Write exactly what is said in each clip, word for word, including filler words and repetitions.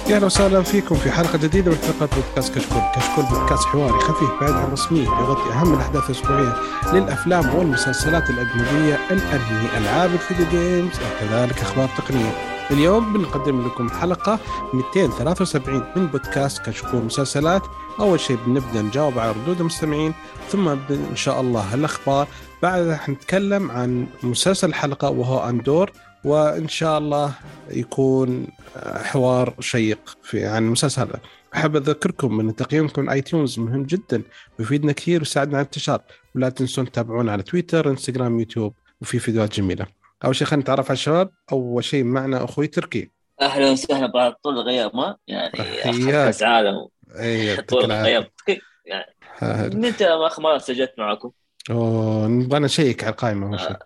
يا أهلا وسهلا فيكم في حلقة جديدة من حلقات بودكاست كشكول. كشكول بودكاست حواري خفيف بعيد عن الرسمية، يغطي أهم الأحداث الأسبوعية للأفلام والمسلسلات الأجنبية، الأنمي، ألعاب الفيديو جيمز، وكذلك أخبار تقنية. اليوم بنقدم لكم حلقة مئتين وثلاثة وسبعين من بودكاست كشكول مسلسلات. أول شيء بنبدأ نجاوب على ردود المستمعين، ثم إن شاء الله الأخبار. بعدها حنتكلم عن مسلسل الحلقة وهو أندور، وإن شاء الله يكون حوار شيق في عن المسلسل هذا. أحب أذكركم أن تقييمكم آي تيونز مهم جدا ويفيدنا كثير ويساعدنا على الانتشار، ولا تنسون تتابعونا على تويتر، انستغرام، يوتيوب، وفي فيديوهات جميلة. أول شيء خلينا نتعرف على الشباب. أول شيء معنا أخوي تركي. أهلا وسهلا. بعد طول الغياب ما يعني أخذ حياك. كأس عالم أي طول الغياب يعني هاد. من أنت ما ما سجلت معكم أوه، نبغى نشيك على القائمة أول شيء.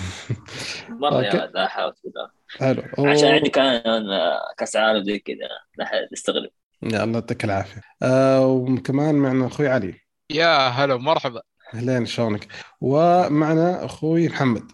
مرة يا أوكي. لا حول ولا حلو. عشان عندي أوه. كان كأس عالم زي كذا لا نستغرب. يا الله يعطيك العافية. آه وكمان معنا أخوي علي. يا هلا مرحبا. أهلين، شلونك؟ ومعنا أخوي محمد.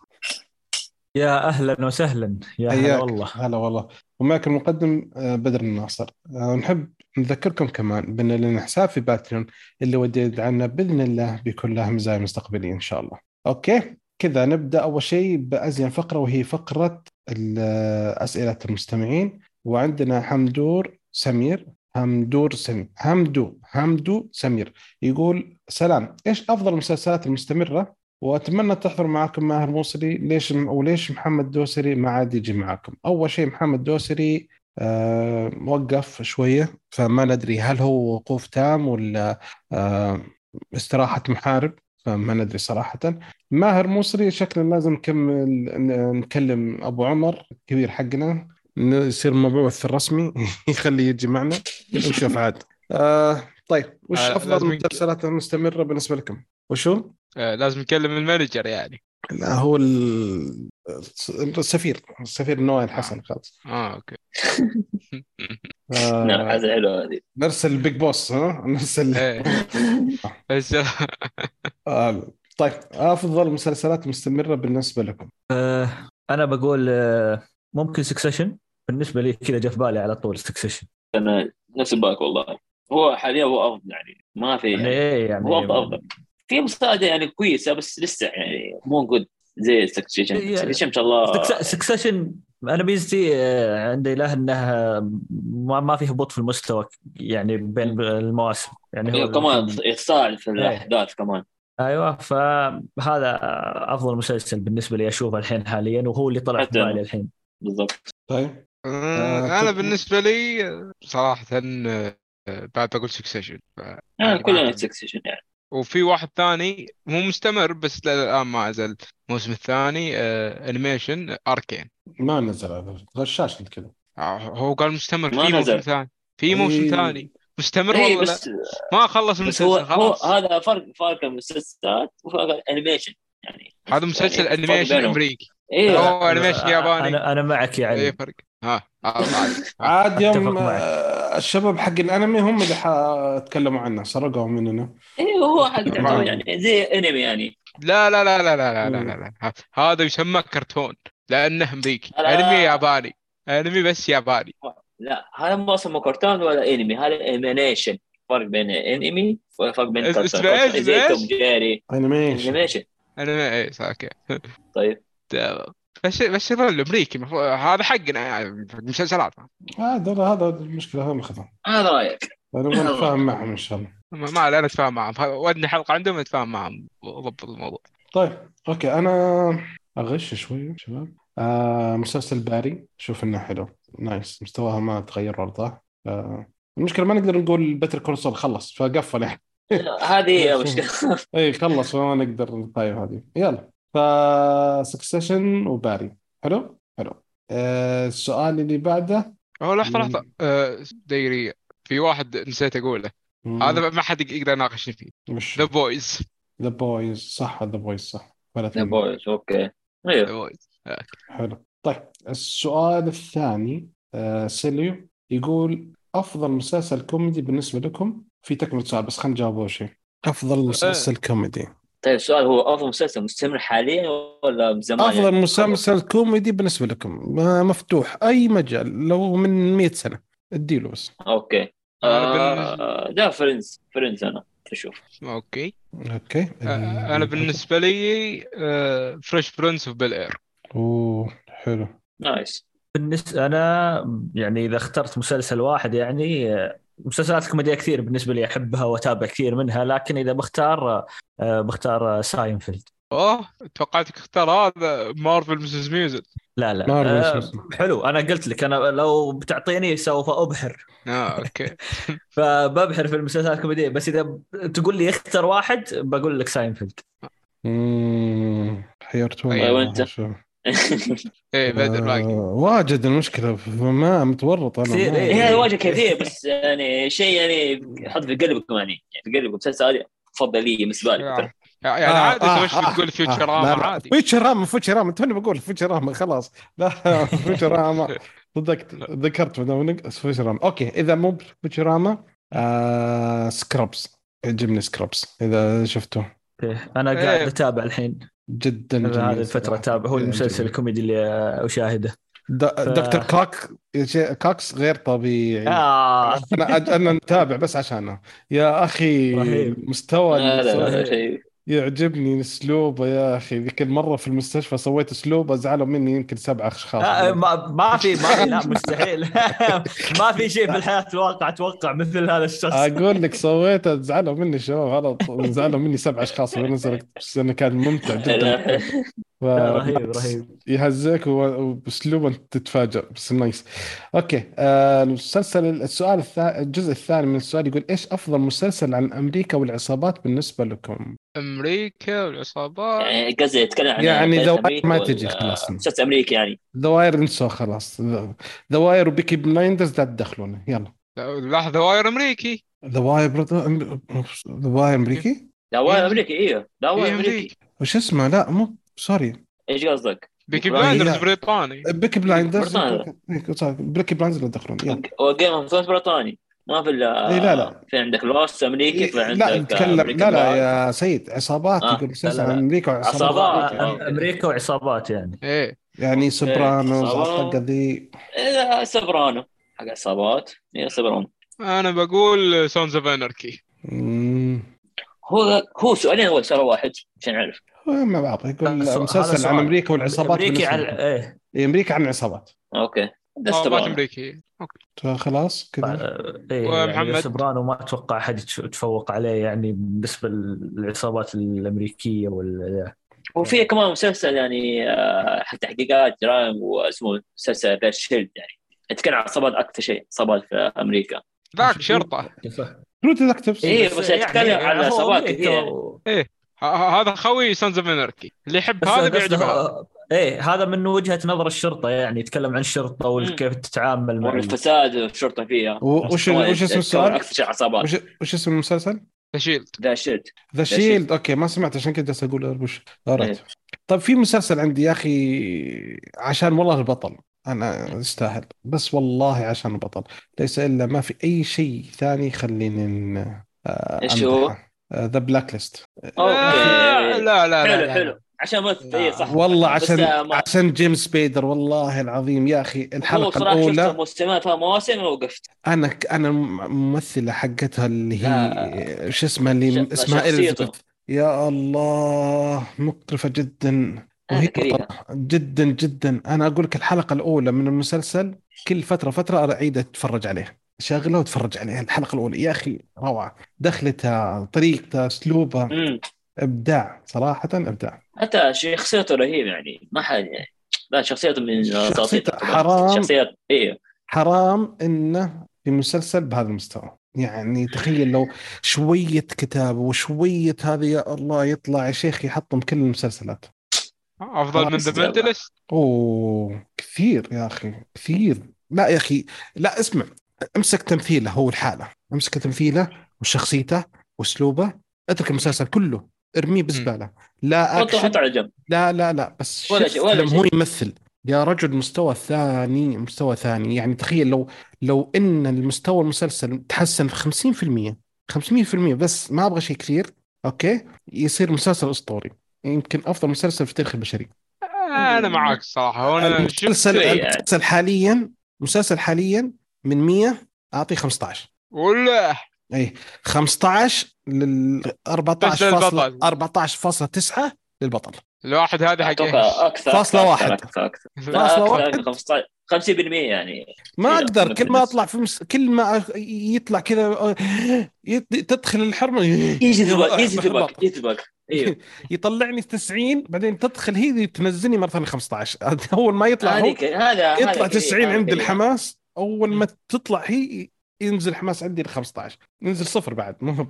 يا أهلا وسهلا. يا هلا حياك. والله. هلا والله. ومعك المقدم آه، بدر الناصر. آه، ونحب نذكركم كمان بأن لنا حساب في باتريون اللي ودي يدعمنا بإذن الله بيكون له مزايا مستقبلية إن شاء الله. أوكي كذا نبدأ أول شيء بأزين فقرة، وهي فقرة ال- آه، أسئلة المستمعين. وعندنا حمدور سمير حمدور سمير حمدو حمدو سمير يقول: سلام، إيش أفضل المسلسلات المستمرة؟ وأتمنى تحضر معكم ماهر موصلي. ليش وليش محمد دوسري ما عاد يجي معكم؟ أول شيء محمد دوسري آه وقف شوية، فما ندري هل هو وقوف تام ولا آه استراحة محارب، فما ندري صراحة. ماهر موصلي شكله لازم نكمل نكلم أبو عمر الكبير حقنا، يصير مبعوث الرسمي يخليه يجي معنا ونشوف عاد. آه طيب، وش آه أفضل لازم نك... المسلسلات المستمرة بالنسبة لكم؟ وشو؟ آه لازم نكلم المانجر يعني. لا، هو ال- السفير السفير نواف آه. الحسن خلاص. اه اوكي. نعم آه حاجة حلوة هذه. نرسل البيج بوس، ها نرسل. ايه بس آه طيب، أفضل مسلسلات مستمرة بالنسبة لكم؟ آه أنا بقول آه ممكن سكسيشن. بالنسبة لي كذا جاء في بالي على طول سكسيشن. أنا نفس الباك والله. هو حاليا هو أفضل يعني ما في يعني يعني إيه هو يعني أفضل أفضل. في مساعدة يعني كويسة بس لسه يعني مو جود زي سكسيشن. سكسيشن إن شاء الله. سكسيشن أنا بيزتي آه عندي له أنه ما ما في هبوط في المستوى يعني بين المواسم. يعني هو كمان الحين يتصاعد في إيه. الأحداث كمان. أيوة، فهذا أفضل مسلسل بالنسبة لي أشوفه الحين حاليا، وهو اللي طلع في حتى بالي أنا الحين. بالضبط. طيب. آه انا تركي. بالنسبه لي صراحه آه، بعد بقول سكسيشن يعني يعني ما كلنا أعتقد. سكسيشن يعني. وفي واحد ثاني مو مستمر بس الان ما زال الموسم الثاني آه انيميشن اركين. ما نزل هذا، غشاش انت كذا. آه هو قال مستمر ما في موسم نزل. ثاني في موسم اي. ثاني مستمر اي والله لا بس ما خلص بس هو المسلسل هو خلاص. هذا فرق فرق المسلسلات وفرق الانيميشن يعني. هذا مسلسل يعني فرق انيميشن بينهم. امريكي ايه لا لا. هو انيميشن ياباني. أنا أنا معك يا ايه علي. فرق ها الله عليك ها. عاد يوم أتفق معك. آه الشباب حق الانمي هم اللي حتكلموا عنه، سرقوا مننا. ايه هو حق تعتبر ما يعني زي انمي يعني. لا لا لا لا لا لا لا لا, مم. لا. ه- هذا يسمى كرتون لانه امريكي انمي لا ياباني انمي بس ياباني. لا هذا ما اسمه كرتون ولا انمي. هذا انيميشن. فرق بين انمي وفرق بين اس- كرتون. اسمه ايش كرتون اسمه زي توم ايش جيري. انيميشن. انيميشن. انمي ايه صح اوكي. طيب تمام. بس بس يظل امريكي مفروض- هذا حقنا يعني حق مسلسلات. هذا هذا المشكله، هم خذوا. هذا رايك. انا نبغى نتفاهم معهم ان شاء الله. ما ما علينا نتفاهم معهم ودني حلقه عندهم نتفاهم معهم وضبط الموضوع. طيب اوكي، انا اغش شوي شباب. آه مسلسل باري، شوف انه حلو نايس، مستواها ما تغير ولا آه المشكله ما نقدر نقول بتر كونسول خلص فقفل يعني. هذه هي مشكلة. اي خلص فما نقدر نطيب هذه. يلا، ف سكسيشن وباري حلو حلو. آه السؤال اللي بعده. أوه لحظه لحظه أه دقيقه في واحد نسيت اقوله. هذا ما حد يقدر يناقشني فيه. مش ذا بويز. ذا بويز صح، ذا بويز صح ولا يا ثاني. بويز اوكي. ذا ايوه. بويز حلو. طيب السؤال الثاني. آه سيليو يقول: أفضل مسلسل كوميدي بالنسبة لكم؟ في تكملة سؤال بس خلينا نجاوب أول شيء. أفضل مسلسل كوميدي. طيب السؤال هو افضل مسلسل مستمر حاليا ولا من زمان؟ أفضل يعني مسلسل كوميدي بالنسبة لكم، آه، مفتوح أي مجال، لو من مئة سنة اديله بس. اوكي. أنا بالنسبة... آه ده فريندز فريندز انا تشوف. اوكي. اوكي آه، انا بالنسبه لي آه، فريش برنس اوف بيل اير. اوه حلو. نايس. بالنسبة أنا يعني إذا اخترت مسلسل واحد يعني آه، مسلسلات كوميدية كثير بالنسبة لي أحبها وأتابع كثير منها، لكن إذا بختار آه، بختار ساينفيلد. اوه توقعتك اختار هذا مارفل مسز ميوزل. لا لا مارفل أه حلو، أنا قلت لك أنا لو بتعطيني سوف أبحر. اه اوكي. فببحر في المسلسلات الكوميدية، بس إذا تقول لي اختر واحد بقول لك ساينفيلد. امم حيرتوني طيب وانت؟ والله. شو ايه بدر باقي. آه واجد المشكلة ما متورط أنا كثير، ما إيه. هي واجه كثير، بس يعني شيء يعني حط في قلبك يعني يعني في قلبك مسلسل هذا افضل لي بالنسبه لي مثلا. يعني آه عادي آه توش آه بتقول آه فيوتشراما لا لا عادي. فيوتشراما فيوتشراما توني بقول فيوتشراما خلاص. لا فيوتشراما صدقت ذكرت فيوتشراما. أوكي إذا مو فيوتشراما آه سكرابس، يعجبني سكرابس إذا شفته. إيه. أنا قاعد ايه أتابع الحين جدا هذه جميل الفترة، صراحة. أتابع هو المسلسل يعجبني. الكوميدي اللي أشاهده. د- ف... دكتور كوك كوكس غير طبيعي. آه. انا أج... انا متابع بس عشانه يا اخي. رهيب المستوى اللي لا لا سو... لا رهيب. شيء. يعجبني اسلوبه يا اخي. ذيك المره في المستشفى سويت اسلوبه زعلوا مني يمكن سبع اشخاص. آه ما ما في ما في لا مستحيل. ما في شيء في الحياة الواقع اتوقع مثل هذا الشخص. اقول لك سويته زعلوا مني الشباب غلط. زعلوا مني سبع اشخاص ونزلت، بس انه كان ممتع جدا. ف... لا رهيب رهيب. يهزك وباسلوبه انت تتفاجئ بس نايس. اوكي آه المسلسل السؤال الثاني الجزء الثاني من السؤال يقول ايش افضل مسلسل عن امريكا والعصابات بالنسبه لكم؟ امريكا والعصابات. يعني قصدي يتكلم عن يعني تاريخ ذا واير امريكا ما ولا تجي خلاص. مسلسل امريكي يعني؟ ذا واير انسوا خلاص. ذا واير وبيكي بلايندرز لا تدخلونه يلا. لحظه واير امريكي. ذا واير ذا واير امريكي. لا إيه واير أمريكي. امريكي. ايوه لا ايه واير امريكي. امريكي. وش اسمه؟ لا مو سوري. ايش قصدك؟ بيكي بلايندرز. بلايندرز هي- بريطاني. بيكي بلايندرز. بريطانيا. بيكي بلايندرز لا تدخلون يلا. وجيم اوف ثرونز بريطاني. ما في اي لا لا في عندك لوست امريكي، في لا عندك نتكلم امريكان لا لا باي. يا سيد عصابات. آه. يقول لا مسلسل لا عن لا. امريكا وعصابات عصابات. أمريكا. أوكي. امريكا وعصابات يعني. ايه يعني سوبرانوز عصابات. الطقه ذي. إيه، سوبرانو حق عصابات. هي سوبرانو. انا بقول سونز اوف اناركي. مم. هو هو سؤالين ولا سؤال واحد عشان نعرف؟ هو مع بعض يقول هذا مسلسل عن سؤال. امريكا والعصابات امريكي بالنسبه على لكم. ايه. إيه، امريكا عن العصابات. اوكي ده عصابات سوبرانو. امريكيه. اوكي. خلاص كذا. آه، ايه يعني ومحمد؟ سوبرانو ما اتوقع احد يتف- يتفوق عليه يعني بالنسبه للعصابات الامريكيه وال وفي كمان مسلسل يعني آه، حق تحقيقات جرائم واسمه مسلسل ذا شيلد، يعني يتكلم عن عصابات اكثر شيء عصابات في امريكا. ذاك شرطه. ترو ديتكتيفز. إيه، بس يتكلم عن هو عصابات أمريكا كثير. و- ايه ه- هذا خوي سونز اوف اناركي اللي يحب بس هذا قصده بيعجبه هذا. هو- ايه هذا من وجهه نظر الشرطه، يعني يتكلم عن الشرطه وكيف تتعامل مع ال- والفساد الشرطه فيها. وش كمان وش اسم يتكلم السؤال؟ اكثر شيء عصابات. وش وش اسم المسلسل؟ تشيلد. ذا شيلد. ذا شيلد. اوكي ما سمعت عشان كذا جالس اقول وش. اوريت. طيب في مسلسل عندي يا اخي عشان والله البطل انا استاهل، بس والله عشان البطل ليس الا ما في اي شيء ثاني يخليني آه، ايش هو؟ ذا بلاك ليست. اوكي. لا لا لا حلو لا. حلو عشان مثل. اي صح. والله بس عشان آه، ما- عشان جيمس بيدر والله العظيم يا اخي هو الحلقه صراحه شفت الاولى. موسمات مواسم ووقفت. انا انا الممثله حقتها اللي هي شو اسمها اللي ش- اسمها شخصيته. إليزابيث يا الله مقرفه جدا وهي انا كريهه. بطلة جدا جدا. انا اقول لك الحلقه الاولى من المسلسل كل فتره فتره اعيد اتفرج عليه، شغله واتفرج عليها. الحلقه الاولى يا اخي روعه، دخلتها طريقتها اسلوبها امم ابداع صراحه ابداع. حتى شخصيته رهيب يعني ما حد يعني. لا شخصيته من شخصيته اساطير حرام. شخصيات. ايه حرام انه في مسلسل بهذا المستوى. يعني تخيل لو شوية كتابة وشوية هذه يا الله يطلع يا شيخ يحطم كل المسلسلات. افضل من ذا منتلست. اوه كثير يا اخي كثير. لا يا اخي لا اسمع، امسك تمثيله هو الحالة، امسك تمثيله وشخصيته واسلوبه، اترك المسلسل كله ارميه بزبالة. لا حطه اكشن حطه على جنب. لا لا لا بس ولا شوف شيء ولا لما هو شيء. يمثل يا رجل مستوى ثاني مستوى ثاني. يعني تخيل لو لو ان المستوى المسلسل تحسن في خمسين بالمية خمسمية بالمية بس ما ابغى شيء كثير اوكي يصير مسلسل اسطوري، يمكن افضل مسلسل في التاريخ البشري. انا معاك الصراحه. وانا شفت المسلسل شوي يعني. المسلسل حاليا مسلسل حاليا من مية اعطيه خمسة عشر. ولا اي خمسة عشر لل بس أربعة عشر فاصلة للبطل أربعة عشر فاصلة تسعة للبطل. الواحد هذا حق ايش؟ اتوقع اكثر فاصلة اكثر واحد. اكثر اكثر لا فاصلة اكثر واحد. خمسة عشر خمسين بالمية يعني. ما كذا اقدر من كل في ما النص. اطلع في مس... كل ما يطلع كذا يط- تدخل الحرمه يجذبك يجذبك يجذبك ايوه. يطلعني تسعين بعدين تدخل هي تنزلني مره ثانيه خمسة عشر. اول ما يطلع هو هذه ك- هذا هذا يطلع كريه تسعين هذا عند كريه. الحماس، اول ما تطلع هي ينزل الحماس عندي ل خمسة عشر، ينزل صفر بعد مو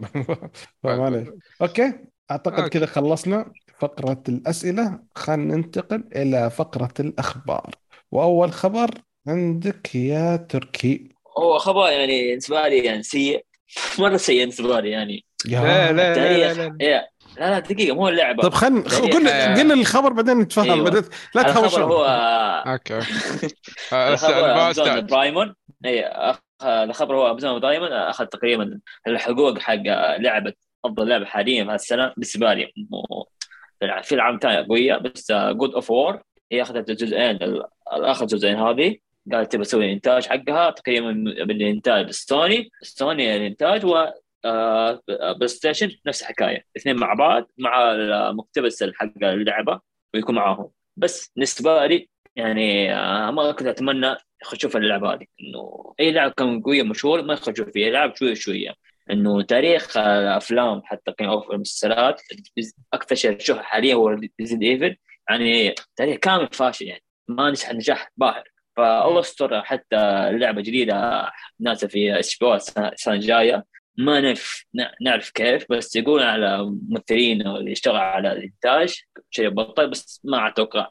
فما عليه. اوكي اعتقد كذا أوكي. خلصنا فقره الاسئله. خلينا ننتقل الى فقره الاخبار، واول خبر عندك يا تركي. هو خبر يعني بالنسبه لي يعني سيء مره سيء بالنسبه لي يعني. لا يا لا لا لا التاريخ لا إيه. لا لا دقيقه مو اللعبه. طيب خلينا تاريخ قلنا آه. قلنا الخبر بعدين نتفاهم. أيوة. بعدين لا الخبر هو تهاوشون. اوكي اوكي آه، الخبر ما امازون استاذ برايمون. اي أخ... الخبر هو امازون برايمون اخذ تقريبا الحقوق حق لعبه افضل لعبه حاليا في السنه بالنسبه لي. مو- في العام تاني قويه بس جود اوف وور هي اخذت الجزئين الاخر جزئين هذه. قالت تبي تسوي الانتاج حقها تقريبا بالانتاج ستوني ستوني الانتاج و آه، بلاي ستيشن نفس الحكايه اثنين مع بعض مع المقتبس حق اللعبه ويكون معاهم. بس بالنسبه لي يعني آه، ما كنت اتمنى اشوف اللعبه هذه انه اي لعبه كان قويه مشهور ما يخرجوا فيها لعب شويه شويه. انه تاريخ الافلام حتى كان او المسلسلات اكثر شيء اشوفه حاليا هو ريزيدنت ايفل. يعني تاريخ كامل فاشل يعني ما نجح نجاح باهر. فالله يستر حتى اللعبه جديده نازله في اتش بي او السنه الجايه ما نعرف نعرف كيف. بس يقولون على ممثلين اللي يشتغل على الانتاج شيء بطل بس ما اتوقع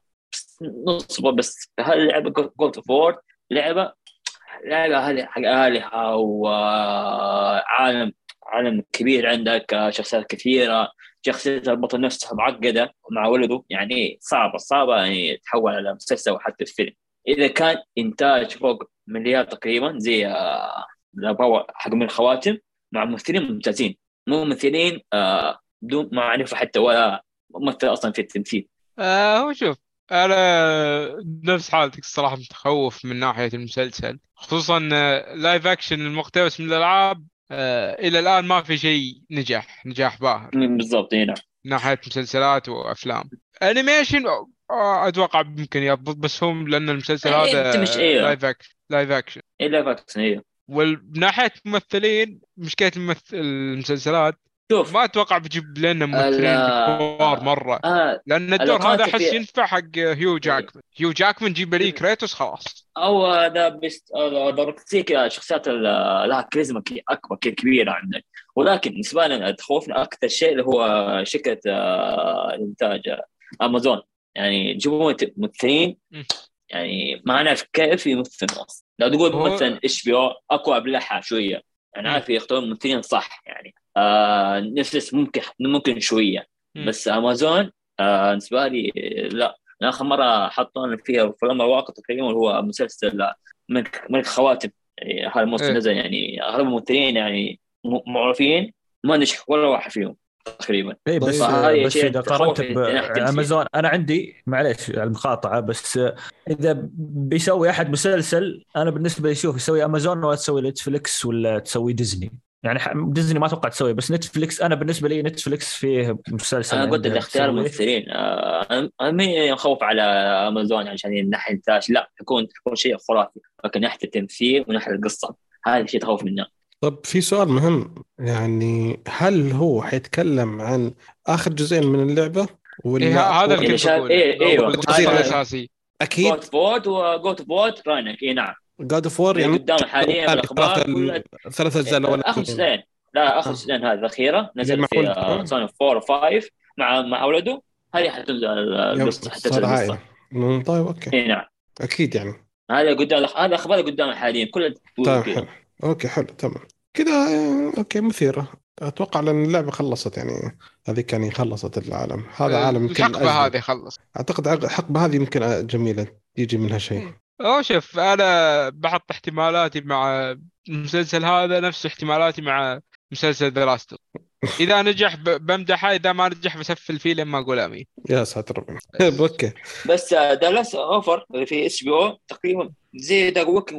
نصبه. بس هاللعبه جولد اوف وور لعبه لعبه هذه حق آلهة وعالم عالم كبير عندك شخصيات كثيره. شخصية البطل نفسها معقدة مع ولده يعني صعبة صعبة يعني تحول على مسلسل وحتى الفيلم. إذا كان إنتاج فوق مليار تقريبا زي آه حق من الخواتم مع ممثلين ممتازين مو ممثلين آه بدون معرفة حتى ولا ممثل أصلا في التمثيل. آه هو شوف انا نفس حالتك الصراحه متخوف من ناحيه المسلسل خصوصا لايف اكشن المقتبس من الالعاب. آه الى الان ما في شيء نجح نجاح باهر بالضبط هنا ناحيه مسلسلات وافلام. انيميشن آه اتوقع ممكن يضبط بس هم لان المسلسل هذا مش إيه لايف اكشن لايف اكشن إيه لايف أكشن إيه. ومناحيه ممثلين مشكله الممثل المسلسلات شوف ما اتوقع بيجيب لنا ممثلين كبار مره آه لان الدور هذا احس في... ينفع حق هيو جاكمان. هيو جاكمان جيب لي كريتوس خلاص. او هذا بس دركتيك شخصيات لها كاريزما اكبر كبيره عندك. ولكن بالنسبه لنا تخوفنا اكثر شيء اللي هو شركه الانتاج امازون يعني يجيبون ممثلين يعني ما نعرف كيف يمثل اصلا. لو تقول هو... مثلا ايش بي او اقوى بلحة شويه يعني عارف يختارون ممثلين صح يعني آه نفس ممكن ممكن شويه. م. بس امازون آه بالنسبه لي لا. آخر مرة حطون فيها في الواقع تقريبا هو مسلسل ملك ملك خواتم يعني هذا الموسم إيه. نزل يعني أغلب الممثلين يعني معروفين ما نجح ولا واحد فيهم تقريبا. اي بس فهذا بس شيء اذا قارنت تخوف من ناحية التمثيل. بامازون انا عندي معليش على المقاطعه بس اذا بيسوي احد مسلسل انا بالنسبه لي شوف يسوي امازون ولا تسوي نتفليكس ولا تسوي ديزني. يعني ديزني ما اتوقع تسوي بس نتفليكس انا بالنسبه لي نتفليكس فيه مسلسل انا قلت الاختيار الممثلين آه انا مين مخوف على امازون عشان الناحيه الانتاج لا يكون يكون شيء خرافي لكن ناحيه التمثيل وناحيه القصه هذا الشيء تخوف منه. طب في سؤال مهم يعني هل هو حيتكلم عن آخر جزئين من اللعبة ولا إيه هذا اللي اللي كنت بقوله إيه إيه الجزء الأساسي أكيد جوت فورد وجوت فورد راينك إيه نعم God of War يعني قدام حاليا بالأخبار ثلاثة ثلاثة أجزاء الأولى آخر جزئين لا آخر جزئين هذه الأخيرة نزل في سوني فور وفايف مع مع ولده هذه حتنزل القصة حتنزل القصة. طيب أوكي إيه نعم أكيد يعني هذا قدام هذا أخبار قدام حاليا كلها. طيب حلو أوكي حلو تمام كده أوكي مثيرة. أتوقع لأن اللعبة خلصت يعني هذيك يعني خلصت العالم هذا عالم يمكن الحقبة هذه خلص. أعتقد الحقبة هذه يمكن جميلة يجي منها شيء. أو شوف أنا بحط احتمالاتي مع المسلسل هذا نفس احتمالاتي مع مسلسل دراستر. إذا نجح بمدحه إذا ما نجح بسفل فيه لما أقول أمين. يا ساتر ربنا. أوكي بس دالاس أوفر اللي في إتش بي أو تقريبا زي ذا ووكينج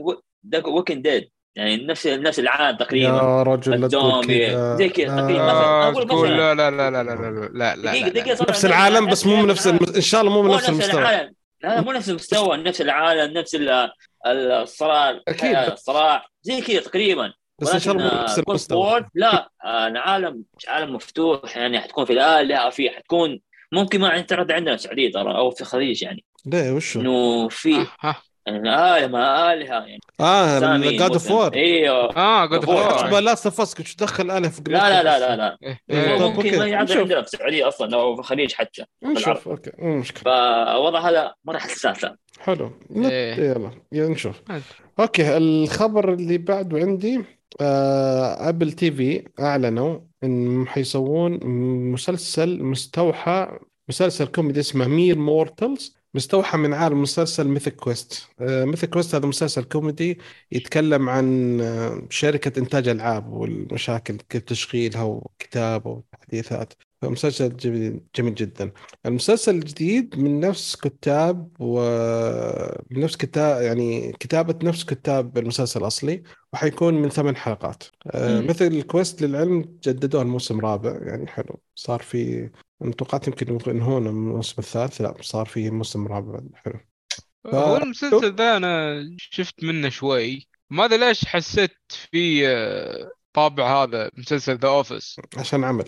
ذا ووكينج ديد، يعني نفس نفس العالم تقريبا. يا رجل لا تقول الزومبي كذا. زي كذا تقريبا. مثلا آه. أنا آه اقول تقول مثلا لا لا لا لا لا لا لا لا دقيقه لا دقيقه لا. صراحة نفس العالم بس مو من نفس العالم. المس... ان شاء الله مو من مو نفس نفس المستوى. العالم، لا لا مو نفس المستوى، نفس العالم، نفس ال- الصراع، اكيد الصراع زي كذا تقريبا. بس ان شاء ولكن الله مو نفس جود المستوى. وور لا، آه، عالم عالم مفتوح، يعني حتكون في الآلهة، في حتكون ممكن ما تعرض عندنا في السعودية ترى او في الخليج، يعني ليه وشو؟ انه آه في ها. يعني آلهة ما آلهة يعني. اه سامي جاد اوف مسلم وور. ايوه اه قد غفور. احسبها فور. لا تفسك شو تدخل اله في لا لا لا لا لا إيه، إيه، إيه. طيب ممكن ما اوكي يعرض نشوف. عندنا في السعودية اصلا او في الخليج حتى في العرب. نشوف اوكي مو مشكله. فوضع هذا مرة حساسة. حلو نت... إيه. يلا يلا نشوف. اوكي الخبر اللي بعده عندي آه... ابل تي في اعلنوا ان حيسوون مسلسل مستوحى، مسلسل كوميدي اسمه مير مورتلز، مستوحى من عالم مسلسل ميثيك كويست. آه... ميثيك كويست هذا مسلسل كوميدي يتكلم عن آه... شركة إنتاج ألعاب والمشاكل كيف تشغيلها وكتابة وتحديثات. فمسلسل جميل جميل جدا. المسلسل الجديد من نفس كتاب ومن نفس كتاب يعني كتابة نفس كتاب المسلسل الأصلي، وحيكون من ثمان حلقات. آه مم. مثل الكويست للعلم جددوه الموسم الرابع، يعني حلو صار في، أنا توقعت يمكن ينهون الموسم الثالث، لا صار في موسم رابع حلو. هو ف المسلسل ذا انا شفت منه شوي، ما ادري ليش حسيت في آه، طابع هذا مسلسل ذا اوفيس. عشان عمل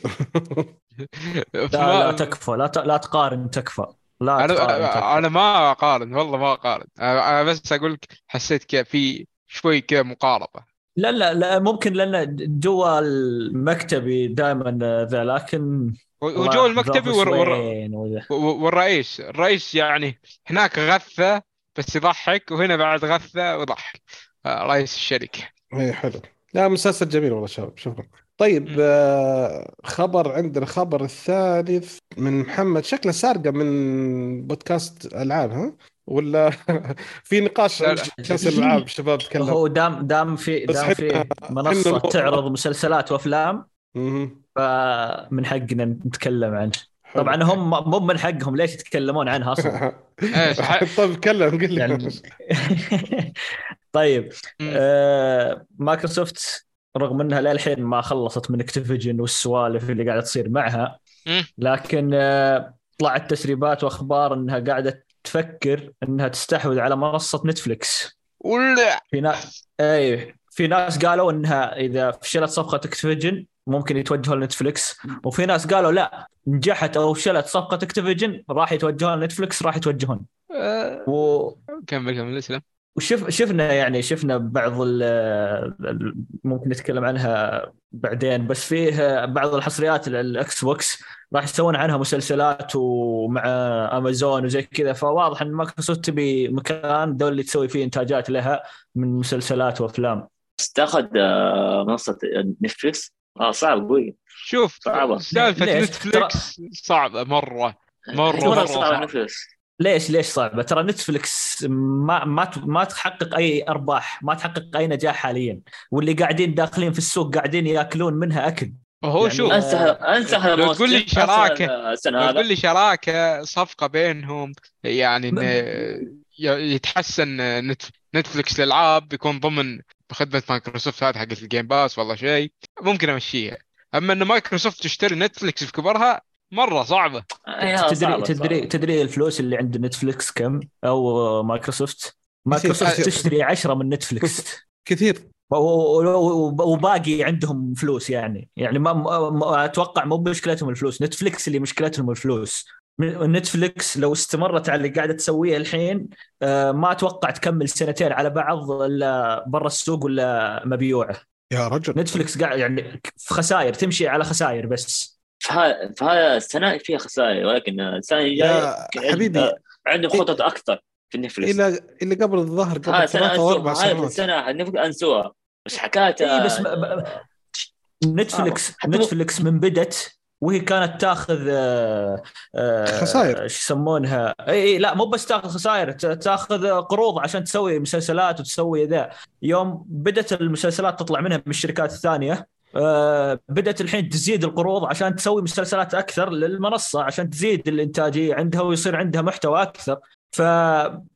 لا لا فما تكفى، لا ت... لا تقارن، تكفى لا انا تقارن تكفى. انا ما اقارن والله ما اقارن، انا بس اقول لك حسيت كذا في شوي كذا مقاربة. لا لا لا ممكن لأن جوا المكتبي دائما ذا، لكن وجو الله المكتبي ذا ور... ور... وين وذا. والرئيس الرئيس يعني هناك غثة بس يضحك، وهنا بعد غثة ويضحك. آه، رئيس الشركة. اي حلو. لا مسلسل جميل والله شباب، شكرا. طيب م. آه خبر عندنا، الخبر الثالث من محمد، شكله سارقه من بودكاست العاب ها ولا في نقاش لا عن لا. بودكاست الالعاب الشباب تكلم. هو دام دام في بس دام حنا في حنا منصة تعرض مسلسلات وأفلام، مهم. فمن حقنا نتكلم عنه. حلو. طبعا هم مو من حقهم، ليش يتكلمون عنها أصلا ايش ح... طيب تكلم قل لي. يعني. طيب م. آه مايكروسوفت رغم انها للحين ما خلصت من اكتيفيجن والسوالف اللي قاعده تصير معها، م. لكن آه طلعت تسريبات واخبار انها قاعده تفكر انها تستحوذ على منصه نتفليكس. ولا في ناس اي في ناس قالوا انها اذا فشلت صفقه اكتيفيجن ممكن يتوجهوا لنتفليكس، وفي ناس قالوا لا نجحت او فشلت صفقه اكتيفيجن راح يتوجهون لنتفليكس، راح يتوجهون. آه، و... كمل كمل اسلم. وشف شفنا يعني شفنا بعض ال ممكن نتكلم عنها بعدين، بس فيه بعض الحصريات الاكس بوكس راح يسوون عنها مسلسلات ومع امازون وزي كذا، فواضح ان مايكروسوفت تبي مكان دول اللي تسوي فيه انتاجات لها من مسلسلات وافلام. تاخذ منصة نتفليكس اه صعب قوي. شوف صعبة. سالفة ليش؟ نتفليكس صعبة مرة مرة مرة مرة صعبة صعبة. نتفليكس. ليش ليش صعبة؟ ترى نتفلكس ما ما ما تحقق اي ارباح، ما تحقق اي نجاح حاليا، واللي قاعدين داخلين في السوق قاعدين ياكلون منها اكل. وهو يعني شوف انسى انسى هذا لو تقول لي موسم، شراكة، انسى السنة لو هذا. تقول لي شراكة صفقة بينهم يعني إن يتحسن نت- نتفليكس الألعاب يكون ضمن بخدمة مايكروسوفت هذا حق الجيم باس والله شيء ممكن أمشيها، أما إن مايكروسوفت تشتري نتفليكس في كبرها مرة صعبة. ايوه تدري صعبة تدري صعبة. تدري الفلوس اللي عند نتفلكس كم او مايكروسوفت؟ مايكروسوفت كثير. تشتري عشرة من نتفلكس كثير. و- و- وباقي عندهم فلوس، يعني يعني ما ما- اتوقع مو مشكلتهم الفلوس، نتفلكس اللي مشكلتهم الفلوس. نتفلكس لو استمرت على اللي قاعده تسويه الحين آه، ما اتوقع تكمل سنتين على بعض الا برا السوق ولا مبيوعه. يا رجل نتفلكس قاعد يعني في خسائر، تمشي على خسائر بس. فهذا فهذا السنة فيها خسائر، ولكن السنة الجاية يا حبيبي عندهم خطط أكثر في نتفليكس. الى اللي قبل الظهر هذا قبل سنة ثلاثة او اربع أنسوها، هذه سنوات. السنة نفق أنسوها، بس حكاية اي بس م- ب- نتفلكس حتى مو- نتفلكس من بدت وهي كانت تاخذ آه، آه، خسائر. ايش يسمونها، اي اي لا مو بس تاخذ خسائر، ت- تاخذ قروض عشان تسوي مسلسلات وتسوي ذا. يوم بدت المسلسلات تطلع منها من الشركات الثانيه آه، بدت الحين تزيد القروض عشان تسوي مسلسلات اكثر للمنصه، عشان تزيد الانتاجيه عندها ويصير عندها محتوى اكثر. ف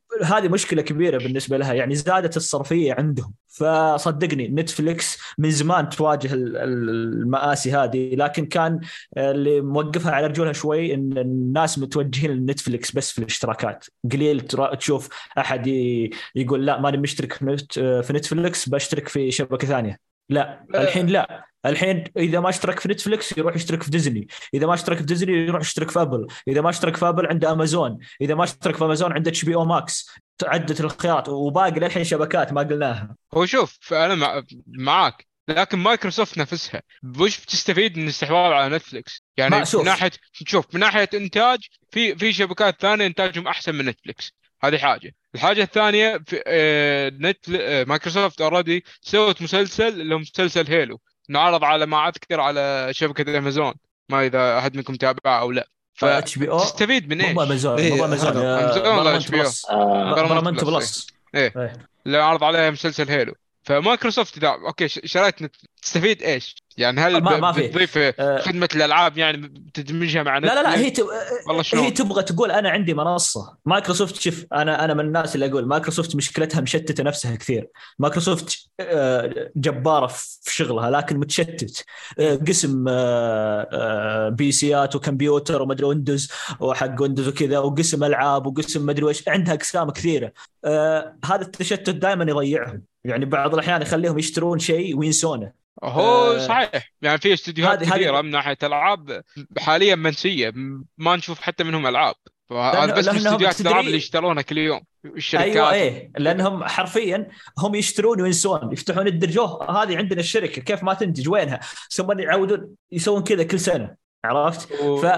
هذه مشكلة كبيرة بالنسبة لها، يعني زادت الصرفية عندهم. فصدقني نتفليكس من زمان تواجه ال- ال- المآسي هذه، لكن كان اللي موقفها على رجولها شوي إن الناس متوجهين للنتفليكس بس في الاشتراكات. قليل ترا- تشوف أحد ي- يقول لا ماني مشترك في نت- في نتفليكس بشترك في شبكة ثانية. لا الحين لا، الحين إذا ما اشترك في نتفليكس يروح يشترك في ديزني، إذا ما اشترك في ديزني يروح يشترك في أبل، إذا ما اشترك في أبل عنده أمازون، إذا ما اشترك في أمازون عنده اتش بي او ماكس. عدة الخيارات وباقي للحين شبكات ما قلناها. هو شوف انا مع... معاك، لكن مايكروسوفت نفسها وش بتستفيد من الاستحواذ على نتفليكس؟ يعني ما من شوف ناحيه، شوف من ناحيه انتاج، في في شبكات ثانيه انتاجهم احسن من نتفليكس. هذه حاجه. الحاجه الثانيه في آه نت آه مايكروسوفت اوريدي سوت مسلسل اللي هو مسلسل هيلو، نعرض على ما اذكر على شبكه امازون، ما اذا احد منكم تابعه او لا. اتش بي او، فبتستفيد من مو ايش؟ امازون، مو ايه امازون، هذا امازون ولا اتش بارامنت بي او؟ بلس. آه بارامونت بارامنت بلس، ايه بلس. ايه إيه. اللي عرض عليها مسلسل هيلو. فمايكروسوفت اذا اوكي ش- شريت نت- تستفيد ايش؟ يعني هل ب- ما ما في بتضيف آه، خدمة الالعاب، يعني بتدمجها مع لا لا لا، هي نتفليكس تب... والله هي شلون؟ تبغى تقول انا عندي منصه مايكروسوفت. شوف انا انا من الناس اللي اقول مايكروسوفت مشكلتها مشتته نفسها كثير. مايكروسوفت آه، جباره في شغلها لكن متشتت. آه، قسم آه، آه، بي سيات وكمبيوتر ومدري ويندوز وحق ويندوز وكذا، وقسم العاب وقسم مدري ويش، عندها اقسام كثيره. آه، هذا التشتت دائما يضيعهم، يعني بعض الاحيان يخليهم يشترون شيء وينسونه. هو آه، صحيح، يعني في استديوهات هذه كثيرة هذه من ناحية العاب حاليا منسية، م- ما نشوف حتى منهم العاب. فهذا لأنه بس لانهم الاستديوهات الالعاب اللي تدري. يشترونها كل يوم، ايوه الشركات ايه، وكذا. لانهم حرفيا هم يشترون وينسون، يفتحون الدرجوه هذه عندنا الشركه كيف ما تنتج وينها، ثم يعودون يسوون كذا كل سنه. عرفت؟ و...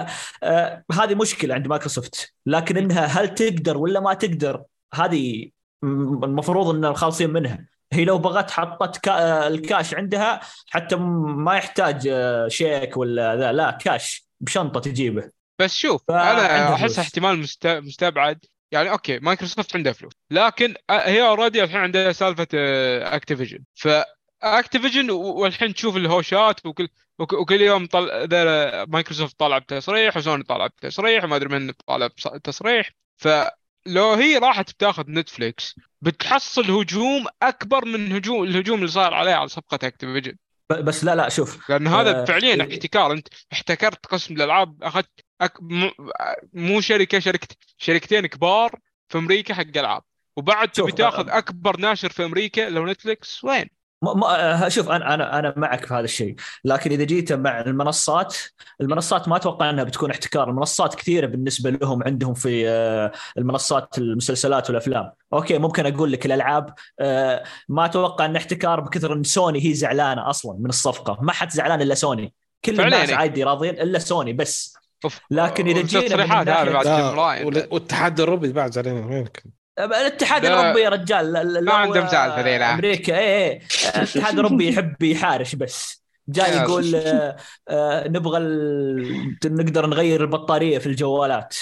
فهذه مشكله عند مايكروسوفت، لكن انها هل تقدر ولا ما تقدر، هذه م- المفروض ان الخالصين منها. هي لو بغت حطت كا... الكاش عندها حتى م- ما يحتاج آه، شيك ولا ذا، لا كاش بشنطه تجيبه. بس شوف انا فعندها احس فلوس. احتمال مست... مستبعد. يعني اوكي مايكروسوفت عندها فلوس، لكن هي اوريدي الحين عندها سالفه اكتيفيجن. فاكتيفيجن والحين تشوف الهوشات وكل وك- وكل يوم طل... ذا- مايكروسوفت طالعه بتصريح، وسوني طالعه بتصريح، وما ادري من طالع بتصريح. فلو هي راحت بتاخذ نتفليكس بتحصل هجوم اكبر من هجوم الهجوم اللي صار عليها على صفقه اكتيفيجن. ب- بس لا لا شوف لان هذا آه، فعليا احتكار، انت احتكرت قسم الالعاب، اخذت أك... م... مو شركه شركه شركتين كبار في امريكا حق العاب، وبعد تبي شوف تاخذ آه، اكبر ناشر في امريكا لو نتفليكس وين؟ ما ما- شوف انا انا انا معك في هذا الشيء، لكن اذا جيت مع المنصات، المنصات ما اتوقع انها بتكون احتكار. المنصات كثيره بالنسبه لهم عندهم في آه، المنصات المسلسلات والافلام. اوكي ممكن اقول لك الالعاب آه، ما اتوقع ان احتكار بكثر ان سوني هي زعلانه اصلا من الصفقه. ما حد زعلان الا سوني، كل فعليا الناس إيه. عادي راضيين الا سوني بس. اوف، لكن اذا جينا من تصريحات هذا ناحيه بعد لا جيم راين وال- بعد. والاتحاد الاوروبي بعد زعلان وينك؟ الاتحاد لا الاوروبي يا رجال ما لو عندهم سالفه ذي لا. امريكا ايه ايه الاتحاد الاوروبي يحب يحارش بس. جاي يلا. يقول آه آه نبغى ال... نقدر نغير البطاريه في الجوالات.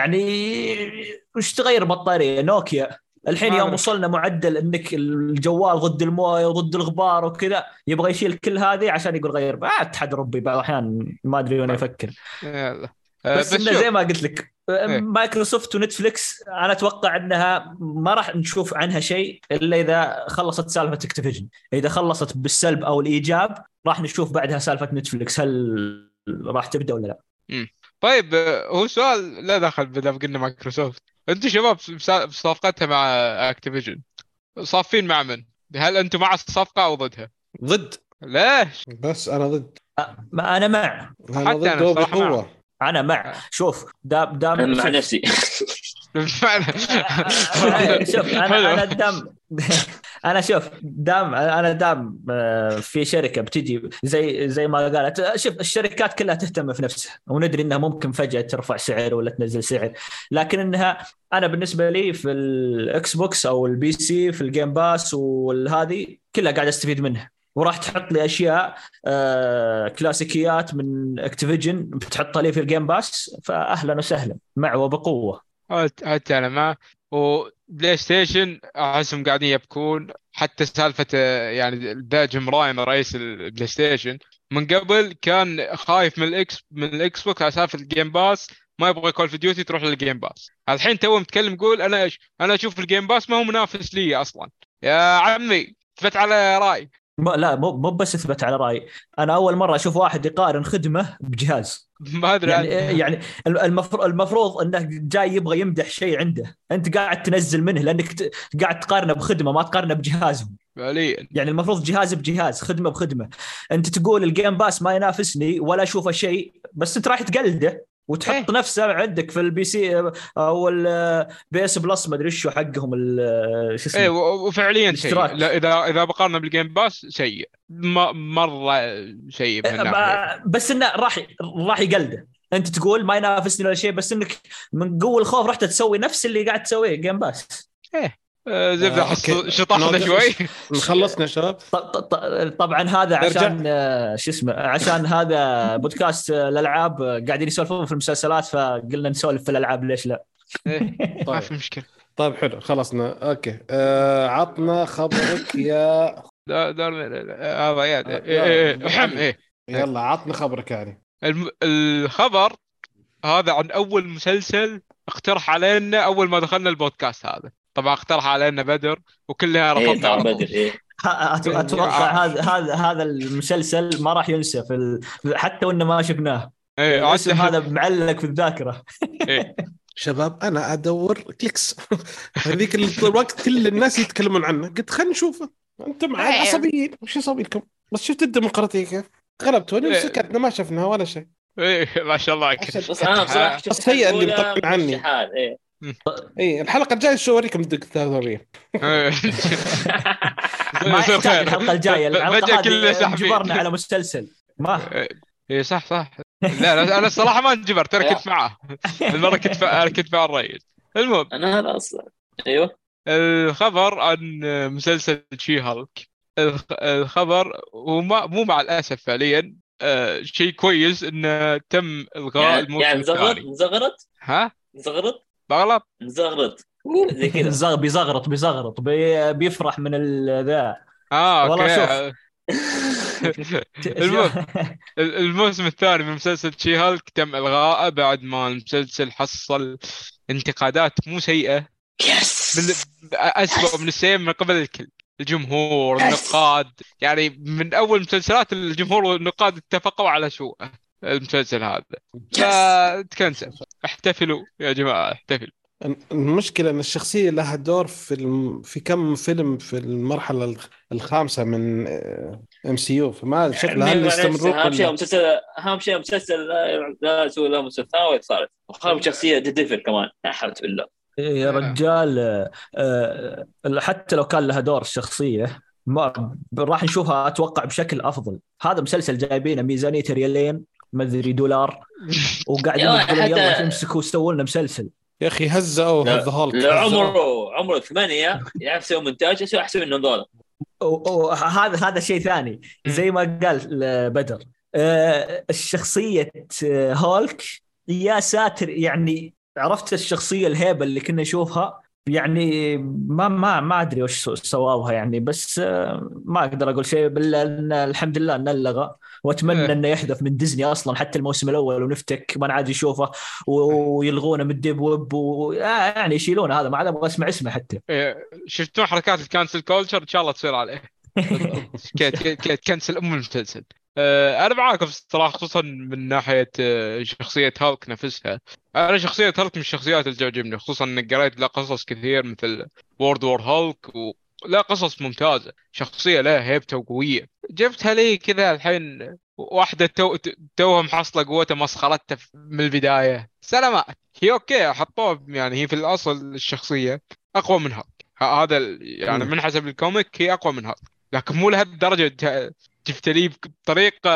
يعني وش تغير بطاريه نوكيا الحين ما يوم أدري. وصلنا معدل انك الجوال ضد المويه وضد الغبار وكذا، يبغى يشيل كل هذه عشان يقول غير. آه الاتحاد الاوروبي بعض الاحيان ما ادري وين يفكر. يلا. آه، بس بس انه شوف زي ما قلت لك إيه. مايكروسوفت ونتفليكس انا اتوقع انها ما راح نشوف عنها شيء الا اذا خلصت سالفه اكتيفيجن. اذا خلصت بالسلب او الايجاب راح نشوف بعدها سالفه نتفليكس هل راح تبدا ولا لا. مم. طيب آه، هو سؤال لا دخل بدل قلنا مايكروسوفت، انتم شباب بسا- بصفقتها مع اكتيفيجن صافين مع من؟ هل انتم مع الصفقه او ضدها؟ ضد. ليش؟ بس انا ضد. ما انا مع انا حتى ضد أنا الصراحة مع. وبقوه. انا مع آه. شوف دام دام أنا مع شوف. نفسي. شوف انا حلو. انا دام انا شوف دام انا دام آه، في شركه بتجي زي زي ما قالت. شوف الشركات كلها تهتم في نفسها، وندري انها ممكن فجاه ترفع سعر ولا تنزل سعر، لكن انها انا بالنسبه لي في الاكس بوكس او البي سي في الجيم باس والهذه كلها قاعد استفيد منها. وراح تحط لي اشياء آه كلاسيكيات من اكتيفيجن بتحطها لي في الجيم باس، فاهلا وسهلا مع وبقوه. حتى انا ما وبلاي ستيشن احسهم قاعدين يبكون. حتى سالفه آه، يعني ذا جيم راين رئيس البلاي ستيشن من قبل كان خايف من الاكس من الاكس بوكس على سالفه الجيم باس، ما يبغى كول في ديوتي تروح للجيم باس. الحين تو متكلم قول انا ايش انا اشوف الجيم باس ما هو منافس لي اصلا يا عمي. ثبت على راي. ما لا مو مو بس اثبت على راي. انا اول مره اشوف واحد يقارن خدمه بجهاز. ما ادري يعني يعني يعني المفروض المفروض انه جاي يبغى يمدح شيء عنده، انت قاعد تنزل منه لانك ت- قاعد تقارنه بخدمه ما تقارنه بجهازهم. فعليا. يعني المفروض جهاز بجهاز، خدمه بخدمه. انت تقول الجيم باس ما ينافسني ولا اشوفه شيء، بس انت راح تقلده وتحط إيه. نفسه عندك في البي سي او البي اس بلس ما ادري شو حقهم ال- شو ايه اسمه و- وفعليا سيء. الاشتراك. لا اذا اذا بقارنا بالجيم باس سيء م- مره سيء من الناحيه. بس انه راح راح يقلده. انت تقول ما ينافسني ولا شيء، بس انك من قوه الخوف رحت تسوي نفس اللي قاعد تسويه جيم باس. ايه آه، زبده آه، احس أوكي. شطحنا نوقف. شوي. نخلصنا يا شباب. ط- ط- ط- طبعا هذا نرجع. عشان آه، شو اسمه، عشان هذا بودكاست آه، الالعاب، آه، قاعدين يسولفون في المسلسلات فقلنا نسولف في الالعاب ليش لا. إيه ما طيب. في مشكله. طيب حلو خلصنا. اوكي آه عطنا خبرك يا لا لا لا هذا يا آه، إيه، لا، إيه، لا، حم علي. ايه. يلا عطنا خبرك يعني. الم- الخبر هذا عن اول مسلسل اقترح علينا اول ما دخلنا البودكاست هذا. طبعا اقترح علينا بدر وكلها ايه رفضنا طبعا على بدر. طول. ايه ه- أت- اتوقع هذا هذا هذا المسلسل ما راح ينسى في ال... حتى وانه ما شفناه. ايه الاسم عاد- هذا معلق في الذاكره. إيه. شباب انا ادور كليكس هذيك الوقت كل الناس يتكلمون عنه، قلت خلينا نشوفه. انتم عاد عصبيين، وش يصابيكم؟ بس شفت الديمقراطيه كيف غلبتوني إيه. وسكتنا ما شفناها ولا شيء. ايه ما شاء الله عشان- عليك. بس انا بصراحه شفت السيء اللي الأولى مطلعين عني. ماشي حال. ايه اي الحلقه الجايه شو اوريكم دكتاتوريه. إيه. ما يصير يحتاج خير. الحلقه الجايه، الحلقه فجأة كلنا هذه ساحبين. جبرنا على مسلسل ما. ايه صح صح. لا لا، انا الصراحه ما انجبرت، انا كنت معاه المره كنت انا كنت مع الرئيس. المهم انا هذا اصلا. ايوه الخبر عن مسلسل شي هالك. الخ- الخبر وما مو مع الاسف فعليا آه، شيء كويس انه تم الغاء يعني الموسم يعني زغرت الثاني. زغرت ها زغرت بغلط. زغرت زي كذا. زغ- بيزغرط بيزغرط بي... بيفرح من ال- ذا. اه والله اوكي. شوف. آه، المهم ال- الموسم الثاني من مسلسل شي هالك تم الغائه بعد ما المسلسل حصل انتقادات مو سيئه يس من أسوأ من السيء من قبل الكل، الجمهور النقاد. يعني من أول مسلسلات الجمهور والنقاد اتفقوا على سوء المسلسل هذا. فتكنسل. احتفلوا يا جماعة احتفلوا. المشكله ان الشخصيه لها دور في الم... في كم فيلم في المرحله الخ- الخامسه من ام سي يو، فما شكلها هل يستمرون اهم شيء ولا- مسلسل اهم شيء مسلسل لا لا يسوي له مسلسل ثاني صارت وخرب شخصيه ديفل كمان. لا حول بالله. يا رجال، آه، آه، حتى لو كان لها دور الشخصية ما راح نشوفها أتوقع بشكل أفضل. هذا مسلسل جايبينه ميزانية ريالين ما أدري دولار، وقاعدين يا يقولون حتى- يلا امسكوا سووا لنا مسلسل. يا اخي هزأوا لا- هذا هالك لو هزأوا. عمره عمره ثمانية يعرف يسوي مونتاج يسوي احسن من دولار. وهذا هذا شيء ثاني زي ما قال بدر. آه، الشخصية آه، هولك يا ساتر، يعني عرفت الشخصية الهيبة اللي كنا نشوفها، يعني ما ما ما ادري وش سواوها يعني. بس آه، ما اقدر اقول شيء بالله ان الحمد لله انه لغى، واتمنى إيه. انه يحذف من ديزني اصلا حتى الموسم الاول ونفتك ما نعاد نشوفه، ويلغونه من الديب ويب و... آه، يعني يشيلونه. هذا ما عاد ابغى اسمع اسمه حتى. إيه، شفتوا حركات الكانسل كولتشر ان شاء الله تصير عليه. كيت كيت كنسل ام المسلسل. آه، انا معاكم الصراحه خصوصا من ناحيه آه، شخصيه هالك نفسها. انا شخصيه هالك من الشخصيات اللي تعجبني، خصوصا اني قريت له قصص كثير مثل وورد وور هالك و... لا قصص ممتازه، شخصيه لها هيبته وقويه. جبتها لي كذا الحين واحده تو... توها محصله قوتها مسخرتها من البدايه. سلامات. هي اوكي حطوها يعني هي في الاصل الشخصيه اقوى من هالك. ه- هذا ال- يعني مم. من حسب الكوميك هي اقوى من هالك، لكن مو لهالدرجه ت- جبت لي بطريقه.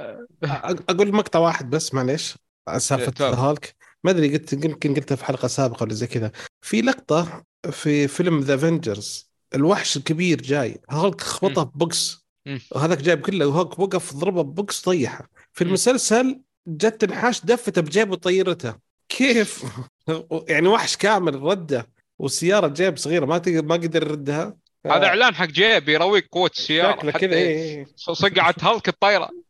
أ- اقول مقطع واحد بس معليش سالفه تفضل. هالك. ما ادري قلت يمكن قلتها في حلقه سابقه ولا زي كذا. في لقطه في فيلم ذا افنجرز الوحش الكبير جاي هالك خبطه ببوكس، مم. وهذاك جايب كله وهالك وقف ضربه ببوكس طيحه. في مم. المسلسل جت نحاش دفته بجيبه طيرته. كيف يعني وحش كامل رده وسياره جيب صغيره ما تقدر ما قدر يردها. هذا اعلان حق جيب يرويك قوه السياره. شكله حتى كذا إيه. صقعت هالك الطايره.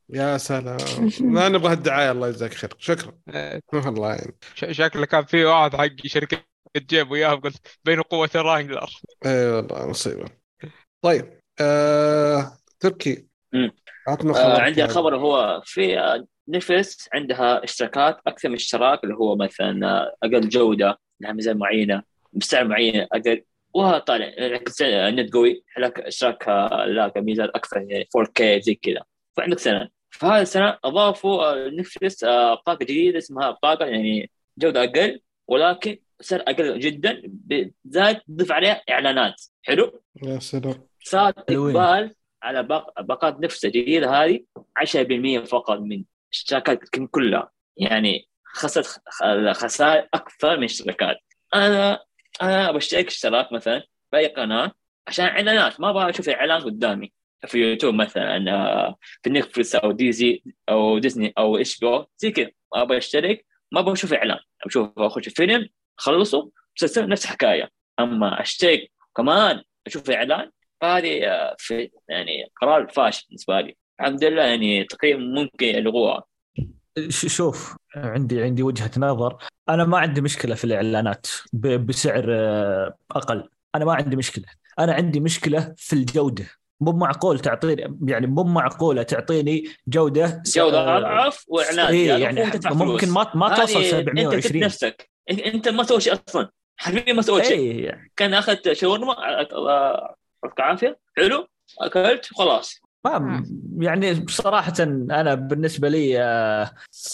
يا سلام، ما نبغى الدعايه. الله يجزاك خير، شكرا. آه، الله يعني. ش- شكله كان في واحد حق شركة جيب وياه، قلت بين قوة الرانجلر. اي والله مصيبه. طيب آه... تركي، مم. عطنا آه خبر عندنا ثاني. خبر هو في آه، نتفلكس عندها اشتراكات اكثر من اشتراك، اللي هو مثلا آه، اقل جوده لها ميزان معينه بسعر معين اقل، وطالع النت قوي لك اشتراك آه، لك ميزان اكثر يعني فور كيه زي كذا. فعندك سنه، فهذه السنه اضافوا آه، نتفلكس آه، بطاقه جديده اسمها بطاقه يعني جوده اقل ولكن سعر اقل جدا، زائد تضيف عليها اعلانات. حلو. يا سلام. صار حلوين. اقبال على باق- باقات نفس الجديده هذه عشرة بالمية فقط من اشتراكات كلها، يعني خسرت خ- خسائر اكثر من اشتراكات. انا انا بشترك اشتراك مثلا في اي قناه عشان اعلانات، ما ابغى اشوف اعلان قدامي في يوتيوب مثلا آه، في نتفلكس او ديزي او ديزني او ايش بي زي كذا. ابغى اشترك، ما ابغى اشوف اعلان، اشوف اخش فيلم خلصه مسلسل نفس الحكايه. اما اشترك كمان اشوف اعلان، فهذه آه، في يعني قرار فاشل بالنسبه لي. الحمد لله يعني تقريبا ممكن يلغوها. ش- شوف، عندي عندي وجهة نظر. أنا ما عندي مشكلة في الإعلانات ب- بسعر آه، أقل. أنا ما عندي مشكلة. أنا عندي مشكلة في الجودة. مو معقول تعطيني، يعني مو معقولة تعطيني جودة س... جوده آه، اضعف واعلان إيه زياده يعني وتدفع ممكن فلوس. ما ما توصل هذه انت كنت سبعمية وعشرين. نفسك، انت ما تسوي شيء اصلا، حبيبي ما سويت شيء. إيه كان اخذت شاورما الله يعطيك عافيه، حلو، اكلت خلاص. ما يعني بصراحة أنا بالنسبة لي آه،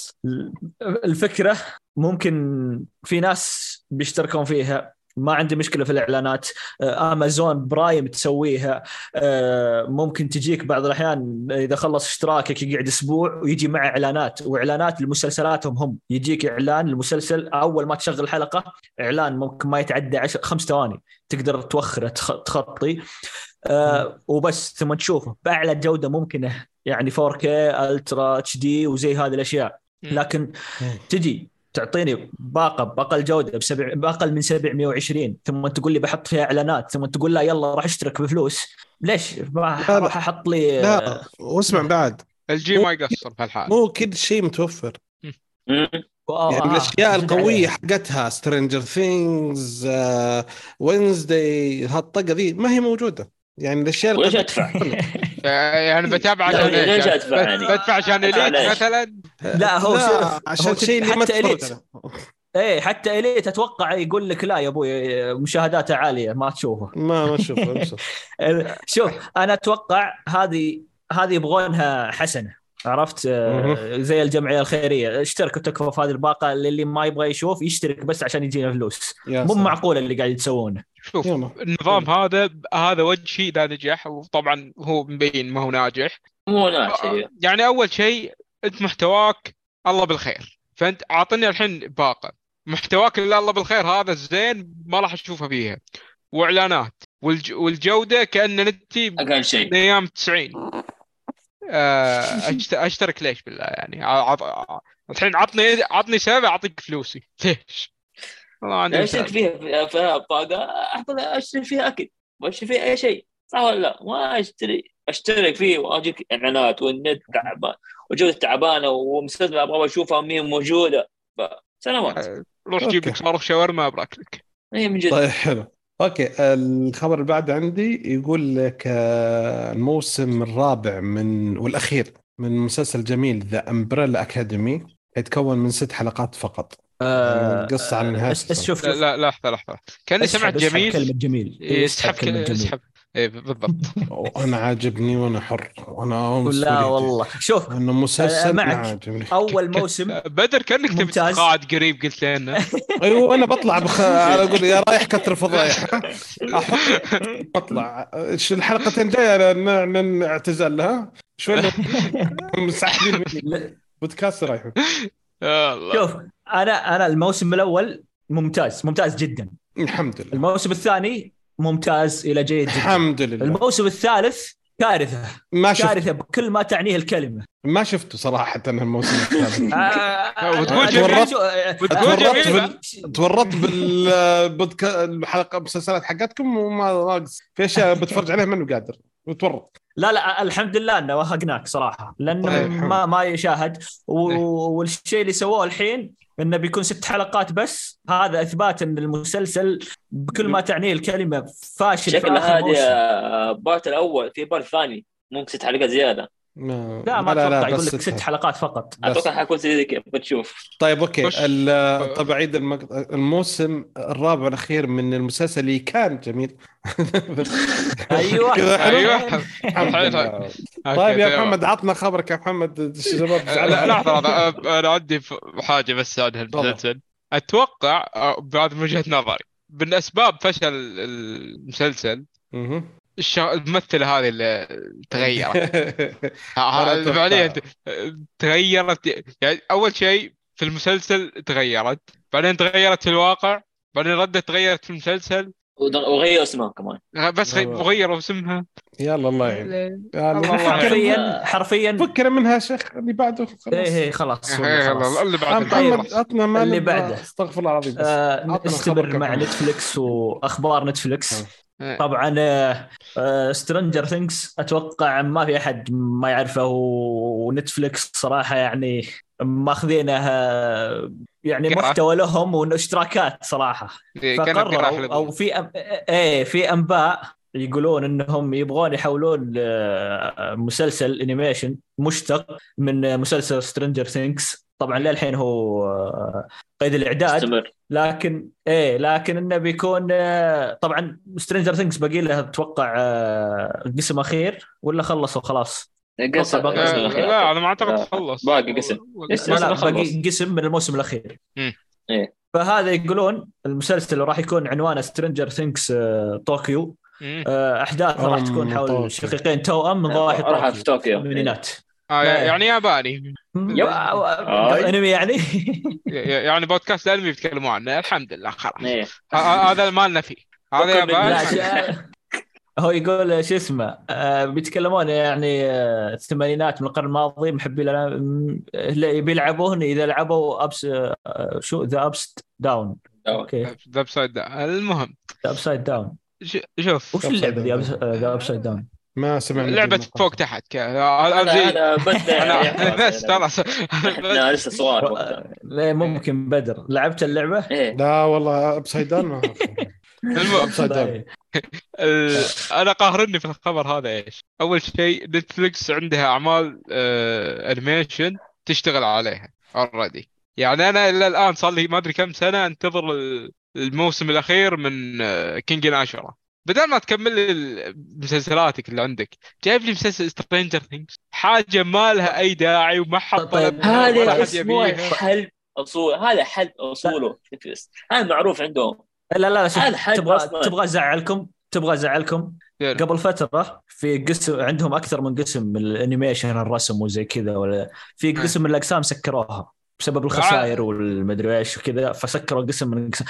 الفكرة ممكن في ناس بيشتركون فيها، ما عندي مشكلة في الإعلانات. آه، أمازون برايم تسويها. آه، ممكن تجيك بعض الأحيان إذا خلص اشتراكك يقعد أسبوع ويجي مع إعلانات، وإعلانات لمسلسلاتهم هم. يجيك إعلان المسلسل أول ما تشغل حلقة، إعلان ممكن ما يتعدى عشر خمس ثواني، تقدر توخره تخ- تخطي آه وبس، ثم تشوفه بأعلى جودة ممكنة، يعني فور كيه الترا اتش دي وزي هذه الاشياء. لكن تجي تعطيني باقه باقل جوده بسبع باقل من سبعمية وعشرين، ثم تقول لي بحط فيها اعلانات، ثم تقول لا يلا راح اشترك بفلوس. ليش راح لا راح لا احط لي لا، واسمع بعد، الجي مو ما يقصر في الحال. مو كل شيء متوفر. مم. يعني آه الاشياء زد القويه عليها. حقتها سترينجر ثينجز، وينزداي، هالطقه ذي ما هي موجوده. يعني الاشياء وليش القديمه ادفع؟ يعني بتابع لا عشان ايش؟ ليش يعني ادفع بت- يعني؟ بدفع عشان ادفع اليت ليش؟ مثلا. لا هو لا، شوف، عشان هو الشيء اللي ما حتى تتفرج اليت، عليه. ايه حتى اليت اتوقع يقول لك لا يا ابوي مشاهداته عاليه ما تشوفه. ما ما اشوف امسك. شوف انا اتوقع هذه هذه يبغونها حسنه، عرفت؟ مه. آه، زي الجمعيه الخيريه، اشترك وتكفى في هذه الباقه، اللي ما يبغى يشوف يشترك بس عشان يجينا فلوس. يا مو سلام. معقول اللي قاعد يتسوونه. شوف يلا النظام حلو. هذا هذا وجهي اذا نجح، وطبعا هو مبين ما هو ناجح. مو ناس آه، هي. يعني اول شيء انت محتواك الله بالخير، فانت اعطني الحين باقه محتواك اللي الله بالخير هذا الزين ما راح اشوفها فيها، واعلانات والج... والجوده كأن نتي اقل شيء. من ايام تسعين. آه، أشت... اشترك ليش بالله يعني؟ عط... الحين عطني عطني سبب اعطيك فلوسي ليش؟ والله عندي لا اشترك مثال. فيها في- فيها بطاقه، احفظ اشتري فيها اكل واشتري فيها اي شيء، صح ولا لا؟ ما اشتري اشترك فيه واجيك اعلانات والنت تعبان وجوده تعبانه ومسلسل ابغى اشوفها مين موجوده، سلامات. آه، روح جيب اوكي لك صاروخ شاورما ابراك لك. هي من جد. طيب حلو. اوكي، الخبر اللي بعد عندي يقول لك آه، الموسم الرابع من والاخير من مسلسل جميل ذا امبريلا اكاديمي يتكون من ست حلقات فقط. يعني آه، القصه على نهايه اس اس السنه. شوف لا شوف لا لحظه لحظه، كاني سمعت اسحب اسحب جميل. كلمه جميل. إيه، اسحب اسحب كلمه كل... جميل. اسحب. ايه بالضبط. وانا عاجبني وانا حر وانا امس لا وليدي والله شوف، انه آه، مسلسل ما معك عاجبني. اول ك... موسم بدر كانك تبي ممتاز. تتقاعد قريب قلت لنا. ايوه انا بطلع بخ... على اقول يا رايح كثر فضايح احط بطلع إيش الحلقتين جايه ن- ن- نعتزل لها شوي لو مساعدين مني لا، بودكاست رايحين. يا الله. شوف انا انا الموسم الاول ممتاز ممتاز جدا. الحمد لله. الموسم الثاني ممتاز الى جيد جدا. الحمد لله. الموسم الثالث كارثه. ما شفت كارثه بكل ما تعنيه الكلمه. ما شفته صراحه انا الموسم الثالث. آه، وتقول أنا- جميل؟ شو- وتقول تورطت جميل؟ بال... تورطت بالبودكاست الحلقه المسلسلات حقتكم وما ناقص في اشياء بتفرج عليها منو قادر وتورط. لا لا الحمد لله انه وهقناك صراحه، لانه طيب، ما ما يشاهد. و- والشيء اللي سووه الحين انه بيكون ست حلقات بس، هذا اثبات ان المسلسل بكل ما تعنيه الكلمه فاشل في شكل اخر هذه موسم. آه، بارت الاول في بارت ثاني ممكن ست حلقات زياده. ما... لا ما لا اتوقع، لا يقول بس لك ست حلقات فقط. بس. اتوقع حيكون زي كذا بتشوف. طيب اوكي وش- ال- طب عيد المق... الموسم الرابع الاخير من المسلسل اللي كان جميل. ايوه كذا حلو. ايوه الحمد الحين- لله. أوكي، طيب يا تمام. محمد عطنا خبرك يا محمد، الشباب لا زعلوا عليك. لحظة لحظة، أنا عندي ف- حاجة بس عن المسلسل. أتوقع آه، بعد من وجهة نظري من أسباب فشل المسلسل مهم. الش- الممثلة هذه اللي تغيرت. أنا ها- فعليا أتوقع. ت- تغيرت. يعني أول شيء في المسلسل تغيرت، بعدين تغيرت في الواقع، بعدين ردت تغيرت في المسلسل، وض- وغير اسمه كمان. بس غي- غيروا اسمها. يلا الله يعين. يلا الله الله فكر حرفيا حرفيا. فكر منها شيخ اللي بعده ايه خلاص. ايه خلاص يا والله خلاص. اللي بعد محمد خلاص. عطنا ما اللي نبغى- بعده. استغفر الله العظيم بس. آه عطنا نستمر خبرك يا مع محمد. نتفليكس واخبار نتفليكس. آه. طبعا سترينجر ثينكس اتوقع ما في احد ما يعرفه، ونتفليكس صراحه يعني ماخذينه آه، يعني قرعة. محتوى لهم واشتراكات صراحه. إيه، كانوا قراح فقرروا لهم. او في أم... ايه في انباء يقولون انهم يبغون يحولون آه، مسلسل انيميشن مشتق من مسلسل سترينجر ثينكس. طبعا للحين هو آه، قيد الاعداد، استمر. لكن ايه لكن انه بيكون آه، طبعا سترينجر ثينكس باقي له اتوقع آه، قسم اخير ولا خلصوا خلاص؟ قسم باقي لا, قسم قسم الأخير. لا انا ما اعتقد لا، خلص. باقي قسم. ولا- لسه. لا ما لا خلص. باقي قسم من الموسم الاخير. مم. إيه. فهذا يقولون المسلسل راح يكون عنوانه سترينجر ثينكس طوكيو. مم. آه، احداث راح أم تكون طوكيو. حول شقيقين توأم من ضواحي راح في طوكيو. الثمانينات. آه لا. يعني ياباني. يب. آه. انمي يعني. يعني بودكاست الانمي بيتكلموا عنه. الحمد لله خلاص. إيه. ه- ه- هذا مالنا فيه. هذا فكر من- ياباني. لا ش- هو يقول شو اسمه آه، بيتكلمون يعني آه، الثمانينات من القرن الماضي، محبين لنا م- اللي بيلعبون اذا لعبوا ابس آه، شو ذا ابس داون. اوكي ذا بسايد ده. المهم ذا ابسايد داون. ش- شوف وش اللعبه ذي ذا ابسايد داون؟ ما سمعنا لعبة دي فوق المقاطع. تحت كذا. هذا هذا زي- هذا بس انا بس خلاص. احنا لسه صغار وقتها. لا ممكن بدر لعبت اللعبه. ايه. لا والله ابسايد داون ما المهم ابسايد داون. طيب. ال- انا قاهرني في الخبر هذا ايش؟ اول شيء نتفليكس عندها اعمال آه، انيميشن تشتغل عليها اوريدي. يعني انا الى الان صار لي ما ادري كم سنه انتظر ال- الموسم الاخير من كينج عشرة. بدل ما تكمل لي مسلسلاتك اللي عندك جايب لي مسلسل سترينجر ثينكس، حاجه ما لها اي داعي وما حط طيب، هذا اسمه حل اصول. هذا حل اصوله. هذا معروف عندهم. لا لا شوف، هذا حل تبغى أصلاً. تبغى ازعلكم تبغى ازعلكم يلا. قبل فتره في قسم عندهم اكثر من قسم من الانيميشن الرسم وزي كذا، ولا في قسم من الاقسام سكروها بسبب الخسائر والمدري ايش وكذا، فسكروا قسم من القسم.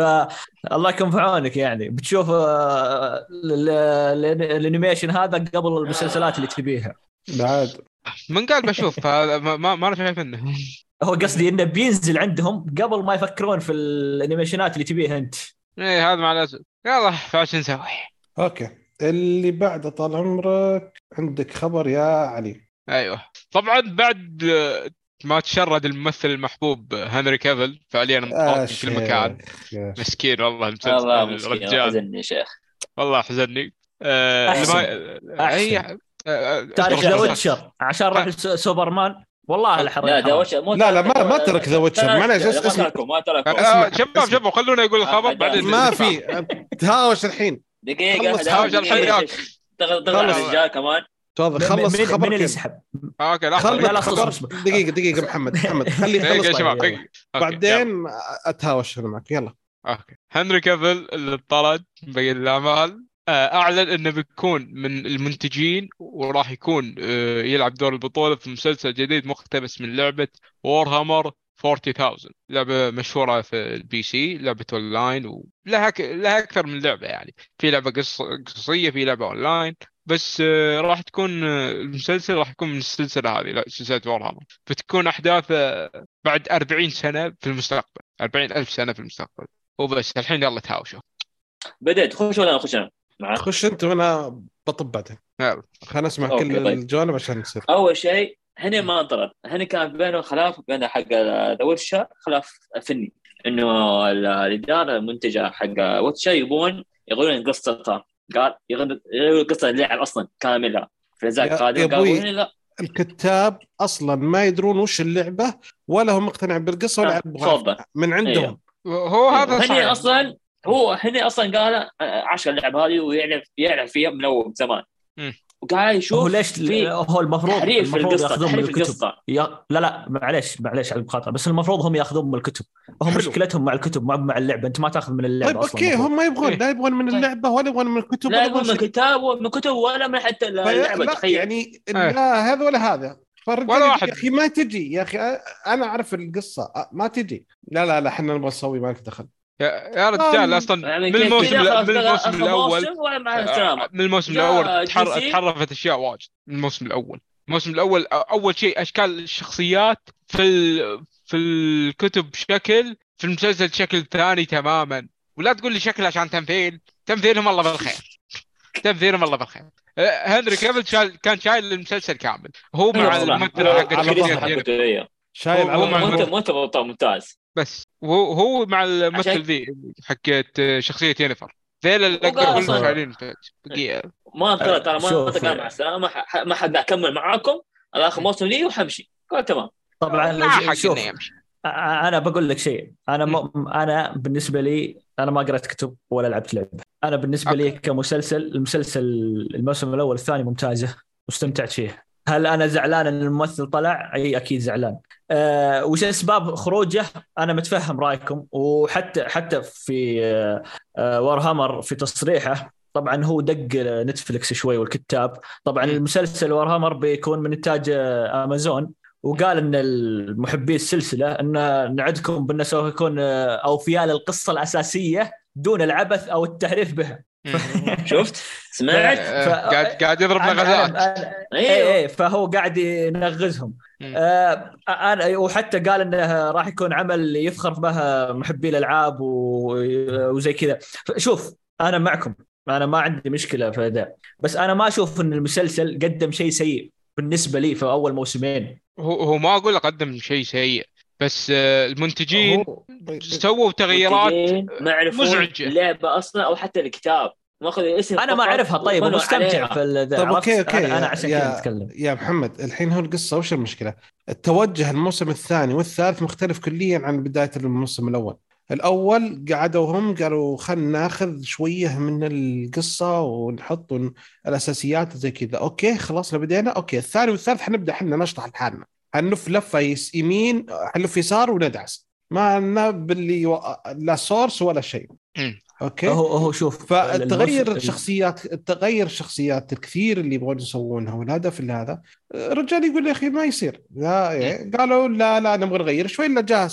فالله يكون في عونك يعني بتشوف آه، ال- ال- الانيميشن هذا قبل المسلسلات اللي تبيها. بعد من قال بشوف هذا ما ما ما انا شايف انه هو قصدي انه بينزل عندهم قبل ما يفكرون في الانيميشنات اللي تبيها انت. ايه هذا مع الاسف. يلا فاش نسوي. اوكي اللي بعده طال عمرك عندك خبر يا علي. ايوه طبعا بعد آه، ما تشرد الممثل المحبوب هنري كافيل فعليا مطاطي في كل مكان. يا شيخ. مسكين والله المسلسل الله مسكين. الرجال حزني يا شيخ. والله حزني. آه أحسن. ما- أحسن. هي آه، تعرف أصبر، ذا أصبر. ويتشر عشان راح سوبرمان والله الحرام. لا ده وش مو لا لا ما ما ترك ذا ويتشر معليش ما اسمع تركوا ما تركوا. آه، اسمع، شباب اسمع. شباب خلونا يقول الخبر آه، بعدين ما نطلع. في تهاوش الحين دقيقة. خلص هذا- هاوش الحين دقيقة. ياك. تغ- تغلط خلص. الرجال كمان. تفضل خلص من, خبر من اللي كذا. يسحب؟ اوكي لحظه خلص لا، لا، خبر. اصبر. دقيقة دقيقة محمد محمد خلي دقيقة خلص يا طيب، شباب يلا. دقيقة. أوكي، يلا. بعدين اتهاوش انا معك يلا. اوكي هنري كافيل اللي طرد بين الاعمال آه، اعلن انه بيكون من المنتجين وراح يكون آه، يلعب دور البطولة في مسلسل جديد مقتبس من لعبة وورهامر أربعين ألف، لعبة مشهورة في البي سي، لعبة اونلاين ولها ك... لها اكثر من لعبة. يعني في لعبة قص... قصصية، في لعبة اونلاين، بس آه، راح تكون آه، المسلسل راح يكون من السلسلة هذه، لا سلسلة وورهامر، فتكون احداث آه، بعد أربعين سنة في المستقبل، أربعين ألف سنة في المستقبل. وبس الحين يلا تهاوشوا. بدأت تخش ولا أخش أنا معك؟ خش انت وانا بطب بعدين. يلا خلينا نسمع أوكي، كل طيب. الجوانب عشان نصير. اول شيء هنا ما انطرد، هنا كان بينه خلاف بين حق ذا ويتشر، خلاف فني، انه ال- الاداره المنتجه حق ويتشر يبون يغيرون قصتها. قال يغيرون قصه اللعب اصلا كامله في الاجزاء يا القادمه. يا قالوا ابوي هنا لا، الكتاب اصلا ما يدرون وش اللعبه ولا هم مقتنعين بالقصه ولا آه، يبغون صوبة. من عندهم. هو هذا هني صحيح. اصلا هو هني اصلا قال عشر اللعبه هذه ويعرف يعرف فيها من اول زمان، مم. وقاعد يشوف إيه، هو ليش في هو المفروض تحريف في المفروض القصة، ياخذون من تحريف الكتب القصة. يا... لا لا معليش معليش على المقاطعه، بس المفروض هم ياخذون من الكتب. هم حلو. مشكلتهم مع الكتب مع مع اللعبه، انت ما تاخذ من اللعبه طيب اصلا اوكي المفروض. هم ما يبغون إيه. لا يبغون من اللعبه ولا يبغون من الكتب لا ولا يبغون يبغون من شيء. كتاب ومن كتب ولا من حتى في... اللعبة. لا تخيل يعني إيه. لا هذا ولا هذا. فالرجال ولا يقول واحد. يا اخي ما تجي يا اخي انا اعرف القصه ما تجي. لا لا لا احنا نبغى نسوي ما لك دخل. يا يا رجال آم، اصلا يعني من كذا الموسم كذا الأ- خلاص من بقى الموسم آخر الاول موسم ولا مع آه، السلامة. من الموسم جاء الاول جي تحر... سي. تحرفت اشياء واجد. من الموسم الاول الموسم الاول اول شيء اشكال الشخصيات في ال... في الكتب شكل، في المسلسل شكل ثاني تماما. ولا تقول لي شكل عشان تمثيل، تمثيلهم الله بالخير. تمثيلهم الله بالخير. آه، هنري كافيل شال... كان شايل المسلسل كامل، هو مع أيوة صراحة. الممثل حق على شخصية ظهره. جينيفر. حقته شايل هو- على هو مع ظهره. مو انت مو انت ممتاز. بس وهو هو مع الممثل عشان- ذي حقت شخصية يينيفر. ذيل اللي وقال اقدر أصلاً- كلهم شايلين المسلسل. دقيقة. ما ترى ترى ما شوف، تقال مع السلامة، ما ح- ما حد اكمل معاكم الاخر موسم لي وحمشي. قال تمام. ما طبعا حق شوف انه يمشي. أ- انا بقول لك شيء. انا م... انا بالنسبه لي انا ما قرأت كتب ولا لعبت لعبه. انا بالنسبه لي أوكي. كمسلسل، المسلسل الموسم الاول الثاني ممتازه واستمتعت فيه. هل انا زعلان ان الممثل طلع؟ اي اكيد زعلان. أه وش اسباب خروجه؟ انا متفهم رايكم، وحتى حتى في أه أه وارهامر في تصريحه طبعا هو دق نتفلكس شوي والكتاب. طبعا م. المسلسل وارهامر بيكون من انتاج آه، امازون، وقال ان المحبي السلسله ان نعدكم بانه سوف يكون اوفياء للقصه الاساسيه دون العبث او التحريف بها. شفت سمعت آه، قاعد قاعد يضرب أنا- نغزات. أنا- أنا- أيوه. ايه ايه فهو قاعد ينغزهم. مم. آه انا وحتى قال انه راح يكون عمل يفخر به محبي الالعاب و- وزي كذا. شوف انا معكم، انا ما عندي مشكله في ذا، بس انا ما اشوف ان المسلسل قدم شيء سيء بالنسبه لي في اول موسمين. هو هو ما اقول لك قدم شيء سيء، بس آه، المنتجين هو- سووا تغييرات منتجين ما يعرفون مزعجة. اللعبة اصلا او حتى الكتاب، ماخذ اسم انا ما فقط اعرفها طيب وبنوا ومستمتع عليها. في ذا. طيب عرفت؟ اوكي اوكي انا, أنا يا- عشان كذا يا اتكلم. يا محمد الحين هو القصه وش المشكله؟ التوجه الموسم الثاني والثالث مختلف كليا عن بدايه الموسم الاول. الاول قعدوا هم قالوا خلنا ناخذ شويه من القصه ونحط الاساسيات زي كذا. اوكي خلاص بدينا. اوكي الثاني والثالث حنبدا احنا نشطح لحالنا، حنلف لفه يس يمين حنلف يسار وندعس، ما لنا باللي و... لا سورس ولا شيء. مم. اوكي هو هو شوف فتغير الموسم- الشخصيات التغير الشخصيات الكثير اللي يبغون يسوونها والهدف اللي هذا الرجال يقول يا اخي ما يصير. لا يعني قالوا لا لا نبغى نغير شوي. الا جاء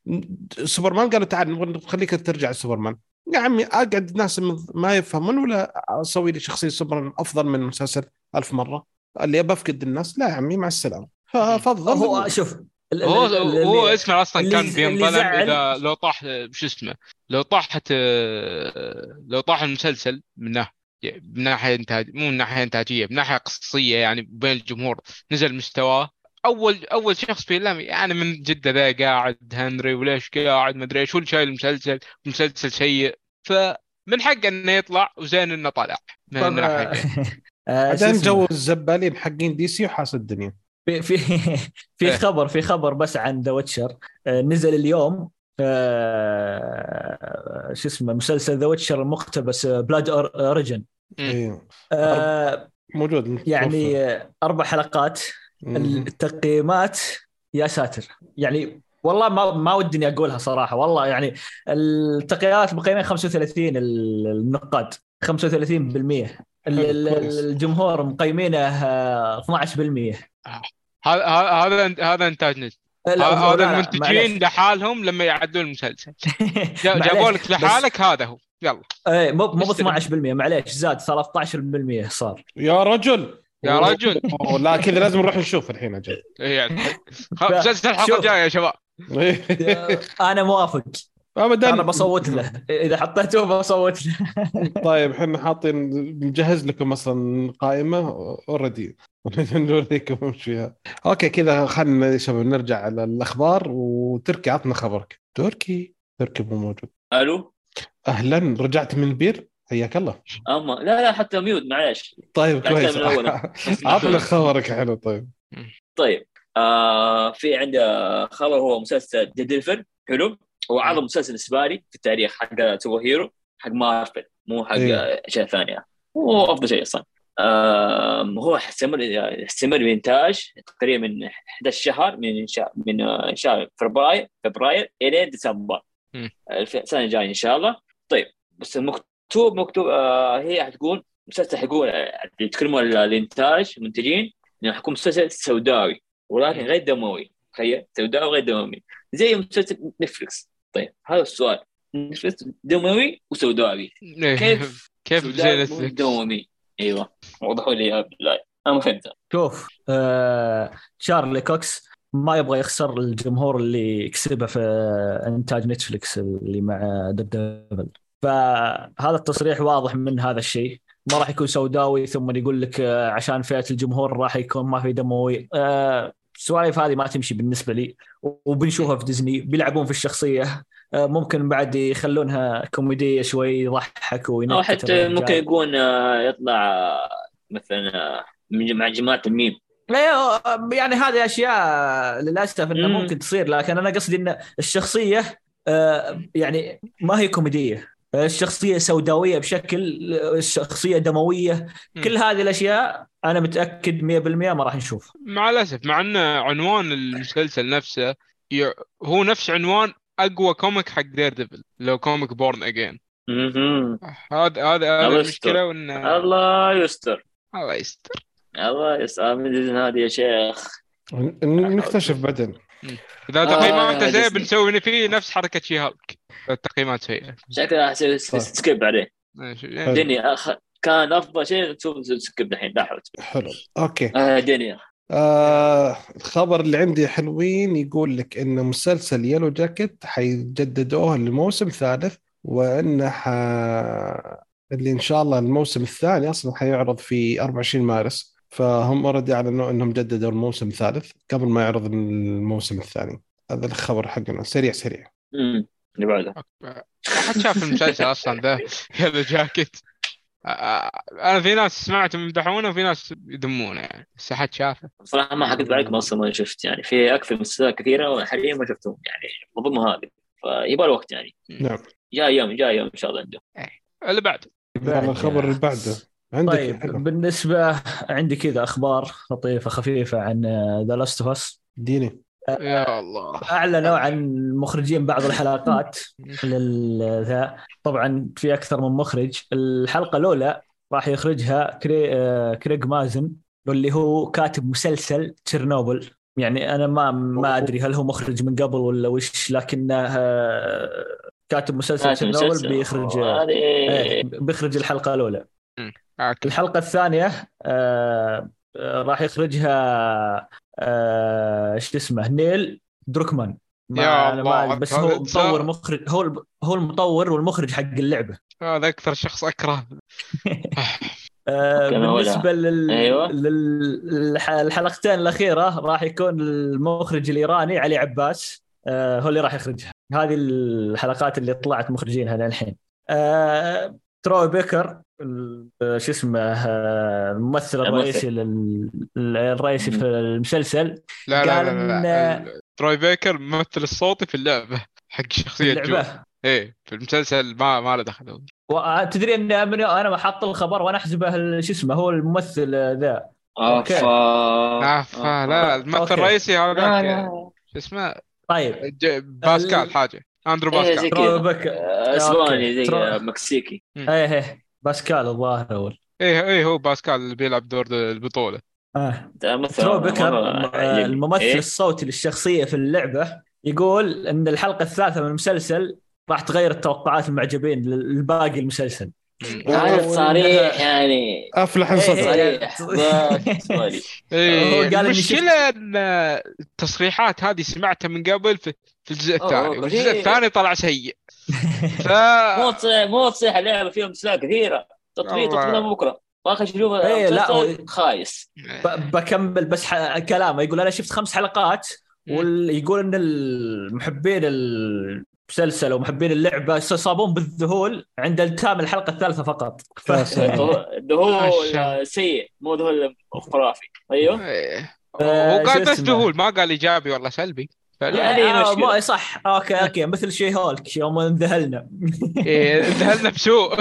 سوبرمان قالوا تعال نبغى نخليك ترجع سوبرمان. يا عمي اقعد ناس ما يفهمون ولا اسوي لي شخصيه سوبرمان افضل من المسلسل ألف مره اللي بفقد الناس؟ لا يا عمي مع السلامه. ففضل هو شوف ال- هو ال- ال- هو اللي- اسمه اصلا اللي- كان اللي بينظلم زعل- اذا لو طاح شو اسمه لو طاحت آه، لو طاح المسلسل من ناحيه من ناحيه انتاج مو من ناحيه انتاجيه من ناحيه قصصيه يعني بين الجمهور نزل مستواه. اول اول شخص في اللام يعني من جده ذا قاعد هنري وليش قاعد ما ادري ايش هو شايل المسلسل مسلسل سيء فمن حقه انه يطلع وزين انه طلع من طب- ناحيه. آه، شو بعدين اسمه؟ جو الزبالين حقين دي سي وحاس الدنيا. في في في إيه. خبر في خبر بس عن ذا ويتشر نزل اليوم. آه، شو اسمه مسلسل ذا ويتشر المقتبس بلاد اوريجن ايوه موجود متوفر. يعني آه، اربع حلقات. مم. التقييمات يا ساتر يعني والله ما ما ودني اقولها صراحه والله يعني التقييمات مقيمين خمسة وثلاثين النقاد خمسة وثلاثين بالمئة. ال- حلو، كويس. الجمهور مقيمينه آه، اثنا عشر بالمئة. هذا هذا هذا انتاج نزل. هذا المنتجين لحالهم لما يعدون المسلسل جابوا لك لحالك هذا هو يلا. ايه مو مو اثنا عشر بالمئة معليش زاد ثلاثة عشر بالمئة صار. يا رجل يا رجل أوه، لا كذا لازم نروح نشوف الحين أجل. يعني مسلسل الحلقه شوف. الجايه يا شباب. انا موافق. انا بصوت له اذا حطيته بصوت له. طيب احنا حاطين بنجهز لكم اصلا قائمه اوريدي نوريكم وش فيها. اوكي كذا خلينا شباب نرجع على الاخبار. وتركي عطنا خبرك. تركي تركي مو موجود. الو اهلا رجعت من البير حياك الله. اما لا لا حتى ميوت معلش. طيب قاعد كويس أتكلم من أوله. عطنا خبرك حلو. طيب طيب آه في عنده خبر، هو مسلسل ديدلفر. حلو، هو اعظم مسلسل بالنسبه لي في التاريخ حق سوبر هيرو حق مارفل، مو حق إيه. اشياء ثانيه. هو افضل شيء اصلا. آه هو استمر استمر بإنتاج تقريبا من إحدى عشر شهر من شهر من آه، شهر فبراير فبراير الى ديسمبر م. السنه الجايه ان شاء الله. طيب بس مكتوب مكتوب آه هي حتكون مسلسل، حيكون آه، يتكلموا الانتاج المنتجين انه حيكون مسلسل سوداوي ولكن غير دموي. تخيل سوداوي غير دموي زي مسلسل نتفليكس. طيب هذا السؤال، نتفليكس دموي وسوداوي كيف؟ كيف زي سوداوي نتفليكس؟ دموي. ايوه وضحوا لي يا بالله انا ما فهمت. شوف آه شارلي كوكس ما يبغى يخسر الجمهور اللي يكسبه في انتاج نتفليكس اللي مع ديفل، فهذا التصريح واضح من هذا الشيء. ما راح يكون سوداوي ثم يقول لك آه، عشان فئة الجمهور راح يكون ما في دموي. آه السوالف هذه ما تمشي بالنسبة لي، وبنشوفها في ديزني بيلعبون في الشخصية. آه ممكن بعد يخلونها كوميدية شوي يضحك وينكت. او حتى ممكن يكون آه، يطلع آه، مثلا آه، من مع جماعة الميم. لا يعني هذه أشياء للأسف إنها ممكن تصير، لكن أنا قصدي إن الشخصية آه يعني ما هي كوميدية، الشخصية سوداوية بشكل، الشخصية دموية. م. كل هذه الأشياء أنا متأكد مية بالمية ما راح نشوف. مع الأسف، مع أن عنوان المسلسل نفسه ي... هو نفس عنوان أقوى كوميك حق دير ديفل، لو كوميك بورن أجين. هذا هذا هذا المشكلة. وإن الله يستر الله يستر الله يستر من هذه يا شيخ. نكتشف بعدين. إذا تقييمات سيئة بنسوي فيه نفس حركة شي هالك، التقييمات سيئة شكلها أسوي سكيب عليه. دنيا أخ... كان أفضل شيء تسوي سكيب الحين. لا حول. حلو أوكي. آه دنيا آه الخبر اللي عندي حلوين، يقول لك إن مسلسل يلو جاكيت حيجددوه لموسم ثالث، وإنه ح... اللي إن شاء الله الموسم الثاني أصلا حيعرض في أربعة وعشرين مارس. فهم أردي أعلنوا إنهم جددوا الموسم الثالث قبل ما يعرض الموسم الثاني. هذا الخبر حقنا سريع سريع. امم اللي بعده أحد شاف المسلسل أصلا ذا يلو جاكيت؟ أنا في ناس سمعت يمدحونه وفي ناس يذمونه يعني، بس أحد شافه صراحة ما حكيت عليك أصلا ما شفت يعني. في أكثر من مسلسلات كثيرة وحاليا ما شفتهم يعني من ضمن هذه، فيبغى الوقت يعني. نعم جاء يوم جاء يوم إن شاء الله عنده. اللي بعد الخبر اللي بعده عندك. طيب حلو. بالنسبة عندي كذا أخبار لطيفة خفيفة عن ذا لاست اوف اس. ديني يا الله. أعلنوا عن مخرجين بعض الحلقات للذا. طبعا في أكثر من مخرج. الحلقة الأولى راح يخرجها كري... كريغ مازن واللي هو كاتب مسلسل تشيرنوبل. يعني أنا ما ما أدري هل هو مخرج من قبل ولا وش، لكنه كاتب مسلسل تشيرنوبل بيخرج بيخرج الحلقة الأولى. الحلقة الثانية آه راح يخرجها آه ايش اسمه نيل دروكمان. ما أنا ما بس هو مطور مخرج، هو هو المطور والمخرج حق اللعبة. هذا أكثر شخص أكره. آه بالنسبة لل... أيوة. للحلقتين الأخيرة راح يكون المخرج الإيراني علي عباس آه هو اللي راح يخرجها. هذه الحلقات اللي طلعت مخرجينها للحين. آه تروي بيكر شو اسمه الممثل الرئيسي الرئيسي في المسلسل. لا لا لا, لا, لا. تروي بيكر ممثل الصوتي في اللعبة حق شخصية جو. ايه في المسلسل ما ما له دخل. وتدري ان انا ما حاط الخبر وانا احسبه شو اسمه هو الممثل ذا. اوكي افا لا الممثل الرئيسي هذا شو اسمه. طيب باسكال حاجة اندرو باسكال. تروي بيكر اسباني زي مكسيكي. ايه ايه باسكال الظاهر اول. ايه ايه هو باسكال اللي بيلعب دور البطولة. اه ترو بيكر الممثل إيه؟ الصوتي للشخصية في اللعبة يقول ان الحلقة الثالثة من المسلسل راح تغير التوقعات المعجبين للباقي المسلسل. هذا صريح يعني افلح إيه صدق. إيه. صريح ذاك صريح. هو إيه قال إني المشكلة ان التصريحات هذه سمعتها من قبل في, في الجزء أوه، الثاني، أوه، والجزء كثير. الثاني طلع سيء. ف مو تصيح مو تصيح اللعبه فيها مسلات كثيره، تطبيق تطبيقها والله بكره واخر اشوف إيه لا هو مسلسل خايس. ب- بكمل بس ح... كلامه. يقول انا شفت خمس حلقات، ويقول ان المحبين المسلسل ومحبين اللعبه صابون بالذهول عند التام الحلقه الثالثه فقط. ف... يا سلام. الذهول عشان سيء مو ذهول خرافي. ايوه إيه. هو آه، شو قال بس اسمه؟ ذهول، ما قال ايجابي ولا سلبي. فلا هذه آه مشكلة. ما صح. اوكي اوكي مثل شي هولك يوم انذهلنا. إيه ذهلنا بسوء.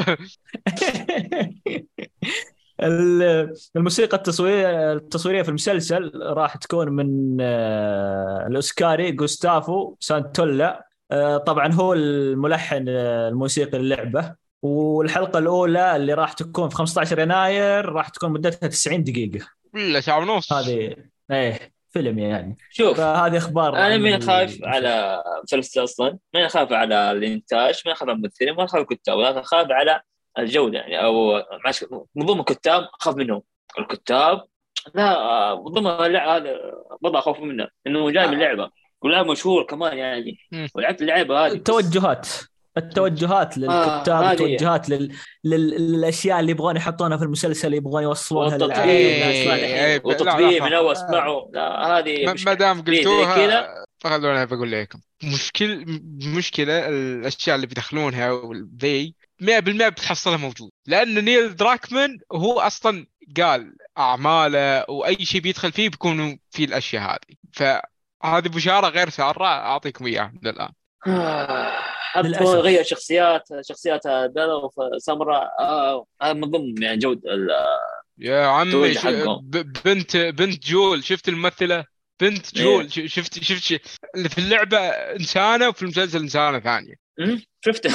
ال- الموسيقى التصويرية التصويرية في المسلسل راح تكون من آه، الأوسكاري غوستافو سانتولا. آه، طبعا هو الملحن آه، الموسيقي للعبة. والحلقة الأولى اللي راح تكون في خمسة عشر يناير راح تكون مدتها تسعين دقيقة. ولا ساعة ونص. هذه ايه فيلم يعني. شوف فهذه أخبار انا عن مين خايف المسلسل. على مسلسل اصلا، مين خايف على الانتاج، مين خايف على الممثلين، ما خايف الكتاب، ولكن خايف على الجوده يعني، او معش- منظومه الكتاب اخاف منهم. الكتاب لا، منظومه اللعبه هذا برضه اخاف منه انه جاي من لعبه ولاعب مشهور كمان يعني، مم. ولعبت اللعبه هذه بس. التوجهات التوجهات للكتاب، آه، هذه التوجهات لل... لل... للاشياء اللي يبغون يحطونها في المسلسل، يبغون يوصلونها والتطبيق إيه، الناس ما إيه، دحين، ب- لا، والتطبيق لا، من اول اسمعوا، لا هذه ما مشكله دام تطبيق زي قلتوها كذا. خلونا بقول لكم مشكل مشكلة الأشياء اللي بيدخلونها والذي مئة بالمئة بتحصلها موجود، لأن نيل دراكمان هو أصلا قال أعماله وأي شيء بيدخل فيه بيكونوا فيه الأشياء هذه، فهذه بشارة غير سارة أعطيكم إياها من الآن. حتى للأسف. هو غير شخصيات شخصيات دلو سمراء، آه هذا من ضمن يعني جود ال- يا عمي التوجه ش- حقهم. ب- بنت بنت جول، شفت الممثلة بنت إيه. جول، ش- شفت شفت شي- اللي في اللعبة إنسانة وفي المسلسل إنسانة ثانية. أمم، شفته.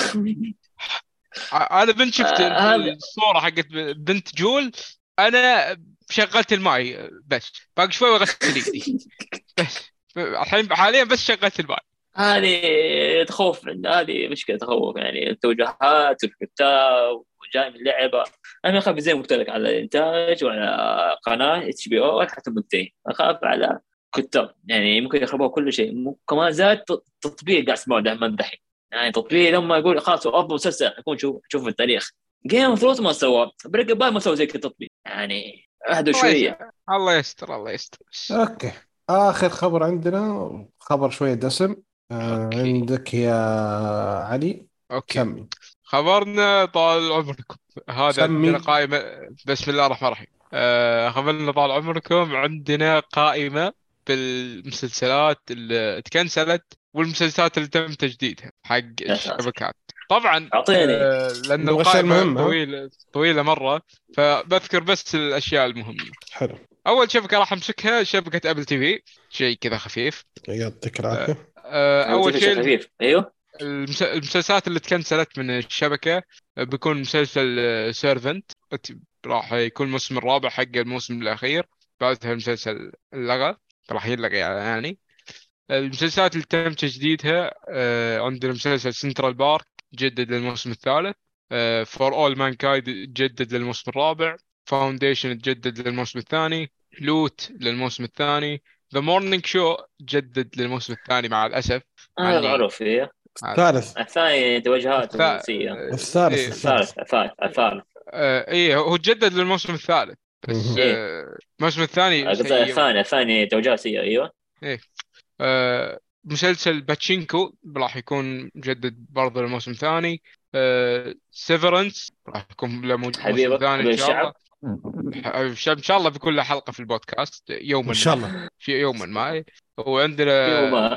انا بنت شفت آه، هذا- الصوره حقت بنت جول، انا شغلت الماي بس باقي شوي وغسلت ايدي بس الحين حاليا بس شغلت الماي. هذه تخوف، هذه مشكله تخوف يعني، التوجهات والكتاب وجاي من لعبه. انا اخاف زي ما قلت لك على الانتاج وعلى قناه اتش بي او حتى منتهي، اخاف على كتاب يعني ممكن يخربوا كل شيء. مو- كمان زاد تطبيق قاعد اسمعه دائما دحين يعني، تطبيق لما يقول خلاص افضل مسلسل يكون شوف شوف في التاريخ، جيم اوف ثرونز ما سواه، بريك باد ما سوى زي كذا تطبيق يعني، اهدوا الله شويه. يستر الله يستر الله يستر. اوكي، اخر خبر عندنا خبر شويه دسم. آه أوكي. عندك يا علي، اوكي سمي خبرنا طال عمركم. هذا سمي. عندنا قائمه. بسم الله الرحمن الرحيم. آه خبرنا طال عمركم، عندنا قائمه بالمسلسلات اللي تكنسلت والمسلسلات اللي تم تجديدها حق الشبكات. طبعا أعطيني. آه لأن الأشياء القائمة المهمة. طويلة طويلة مرة، فبذكر بس الأشياء المهمة. حلو، أول شبكة راح أمسكها شبكة أبل تي في، شيء كذا خفيف. يعطيك العافيه. آه أول شيء خفيف. ايوه المس- المسلسلات اللي تكنسلت من الشبكة آه، بيكون مسلسل سيرفنت، راح يكون الموسم الرابع حق الموسم الأخير، بعدها المسلسل لغى، راح يلغي يعني. المسلسلات اللي تم تجديدها آه، عندنا مسلسل سنترال بارك جدد للموسم الثالث، فور اول مان كايد جدد للموسم الرابع، فاونديشن تجدد للموسم الثاني، لوت للموسم الثاني، ذا مورنينج شو جدد للموسم الثاني مع الأسف. هذا اللي- معروف. ايه الثالث الثاني توجهات الث- روسية. الثالث إيه. الثالث الثالث الثالث الثالث آه، ايه هو جدد للموسم الثالث بس مهم. آه، الموسم الثاني قصدي سيء. الثاني الثاني توجهات سيئة. ايوه آه، مسلسل باتشينكو راح يكون مجدد برضه للموسم الثاني. سيفرنس راح يكون له موسم حبيبك ثاني حبيب ان شاء الله. الشعب. ح- ان شاء الله بيكون له حلقه في البودكاست يوما ان شاء ما. الله. في يوما ما. وعندنا يوما.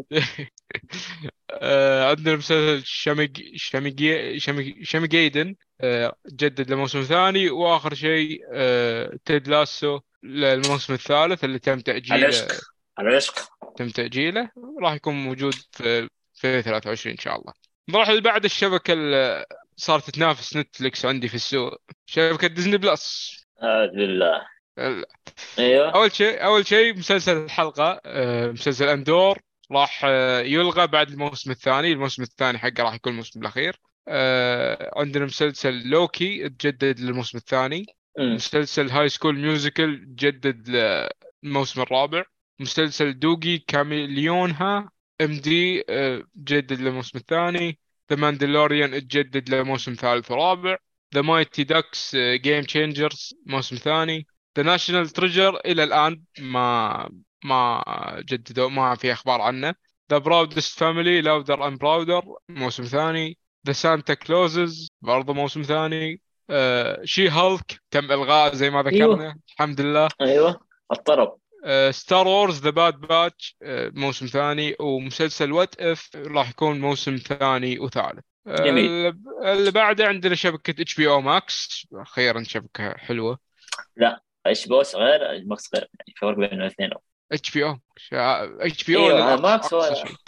آه، عندنا مسلسل شاميج شاميجي شاميج شاميجيدن آه، جدد للموسم الثاني. واخر شيء آه، تيد لاسو للموسم الثالث اللي تم تاجيله العشق العشق. تم تأجيله، راح يكون موجود في في ثلاثة وعشرين إن شاء الله. نروح لبعد الشبكة اللي صارت تنافس نتفليكس عندي في السوق، شبكة ديزني بلس. أعوذ بالله. ال- ايوه أول شيء أول شيء مسلسل الحلقة آه، مسلسل أندور راح آه، يلغى بعد الموسم الثاني. الموسم الثاني حقه راح يكون الموسم الأخير. آه عندنا مسلسل لوكي تجدد للموسم الثاني. مم. مسلسل هاي سكول ميوزيكال تجدد للموسم الرابع. مسلسل دوغي كاميليونها ام دي تجدد للموسم الثاني. ذا ماندلوريان تجدد للموسم الثالث ورابع. ذا مايتي داكس جيم تشينجرز موسم ثاني. ذا ناشونال تريجر الى الان ما ما جددوا، ما في اخبار عنه. ذا براودست فاميلي لاودر اند براودر موسم ثاني. ذا سانتا كلوزز برضه موسم ثاني. آه شي هالك تم الغاء زي ما ذكرنا. أيوة. الحمد لله. ايوه الطرب. ستار وورز ذا باد باتش موسم ثاني. ومسلسل وات اف راح يكون موسم ثاني وثالث. آه، جميل. اللي بعده عندنا شبكة اتش بي او ماكس، اخيرا شبكة حلوة. لا ايش بوس غير ماكس غير، يعني في فرق بين الاثنين. اتش بي او اتش بي او ايوه ماكس اقصى ولا شيء.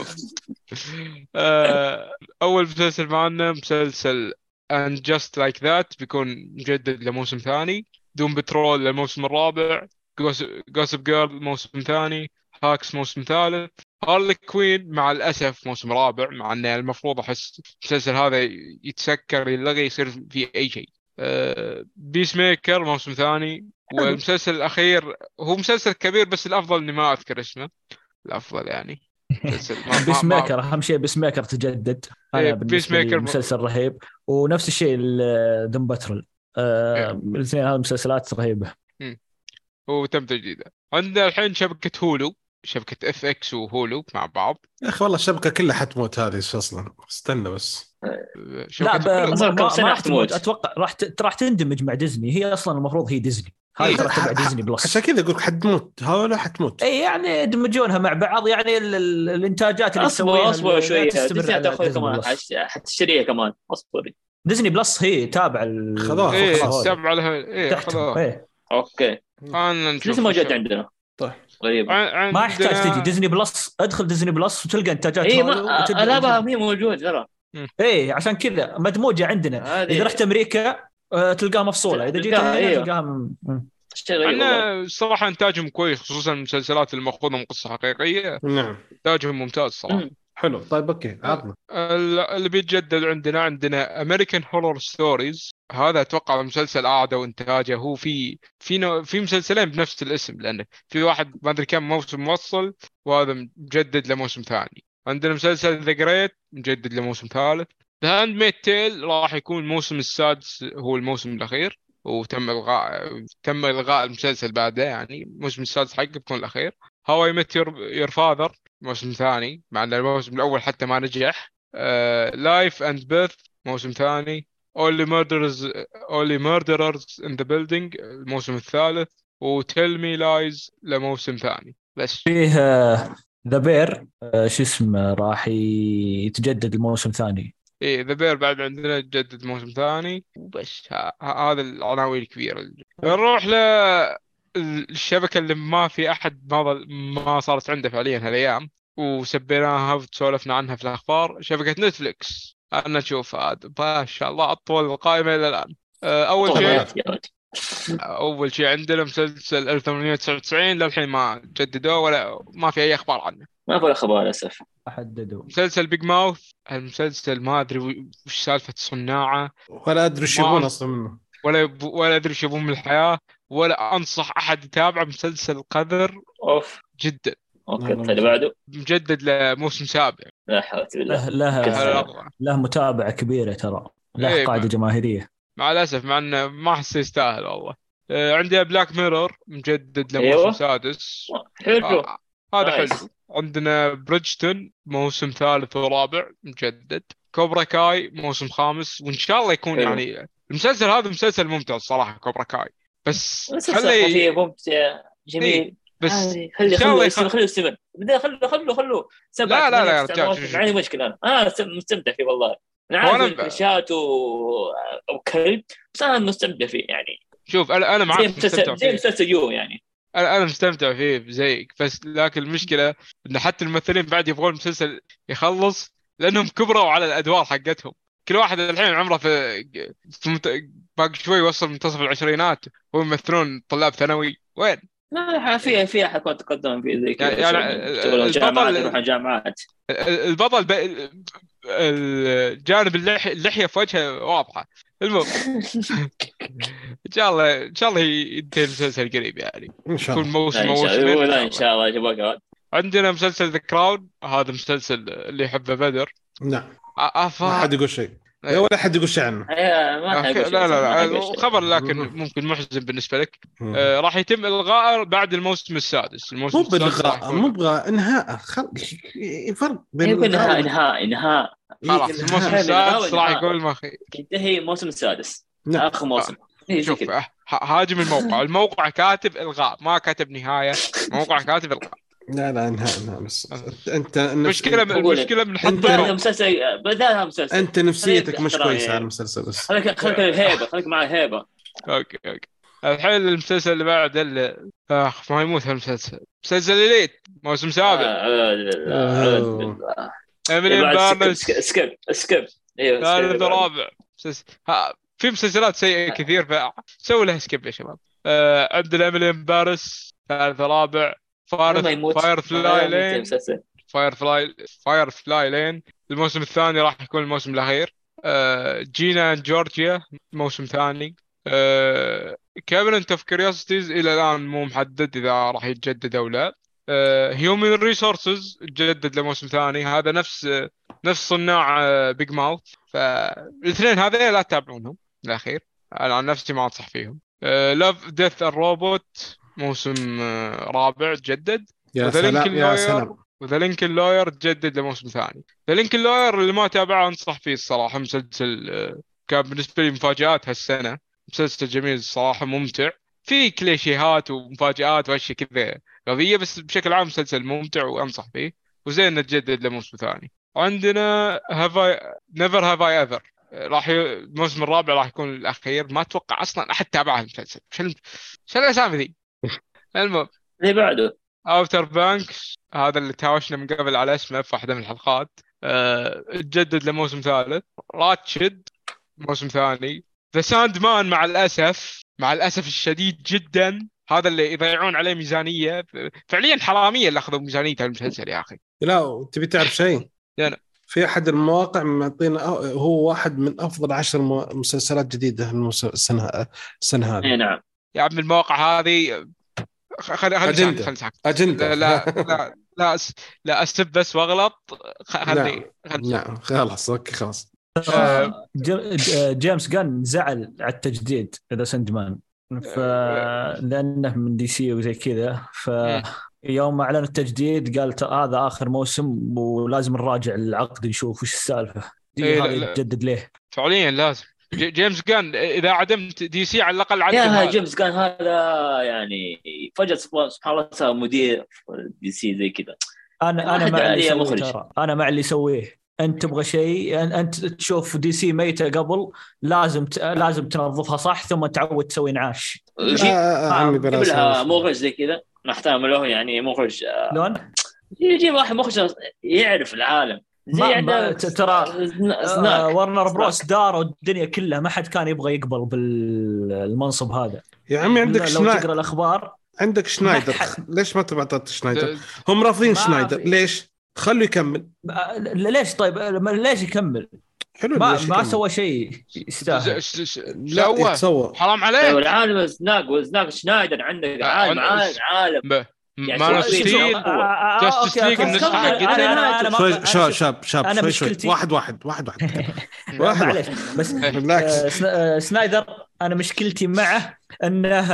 آه، اول مسلسل معنا مسلسل And Just Like That بيكون مجدد لموسم ثاني. دوم بترول للموسم الرابع. جوسب جيرل موسم ثاني. هاكس موسم ثالث. هارلي كوين مع الأسف موسم رابع، مع أنه المفروض أحس المسلسل هذا يتسكر يلغي يصير في أي شيء. أه بيس ميكر موسم ثاني. والمسلسل الأخير هو مسلسل كبير بس الأفضل إني ما أذكر اسمه. الأفضل يعني مسلسل ما ما بيس ما ميكر أهم شيء، بيس ميكر تجدد. إيه، أنا بيس بالنسبة لي ميكر مسلسل رهيب. ونفس الشيء دوم باترول. آه الاثنين هذه مسلسلات رهيبة. هو تم تجديده. عندنا الحين شبكة هولو، شبكة اف اكس وهولو مع بعض. يا اخي والله الشبكه كلها حتموت هذه ايش اصلا. استنى بس. لا شبكة ب... هولو. أصلاً ما, كم ما, سنة ما راح حتموت. تموت. اتوقع راح ت... راح تندمج مع ديزني. هي اصلا المفروض هي ديزني. هاي ترى تبع ديزني بلس. عشان كذا اقول حتموت هؤلاء حتموت. اي يعني يدمجونها مع بعض، يعني ال... ال... الانتاجات اللي اصبر تسويها اصبر لا شويه، تستمر ديزني على تاخذ ديزني كمان، بلس. حت- حتشتريها كمان. اصبر. ديزني بلس هي تابع ال... خذوها ايه خلاص. تابع لها. ايه تحتهم. خلاص. إيه. اوكي انا نشوف لسه ما إيش- جت عندنا. طيب غريب. عن- ما يحتاج عندنا- تجي ديزني بلس. ادخل ديزني بلس وتلقى انتاجات اي هولو ما وتلقى- الابها هي موجود ترى. ايه عشان كذا مدموجه عندنا. هذه- اذا رحت امريكا آه، تلقاها مفصوله، اذا جيت تلقاها، هنا أيوه. تلقاها من... م. شيء غريب والله. عندنا صراحة إنتاجهم كويس، خصوصا المسلسلات المأخوذة من قصة حقيقية. نعم إنتاجهم ممتاز صراحة. مم. حلو. طيب اوكي عطنا. ال- اللي بيتجدد عندنا عندنا أمريكان هورور ستوريز. هذا أتوقع مسلسل أعادوا إنتاجه. هو في في نوع- في مسلسلين بنفس الاسم، لأنه في واحد ما أدري كم موسم موصل، وهذا مجدد لموسم ثاني. عندنا مسلسل ذا جريت مجدد لموسم ثالث. ذا هاند ميد تيل راح يكون الموسم السادس هو الموسم الأخير، وتم إلغاء تم إلغاء المسلسل بعده، يعني الموسم السادس حقه بيكون الأخير. هاو اي ميت يور فاذر موسم ثاني، مع ان الموسم الاول حتى ما نجح. لايف اند بيرث موسم ثاني. اونلي ميردرز اونلي ميردررز ان ذا بيلدينج الموسم الثالث. وتيل مي لايز لموسم ثاني بس. فيه ذا بير شو اسمه راح يتجدد الموسم ثاني. ايه ذا بير بعد عندنا جدد موسم ثاني وبس. ه- ه- هذا العناوين الكبيرة. نروح ل الشبكة اللي ما في أحد ما ظل ما صارت عنده فعليا هالأيام، وسبيناها وتسولفنا عنها في الأخبار. شبكة نتفليكس. أنا أشوف هذا ما شاء الله أطول القائمة إلى الآن. أه، أول شيء يا ولد. أول شيء عندنا مسلسل ألف وثمانمائة وتسعة وتسعين للحين ما جددوه ولا ما في أي أخبار عنه. ما في اخبار للاسف. حددوا مسلسل بيج ماوث. المسلسل ما أدري وش سالفة صناعه، ولا ادري ايش ما يبون أنص- اصلا منه. ولا يب... ولا أدري ايش يبون من الحياة، ولا أنصح أحد يتابعه. مسلسل قذر اوف. جدا. اوكي لا، لا، اللي بعده. مجدد لموسم سابع. لا حول بالله. له كل له سنة. على له متابعه كبيره ترى. له إيه، قاعده مع- جماهيريه. مع الأسف مع أنه ما أحس يستاهل والله. آه، عندي بلاك ميرور مجدد لموسم أيوة. سادس. حلو. آه، هذا نايس. حلو. عندنا بريدجتون موسم ثالث ورابع مجدد. كوبرا كاي موسم خامس، وإن شاء الله يكون حلو. يعني المسلسل هذا مسلسل ممتع الصراحة كوبرا كاي. بس مسلسل خلي خفيف ممتع جميل. إيه، بس عادي. إن خلي شاء الله خلي يخ- يستمر خلي يستمر بدي خلو خلو خلو سبعة لا، لا، لا ثمانية يا تسعة رجال، مواسم، شوف، ما عندي مشكلة. أنا ست- مستمتع فيه والله. أنا هو عارف أنا ب- الكليشات و... أو كلب، بس أنا مستمتع فيه يعني. شوف أنا أنا زي معك مستمتع مسلسل زي فيه. مسلسل يو يعني. انا انا مستمتع فيه زيك، بس لكن المشكله ان حتى الممثلين بعد يبغون المسلسل يخلص لانهم كبروا على الادوار حقتهم. كل واحد الحين عمره في, في مت... باقي شوي يوصل منتصف العشرينات وهم يمثلون طلاب ثانوي. وين لا في في حكون تقدم في زي كذا يعني, يعني يشتغلوا جامعات، البطل يروحون جامعات. البطل ب... الجانب اللحية اللحية في وجهه واضحة. المهم ان شاء الله ان شاء الله ينتهي المسلسل قريب يعني ان شاء يكون الله. موسم لا، إن شاء موسمين الله. إن لا، شاء ان شاء الله جبوك. عندنا مسلسل ذا كراون، هذا مسلسل اللي يحبه بدر. نعم أفا... ما حد يقول شيء أي. ولا حد يقول شيء عنه. أيه، ما أوكي، حيقول شيء. لا لا ما لا حيقول شيء. خبر لكن مم. ممكن محزن بالنسبة لك. مم. آه راح يتم إلغائه بعد الموسم السادس. الموسم مو السادس راح بالغاء يكون مو بغاء انهاء خل... فرق بين يمكن الغاء انهاء وال- انهاء انهاء خلاص إيه، الموسم إنهاء. السادس راح إنهاء. يكون ما خير. ينتهي الموسم السادس. نعم. اخر موسم. إيه، زي شوف كذا. آه، ه- هاجم الموقع الموقع كاتب إلغاء، ما كاتب نهاية. موقع كاتب إلغاء. لا لا انهاء انهاء بس انت نفس... مشكلة المشكلة من أنت- بدأها حد مسلسل بدأها مسلسل. انت نفسيتك مش احترام كويسه يعني. على المسلسل بس. خليك خليك الهيبة، خليك مع الهيبة. اوكي اوكي الحين المسلسل اللي بعد اللي اخ ما يموت هالمسلسل، مسلسل إليت موسم سابع. أعوذ بالله، أعوذ بالله. إيميلي بعد سكيب بارنس سكيب سكيب سكيب. ايوه ثالث سكيب. رابع. مسلسل... ها... في مسلسلات سيئة كثير فسووا لها سكيب يا شباب. آه عندنا إيميلي بارنس ثالث رابع. ما فاير يموت. فاير فلاي ما يموت لين المسلسل. فاير فلاي فاير فلاي لين الموسم الثاني راح يكون الموسم الأخير. آه جينا جورجيا موسم ثاني. آه كابينت اوف كيوريوسيتيز إلى الآن مو محدد إذا راح يتجدد أو لا. هيومن ريسورسز تجدد لموسم ثاني، هذا نفس نفس صناع بيج ماوث. فالاثنين هذين لا تتابعونهم الأخير، أنا عن نفسي ما أنصح فيهم. لاف ديث الروبوت موسم آه، رابع تجدد. يا وذا لينكن سلام يا لوير سلام. وذا لينكن لوير تجدد لموسم ثاني. ذا لينكن لوير اللي ما تابعه أنصح فيه الصراحة، مسلسل آه، كان بالنسبة لي مفاجآت هالسنة. مسلسل جميل الصراحة، ممتع، في كليشيهات ومفاجآت وأشياء كذا غبية، بس بشكل عام مسلسل ممتع وأنصح فيه، وزين نتجدد لموسم ثاني. عندنا هافاي نيفر هافاي ايفر راح ي... الموسم الرابع راح يكون الأخير. ما أتوقع أصلا أحد تابع المسلسل. شل شل الأسامي ذي. المهم اللي بعده أوتر بانكس، هذا اللي تهاوشنا من قبل على اسمه في واحدة من الحلقات. أه... تجدد لموسم ثالث. راتشد موسم ثاني. ذا ساند مان مع الأسف مع الأسف الشديد جدا، هذا اللي يضيعون عليه ميزانية فعليا حرامية اللي أخذوا ميزانية المسلسل يا أخي. لا تبي تعرف شيء؟ يعني. في أحد المواقع معطينا هو واحد من أفضل عشر مسلسلات جديدة السنة السنة هذه. اي نعم يا عم المواقع هذه خلي خلي أجندة خلي ساكت. أجندة لا لا لا لا أس... لا أسب بس وأغلط. خلي خلي نعم خلاص أوكي خلاص. آه. جيمس جان زعل على التجديد إذا سندمان ف... لأنه من دي سي وزي كذا، فيوم أعلن التجديد قال هذا آخر موسم ولازم نراجع العقد نشوف وش السالفة دي. إيه هذا لا- يتجدد ليه فعليا لازم ج- جيمس جان إذا عدمت دي سي على الأقل عدم يا هذا. جيمس كان هذا يعني فجأة سبحان الله صار مدير دي سي زي كذا. أنا أنا واحد مع اللي عادي يا يسويه مخرج. ترى أنا مع اللي يسويه. أنت تبغى شيء أن- أنت تشوف دي سي ميتة قبل لازم ت... لازم تنظفها صح ثم تعود تسوي نعاش. جيب لا عمي جيب بلاش لها مخرج زي كذا، نحترم له يعني مخرج. لون يجيب واحد مخرج يعرف العالم زي ما- ما- عندك ت- ترى سنا- آه، سناك. ورنر بروس داروا الدنيا كلها، ما حد كان يبغى يقبل بالمنصب هذا. يا عمي عندك لو شنايدر تقرأ الأخبار عندك شنايدر ما حد- ليش ما تبعت شنايدر؟ د- هم رافضين ما شنايدر في. ليش؟ خلوا يكمل. آه، ليش طيب ما- ليش يكمل؟ حلو ما ليش ما يكمل؟ سوى شيء يستاهل. س- س- لا سوى يتسوى. حرام ايوه عليك. العالم سناك وسناك شنايدر عندك آه، عالم عن- عالم عالم ب- يعني مان اوف سوى- ستيل آه، آه، آه، Justice أوكي، League خلاص، النسخة كمل. حقتها. أنا- أنا- أنا ما- شوي أنا شاب شوف- شاب شاب أنا شوي شوي مشكلتي- واحد واحد واحد واحد واحد معليش واحد. بس بالعكس. آه، سنا- آه، سنايدر أنا مشكلتي معه أنه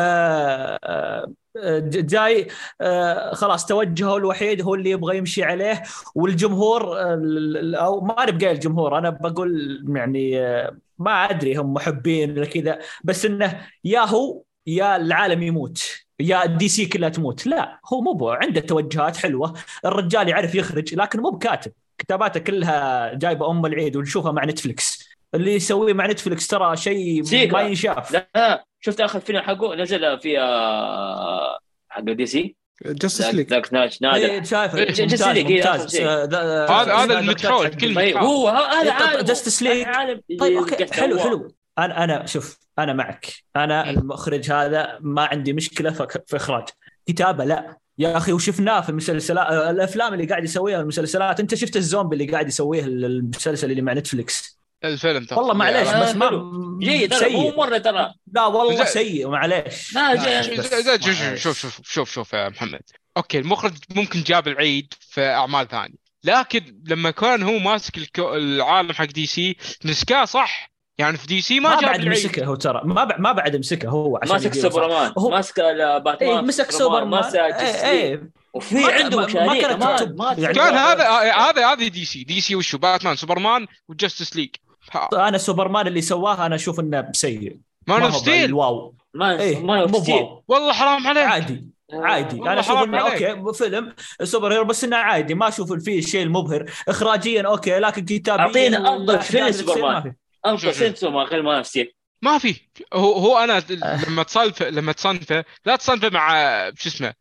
آه، آه، جاي آه، خلاص توجهه الوحيد هو اللي يبغى يمشي عليه، والجمهور آه، ال- أو ما نبقى الجمهور، أنا بقول يعني آه، ما أدري هم محبين ولا كذا، بس أنه يا هو يا العالم يموت يا دي سي كلها تموت. لا هو مو بو عنده توجهات حلوة، الرجال يعرف يخرج لكن مو بكاتب، كتاباته كلها جايبة أم العيد ونشوفها مع نتفليكس. اللي يسويه مع نتفليكس ترى شيء سيكا. ما ينشاف. لا شفت اخر فيلم حقه نزل في آه، حق دي سي جاستس ذاك ليج. ذاك ناش نادر. إيه، شايف إيه، ممتاز جاستس ليج، إيه، آخر ممتاز. شيء. آه، ذا- هذا هذا سنايدر المدحول كات كل طيب مدحول. هو ه- هذا إيه، طب عالم Justice League. عالم طيب اوكي قتل حلو الله. حلو انا انا شوف انا معك، انا المخرج هذا ما عندي مشكله في في اخراج كتابه، لا يا اخي وشفناه في المسلسلات الافلام اللي قاعد يسويها المسلسلات. انت شفت الزومبي اللي قاعد يسويه المسلسل اللي مع نتفليكس؟ الفيلم ترى والله معليش آه، بس ما حلو. جيد ترى، مو سيء. مرة ترى. لا والله زي- سيء معليش. لا لا، جيد. بس زي- زي- معليش. شوف شوف شوف شوف شوف يا محمد، اوكي المخرج ممكن جاب العيد في اعمال ثانيه، لكن لما كان هو ماسك الكو- العالم حق دي سي مسكاه صح، يعني في دي سي ما, ما جاب بعد العيد. مسكه هو ترى ما بعد ما بعد مسكه هو عشان ماسك يديره صح. سوبرمان، هو ماسك باتمان، ايه مسك سوبرمان ماسك جاستس ايه ليج. ايه وفي ما- عنده ما- ما مشاريع كانت كمان تكتب- ما يعني كان تسوى. هذا هذا هذه دي سي دي سي وشو باتمان سوبرمان وجاستس ليج. انا سوبرمان اللي سواه انا اشوف انه سيء. مان ما اوف هو ستيل الواو. ما ايه ما مو ستيل. واو. والله حرام عليك. عادي عادي والله انا اشوف حرام انه عليك. اوكي فيلم سوبر هيرو بس انه عادي ما اشوف فيه الشيء المبهر اخراجيا اوكي لكن كتابيا أعطينا أفضل والأحداث فيلم اللي تصير سوبرمان. ما في. افضل فيلم سوبرمان غير ما ستيل. ما في. هو هو انا لما تصنف لما تصنفه لا تصنفه مع شو اسمه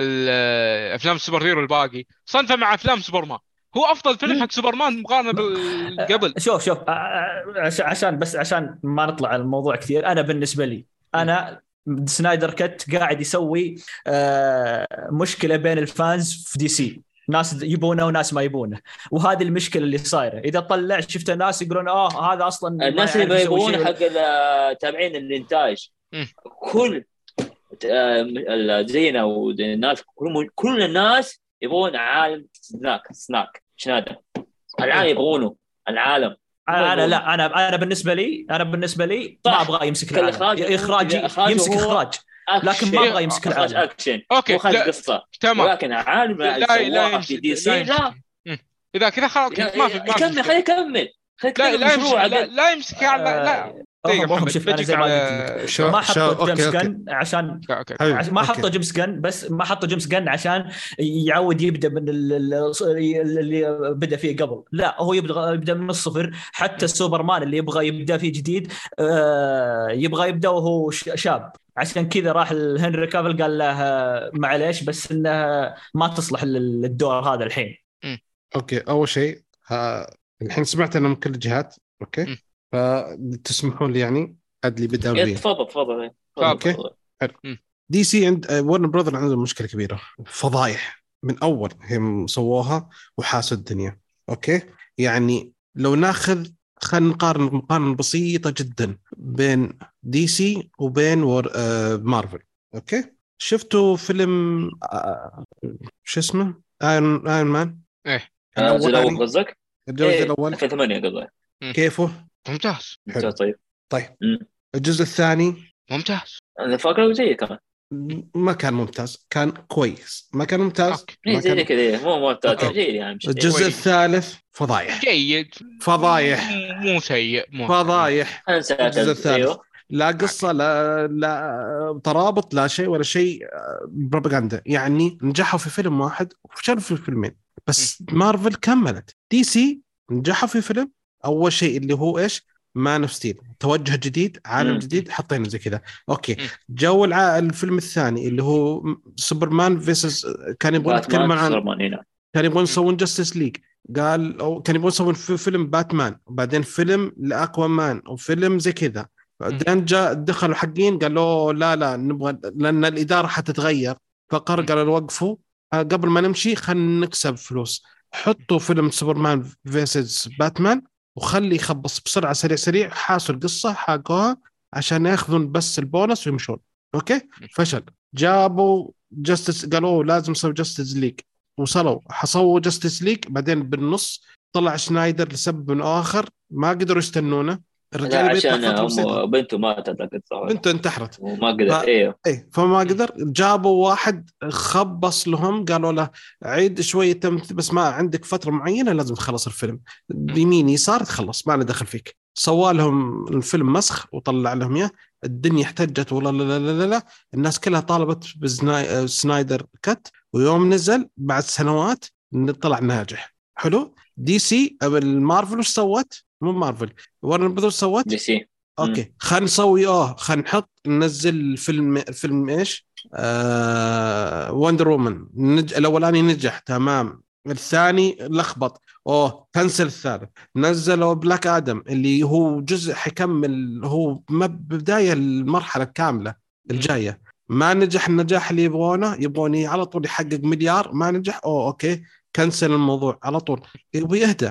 ال- افلام السوبر هيرو الباقي، صنفه مع افلام سوبرمان. هو افضل فيلم حق سوبرمان مقارنه بالقبل. شوف شوف عش- عشان بس عشان ما نطلع على الموضوع كثير. انا بالنسبه لي انا سنايدر كت قاعد يسوي آه، مشكله بين الفانز في دي سي، ناس يبونه وناس ما يبونه، وهذه المشكله اللي صايره. اذا طلع شفت ناس يقولون اه هذا اصلا ما الناس اللي ما يعرف يسوي يبغون شيء. حق ال- تابعين الانتاج م. كل آه، ال- زينا والناس كل كل الناس يبغون عالم سناك سناك شناده. العالم يبغونه العالم. انا أنا لا انا انا بالنسبه لي انا بالنسبه لي ما صح. ابغى يمسك كالإخراج. العالم. اخراجي إخراجه يمسك هو اخراج لكن ما ابغى يمسك اخراج العالم. اكشن اوكي وخرج لا قصه. تمام. ولكن عالم لا لا سواها يمسك في دي لا سي يمسك. لا. م. اذا كذا خلاص ما في ما في يكمل مشكلة. خليه يكمل خليه لا يكمل لا يمسك مشروع. لا, لا يمسك لا لا دقيقة هم هم محمد، شوف انا بجيك زي ما على- قلت لك شو- ما شو- حطوا أوكي، جيمس أوكي. جن عشان اوكي حبيبي، عش- ما أوكي. حطوا جيمس جن بس ما حطوا جيمس جن عشان يعود يبدا من ال- ال- اللي بدا فيه قبل. لا هو يبدا يبدا من الصفر. حتى السوبرمان اللي يبغى يبدا فيه جديد آه، يبغى يبدا وهو ش- شاب. عشان كذا راح هنري كافل قال له آه، معليش بس انه ما تصلح لل- الدور هذا الحين. اوكي اول شيء ها الحين سمعت انا من كل الجهات. اوكي م. فتسمحون لي يعني ادلي بدأ إيه، بيه. تفضل تفضل أوكي. تفضل. دي سي عند ورن براذر عندهم مشكله كبيره، فضايح من اول هم سووها وحاسوا الدنيا. اوكي يعني لو ناخذ خلينا نقارن مقارنه بسيطه جدا بين دي سي وبين ور... آه مارفل. اوكي شفتوا فيلم آه شو اسمه ايرون ايرون مان؟ ايه الجزء الاول الأولاني؟ قصدك؟ الجزء إيه، الاول ألفين وثمانية قصدك. كيفه؟ ممتاز حلو. طيب طيب م. الجزء الثاني ممتاز. انا فاكره زي كمان ما كان ممتاز، كان كويس. ما كان ممتاز أوكي. ما إيه، زي كان... كذا مو مو أوكي. تغيير يعني مش الجزء كويس. الثالث فضايح جيد فضايح مو- مو سيء مو فضايح. انسى الجزء الثالث ايوه لا قصة لا لا ترابط لا شيء ولا شيء، بروباغندا. يعني نجحوا في فيلم واحد وفشلوا في فيلمين بس. مارفل كملت. دي سي نجحوا في فيلم أول شيء اللي هو إيش مان اوف ستيل، توجه جديد عالم مم. جديد حطينا زي كذا. أوكي مم. جو الع... الفيلم الثاني اللي هو سوبرمان فيسس كان يبغون يتكلم عن سوبرمان هنا. كان يبغون يسوون جاستس ليج. قال أو كان يبغون يسوون في فيلم باتمان وبعدين فيلم لأكوا مان وفيلم زي كذا. بعدين جاء دخلوا حقين قالوا لا لا نبغى لأن الإدارة حتتغير، فقرر قالوا وقفوا قبل ما نمشي خلينا نكسب فلوس، حطوا فيلم سوبرمان فيسز باتمان وخلي يخبص بسرعة سريع سريع، حاسوا القصة حاقوها عشان ياخذون بس البونص ويمشون. أوكي فشل. جابوا جاستس قالوا لازم نسوي جاستس ليج وصلوا حصوا جاستس ليج. بعدين بالنص طلع شنايدر لسبب آخر ما قدروا يستنونه. لا الرجال عشان بيطلع فترة بسيطة. أم بنته ماتت لقد ظهر بنته انتحرت وما قدر ف- ايوه ايه فما قدر. جابوا واحد خبص لهم قالوا له عيد شوية تمثيل بس ما عندك فترة معينة لازم تخلص الفيلم بيمين يسار تخلص ما له دخل فيك. سوى لهم الفيلم مسخ وطلع لهم اياه. الدنيا احتجت ولا لا لا لا لا الناس كلها طالبت بسنايدر كت، ويوم نزل بعد سنوات طلع ناجح حلو. دي سي او المارفل وش سوت؟ مو مارفل ورن براذرز سوت دي سي. اوكي خلينا نسوي اه خلينا نحط ننزل فيلم فيلم ايش آه... وندر وومن نج... الاولاني نجح تمام، الثاني لخبط اوه كنسل الثالث. نزلوا بلاك آدم اللي هو جزء حيكمل هو ما بداية المرحلة الكاملة الجاية. ما نجح النجاح اللي يبغونه، يبغوني على طول يحقق مليار، ما نجح أوه أوكي كنسل الموضوع على طول، يبغى يهدى.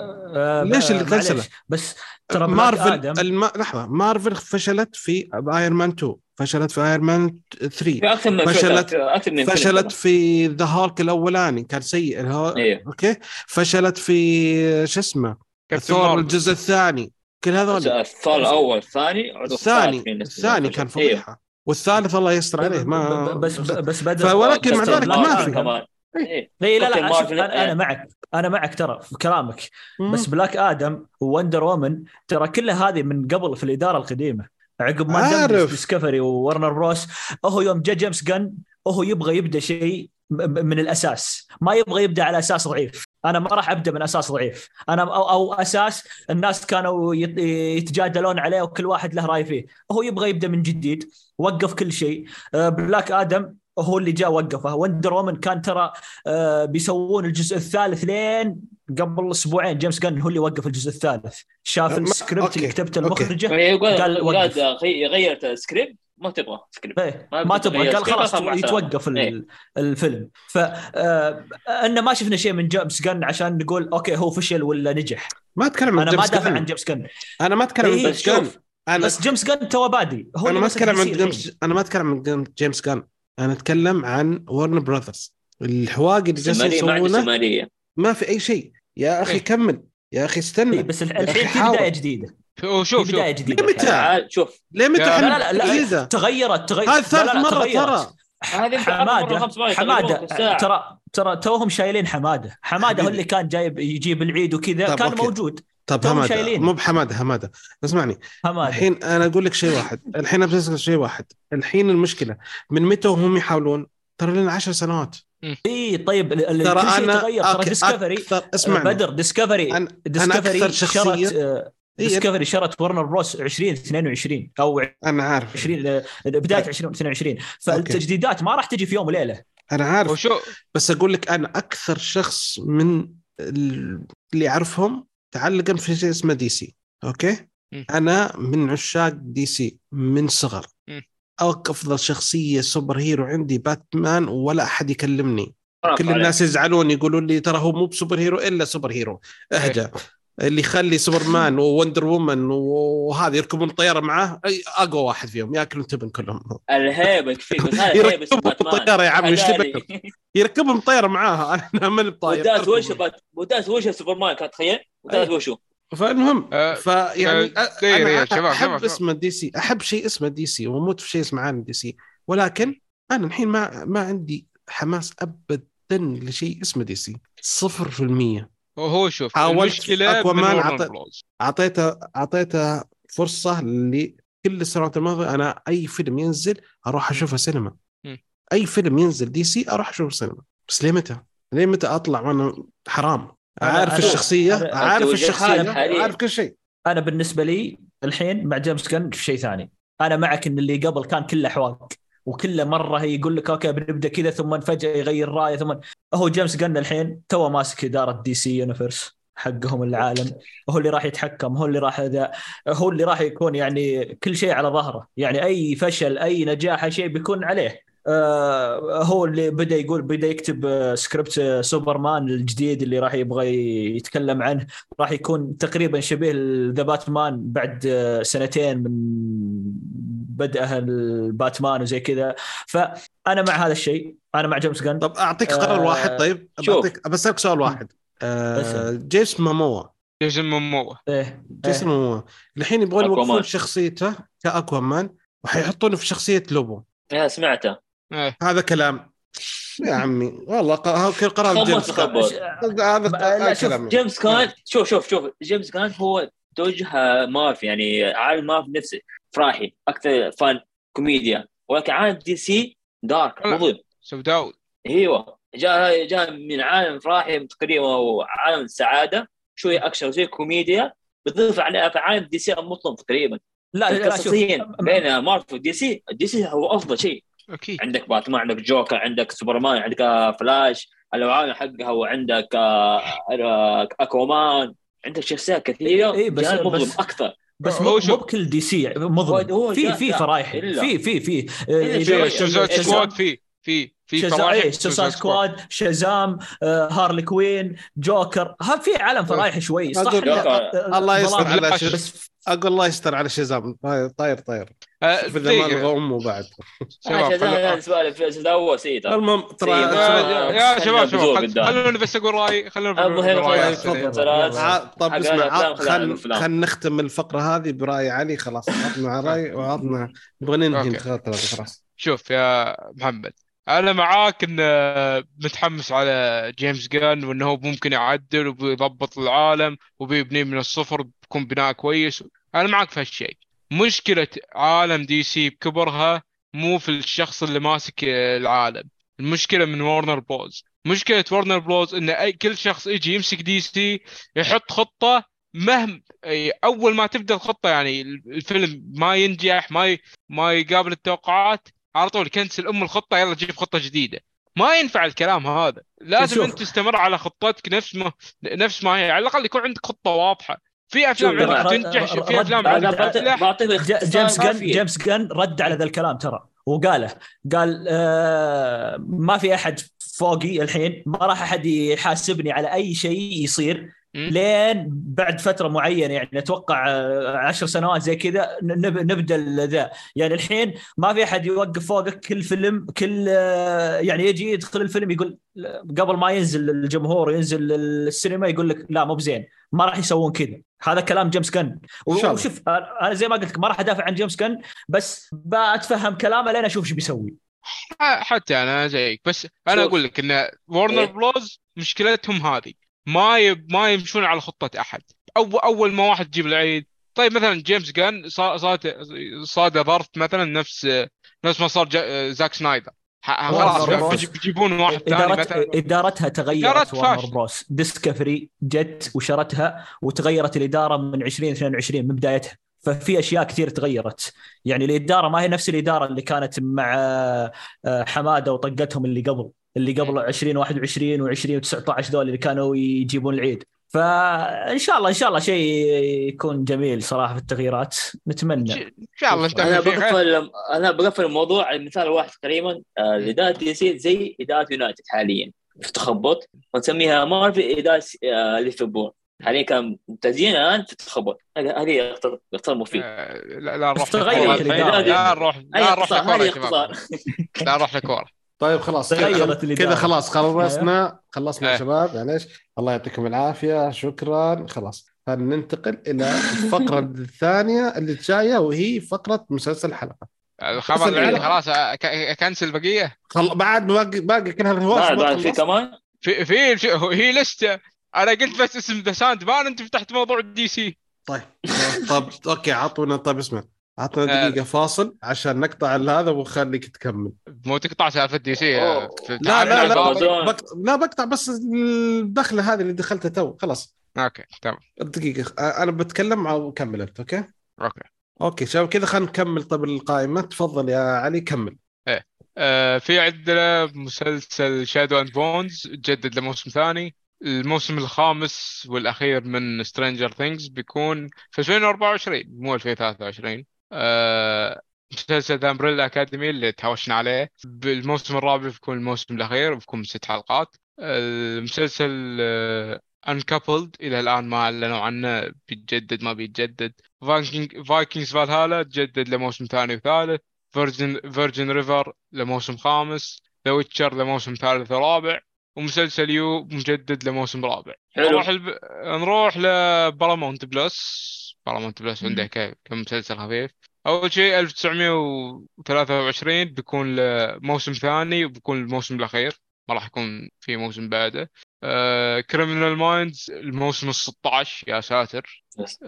آه، ليش اللي كنسله؟ معليش بس ترى بلاك مارفل آدم الم... لحظة، مارفل فشلت في ايرون مان تو، فشلت في ايرون مان ثري، في اكثر من فشلت فيلم اكثر من فشلت فيلم في ذا هالك الاولاني كان سيء الهو... ايه اوكي، فشلت في شو اسمه كابتن ثور مارفل. الجزء الثاني، كل هذول. الثالث الاول الثاني الثاني في الثاني كان ايوه فضيحة، والثالث الله يستر عليه ما بس بس بدر فولكن مع بس ذلك ما بلاك في آدم. كمان ايه لا لا كابتن لا شوف، مارفل انا أنا معك انا معك ترى في كلامك، مم. بس بلاك آدم ووندر وومن ترى كلها هذه من قبل في الإدارة القديمة، عقب ما دمج عارف. ديسكفري وورنر بروس. هو يوم جاء جيمس جن هو يبغى يبدا شيء م- من الاساس، ما يبغى يبدا على اساس ضعيف. انا ما راح ابدا من اساس ضعيف، انا او, أو اساس الناس كانوا يت- يتجادلون عليه وكل واحد له راي فيه. هو يبغى يبدا من جديد، وقف كل شيء. آه، بلاك آدم هو اللي جاء وقفه. وندر وومن كان ترى آه، بيسوون الجزء الثالث لين قبل اسبوعين جيمس جن هو اللي وقف الجزء الثالث، شاف ما- السكريبت أوكي. اللي كتبته أوكي. المخرجه قال قال وقف. قال غيرت السكريبت، ما تبغى سكريبت إيه، ما ما بدي تبغى، أغير قال سكريبت، خلاص خلاص مع السلامة. يتوقف ال- إيه. الفيلم. ف آه، ان ما شفنا شيء من جيمس جن عشان نقول اوكي هو فشل ولا نجح. ما اتكلم عن انا ما جيمس دافع جن. عن جيمس جن، انا ما اتكلم عن إيه، جيمس شوف، جن. انا بس جيمس جن تو بادي. هو انا اللي ما مسك اتكلم دي عن سي جيمس الحين. انا ما اتكلم عن جيمس جان، انا اتكلم عن ورن براذرز. الحواق اللي جالسين سمارية ما عندي يسوونه سمارية. ما في اي شيء يا اخي. إيه. كمل يا اخي، استنى إيه، بس يا الحين أخي في حاول. بدايه جديده، وشوف في شوف بدايه جديده ليه متى؟ الحين. عاد شوف ليه متى لا، احنا لا لا لا جديدة؟ تغيرت تغيرت هذا ثالث لا لا لا مرة تغيرت. ترى. هذه يمكن أربع مرة حماده خمس مرات حماده يغيرون في الساعة. ترى ترى توهم شايلين حماده. حماده هو حبيبي. اللي كان جايب يجيب العيد وكذا، طب كان أوكي. موجود. طب توهم حماده شايلينه. مو بحماده، حماده اسمعني. حماده الحين انا اقول لك شيء واحد، الحين بسأل شيء واحد. الحين المشكلة من متى وهم يحاولون؟ ترى لنا عشر سنوات. اي طيب ال- ال- ترى كل شيء انا تغير. ترى أك- ديسكفري اكثر اسمعني بدر ديسكفري أنا- أنا ديسكفري أكثر شخصية- شرت آه، إيه. ديسكفري شرت ورنر بروس عشرين اثنين وعشرين او انا عارف عشرين آه، بدايه عشرين اثنين وعشرين. فالتجديدات ما راح تجي في يوم وليله. انا عارف، وشو بس اقول لك انا اكثر شخص من ال- اللي اعرفهم تعلقا في شيء اسمه دي سي. اوكي م. انا من عشاق دي سي من صغر. م. افضل شخصيه سوبر هيرو عندي باتمان، ولا احد يكلمني. برافو كل عليك. الناس يزعلون يقولون لي ترى هو مو بسوبر هيرو الا سوبر هيرو. اهدى. اللي يخلي سوبرمان ووندر وومن وهذا يركبون طياره معاه، أي اقوى واحد فيهم، ياكلون تبن كلهم. الهيبة كفيك، بس هذا هيبة يركبون باتمان. طياره يا عم، ايش هذا تبي؟ يركبون طياره معاها. انا من الطاير. ودات وش بات ودات وش سوبرمان كان تخيل ودات أي. وشو فالمهم آه، فيعني آه، دير يا انا شباب، احب شباب، اسمه دي سي، احب شيء اسمه دي سي، وموت في شيء اسمه عالم دي سي. ولكن انا الحين ما ما عندي حماس ابدا لشيء اسمه دي سي، صفر في المية. وهو شوف حاولت المشكلة أكوامان من عطت- ورنر بروز. اعطيته اعطيته فرصه لكل السنوات الماضيه. انا اي فيلم ينزل اروح اشوفه سينما، م. اي فيلم ينزل دي سي اروح اشوفه سينما. بس ليه متى؟ ليه متى اطلع وانا حرام؟ أنا- عارف أنا- الشخصيه، أنا- عارف التوجهات الشخصيه، حاليا. عارف كل شيء. انا بالنسبه لي الحين مع جيمس جن في شيء ثاني. انا معك ان اللي قبل كان كله حواق، وكله مره يقول لك اوكي بنبدا كذا ثم فجاه يغير رايه. ثم هو جيمس جن الحين تو ماسك اداره دي سي يونيفرس حقهم العالم، هو اللي راح يتحكم، هو اللي راح ذا، هو اللي راح يكون يعني كل شيء على ظهره. يعني اي فشل اي نجاح اي شيء بيكون عليه. آه هو اللي بدا يقول بدا يكتب آه سكريبت آه سوبرمان الجديد اللي راح يبغى يتكلم عنه. راح يكون تقريبا شبيه ذا باتمان بعد آه سنتين من بدأها الباتمان وزي كذا. فانا مع هذا الشيء، انا مع جيمس جن. طب اعطيك قرار آه، واحد. طيب شوف. بعطيك بسالك سؤال واحد. آه بسأل. جيسون ماموا جيسون موموا ايه جيسون ماموا الحين يبغون أكوامان. يوقفون شخصيته كأكوامان وحيحطونه في شخصية لوبو. يا سمعته ايه. هذا كلام يا عمي والله. ق- هذا كل قرار خبط جيمس كان. خبط. هذا لا، شوف، كلام جيمس كان شوف شوف شوف جيمس كان هو توجه مارف، يعني عالم مارف نفسه فراحي اكثر فن كوميديا، ولكن عالم دي سي دارك لا. مظلم. سوداوي. ايوه جاء جاء من عالم فراحي تقريبا وعالم سعاده، شويه اكشن وشويه كوميديا، بتضيف على في عالم دي سي مظلم تقريبا. لا لا شوف قصصيا بين مارفل ودي سي، دي سي هو افضل شيء. اكيد. عندك باتمان، عندك جوكر، عندك سوبرمان، عندك فلاش العالم حقها، وعندك اكوامان، عندك شخصيات كثيره. إيه بس- جانب مظلم بس- اكثر. بس هو مو شوف- مو بكل دي سي هو- مظلم هو في جاء- في جاء. فرايحي إلا. في في في إلا إذا- شوي. سوسايد شازام. سكواد في في في شازام فرايح ايه سوسايد سكواد شازام آه، هارلي كوين جوكر ها في عالم فرايحي شوي صح أقول- إنه- جوكر. الله يستر ظلام. على لا، شز... بس اقول الله يستر على شزام. طاير طاير طاير آه، شوف اذا ما دقيقة. الغى امه بعد. شباب شازام خلو- بالنسبه لي في شازام هو سيء ترى. المهم ترى سيء. يا, ترى- يا, يا خلنا شباب شباب بزور خل- قدام. خلوني بس اقول رايي خلوني أبو بقول هيفا رايي خلاص. على السريع. ترى ع- طب حق اسمع الأفلام ع- خلينا خل الأفلام. خل نختم الفقره هذه براي علي. خلاص عطنا على راي وعطنا نبغى ننهي أوكي. الخاطر هذه خلاص. شوف يا محمد، انا معاك ان متحمس على جيمس جان وانه هو ممكن يعدل وبيضبط العالم وبيبنيه من الصفر، بيكون بناء كويس. انا معاك في هالشيء. مشكلة عالم دي سي بكبرها مو في الشخص اللي ماسك العالم، المشكلة من وارنر بروز. مشكلة وارنر بروز ان اي كل شخص يجي يمسك دي سي يحط خطة، مهم أي اول ما تبدا الخطة يعني الفيلم ما ينجح، ما ي... ما يقابل التوقعات، على طول كنسل ام الخطه، يلا جيب خطه جديده. ما ينفع الكلام هذا. لازم شوف. انت تستمر على خطتك نفس ما نفس ما هي، على الاقل يكون عندك خطه واضحه. في افلام شوف، عندك رد- تنجح، في رد- افلام رد- عندك أنا تنجح. بعطيك جا- اختصار جيمس جن كافي. جيمس جن رد على ذا الكلام ترى وقاله قال آه ما في احد فوقي الحين، ما راح احد يحاسبني على اي شيء يصير م? لين بعد فتره معينه، يعني اتوقع آه، عشر سنوات زي كذا نب- نبدا ذا. يعني الحين ما في احد يوقف فوقك، كل فيلم كل آه، يعني يجي يدخل الفيلم يقول قبل ما ينزل الجمهور ينزل السينما يقول لك لا مو بزين، ما راح يسوون كذا. هذا كلام جيمس جن. إن شاء الله. وشوف انا زي ما قلت لك ما راح ادافع عن جيمس جن، بس بتفهم كلامه لين اشوف ايش بيسوي. ح- حتى انا زيك، بس انا شوف. اقول لك ان وارنر إيه؟ بروز مشكلتهم هذه، ما ي... ما يمشون على خطه احد. أو اول ما واحد تجيب العيد، طيب مثلا جيمس جان صاد صاد ظرف مثلا نفس نفس ما صار جا... زاك سنايدر. ح- خلاص وارنر بيجي- بيجيبون واحد ثاني إدارت مثلا. ادارتها تغيرت. إدارات وارنر فاشلة. بروس ديسكفري جت وشرتها وتغيرت الاداره من عشرين اثنين وعشرين من بدايتها، ففي اشياء كثير تغيرت. يعني الاداره ما هي نفس الاداره اللي كانت مع آه، حماده وطقتهم اللي قبل اللي قبل عشرين واحد وعشرين وعشرين وتسعة عشر دول اللي كانوا يجيبون العيد. فان شاء الله ان شاء الله شيء يكون جميل صراحه في التغييرات، نتمنى. ان شاء الله انا نتفق فيه خير. بقفل انا بقفل الموضوع على مثال واحد تقريبا. آه، اداره دي سي زي اداره يونايتد حاليا في تخبط، ونسميها مارفل اداره آه، ليفربول حاليا كان ممتازين الان في التخبط. هذه اختصار اختصار مفيد. آه، لا لا نروح تغيرت لكورة الحين. الإدارة. لا نروح اي لا نروح اختصار، لكورة هذه يا شباب. اختصار. لا نروح لكورة. طيب خلاص تغيرت كذا الإدارة. كذا خلاص خلصنا خلصنا إيه. يا شباب. معليش الله يعطيكم العافية، شكرا. خلاص ننتقل إلى الفقرة الثانية اللي جاية، وهي فقرة مسلسل الحلقة. الخبر بس اللي العلم. خلاص أك- أكنسل بقية. خل... بعد باقي باقي كل هالهواش بعد ما بعد في خلصت. كمان في في هي لستة. أنا قلت بس اسم ذا ساند مان، أنت فتحت موضوع الدي سي. طيب طب اوكي عطونا. طيب اسمع، عطنا آه. دقيقة فاصل عشان نقطع هذا وخليك تكمل. مو تقطع سالفة دي سي. أوه. لا لا لا أمازون. بقط... لا بقطع بس الدخلة هذه اللي دخلتها تو. خلاص اوكي تمام. دقيقة انا بتكلم وكمل انت. اوكي اوكي اوكي شباب كذا خلينا نكمل. طب القائمة تفضل يا علي كمل. آه في عندنا مسلسل شادو اند بونز جدد لموسم ثاني. الموسم الخامس والأخير من سترينجر ثينجز بيكون في ألفين وأربعة وعشرين مو ألفين وثلاثة وعشرين. آه مسلسل ذا امبريلا اكاديمي اللي تهاوشنا عليه بالموسم الرابع بيكون الموسم الأخير بيكون ست حلقات. المسلسل آه انكابلد الى الان ما اعلنوا عنه بيتجدد ما بيتجدد. فايكنج فايكنجز فالهالا تجدد لموسم ثاني وثالث. فيرجن فيرجن ريفر لموسم خامس. ذا ويتشر لموسم ثالث ورابع. ومسلسل يو مجدد لموسم رابع. حلو. نروح الب... نروح لبارامونت بلس. بارامونت بلس عنده كم مسلسل خفيف. اول شيء ألف وتسعمية وثلاثة وعشرين بيكون موسم ثاني وبيكون الموسم الاخير، ما راح يكون في موسم بعده. كريمنال مايندز الموسم الستة عشر يا ساتر.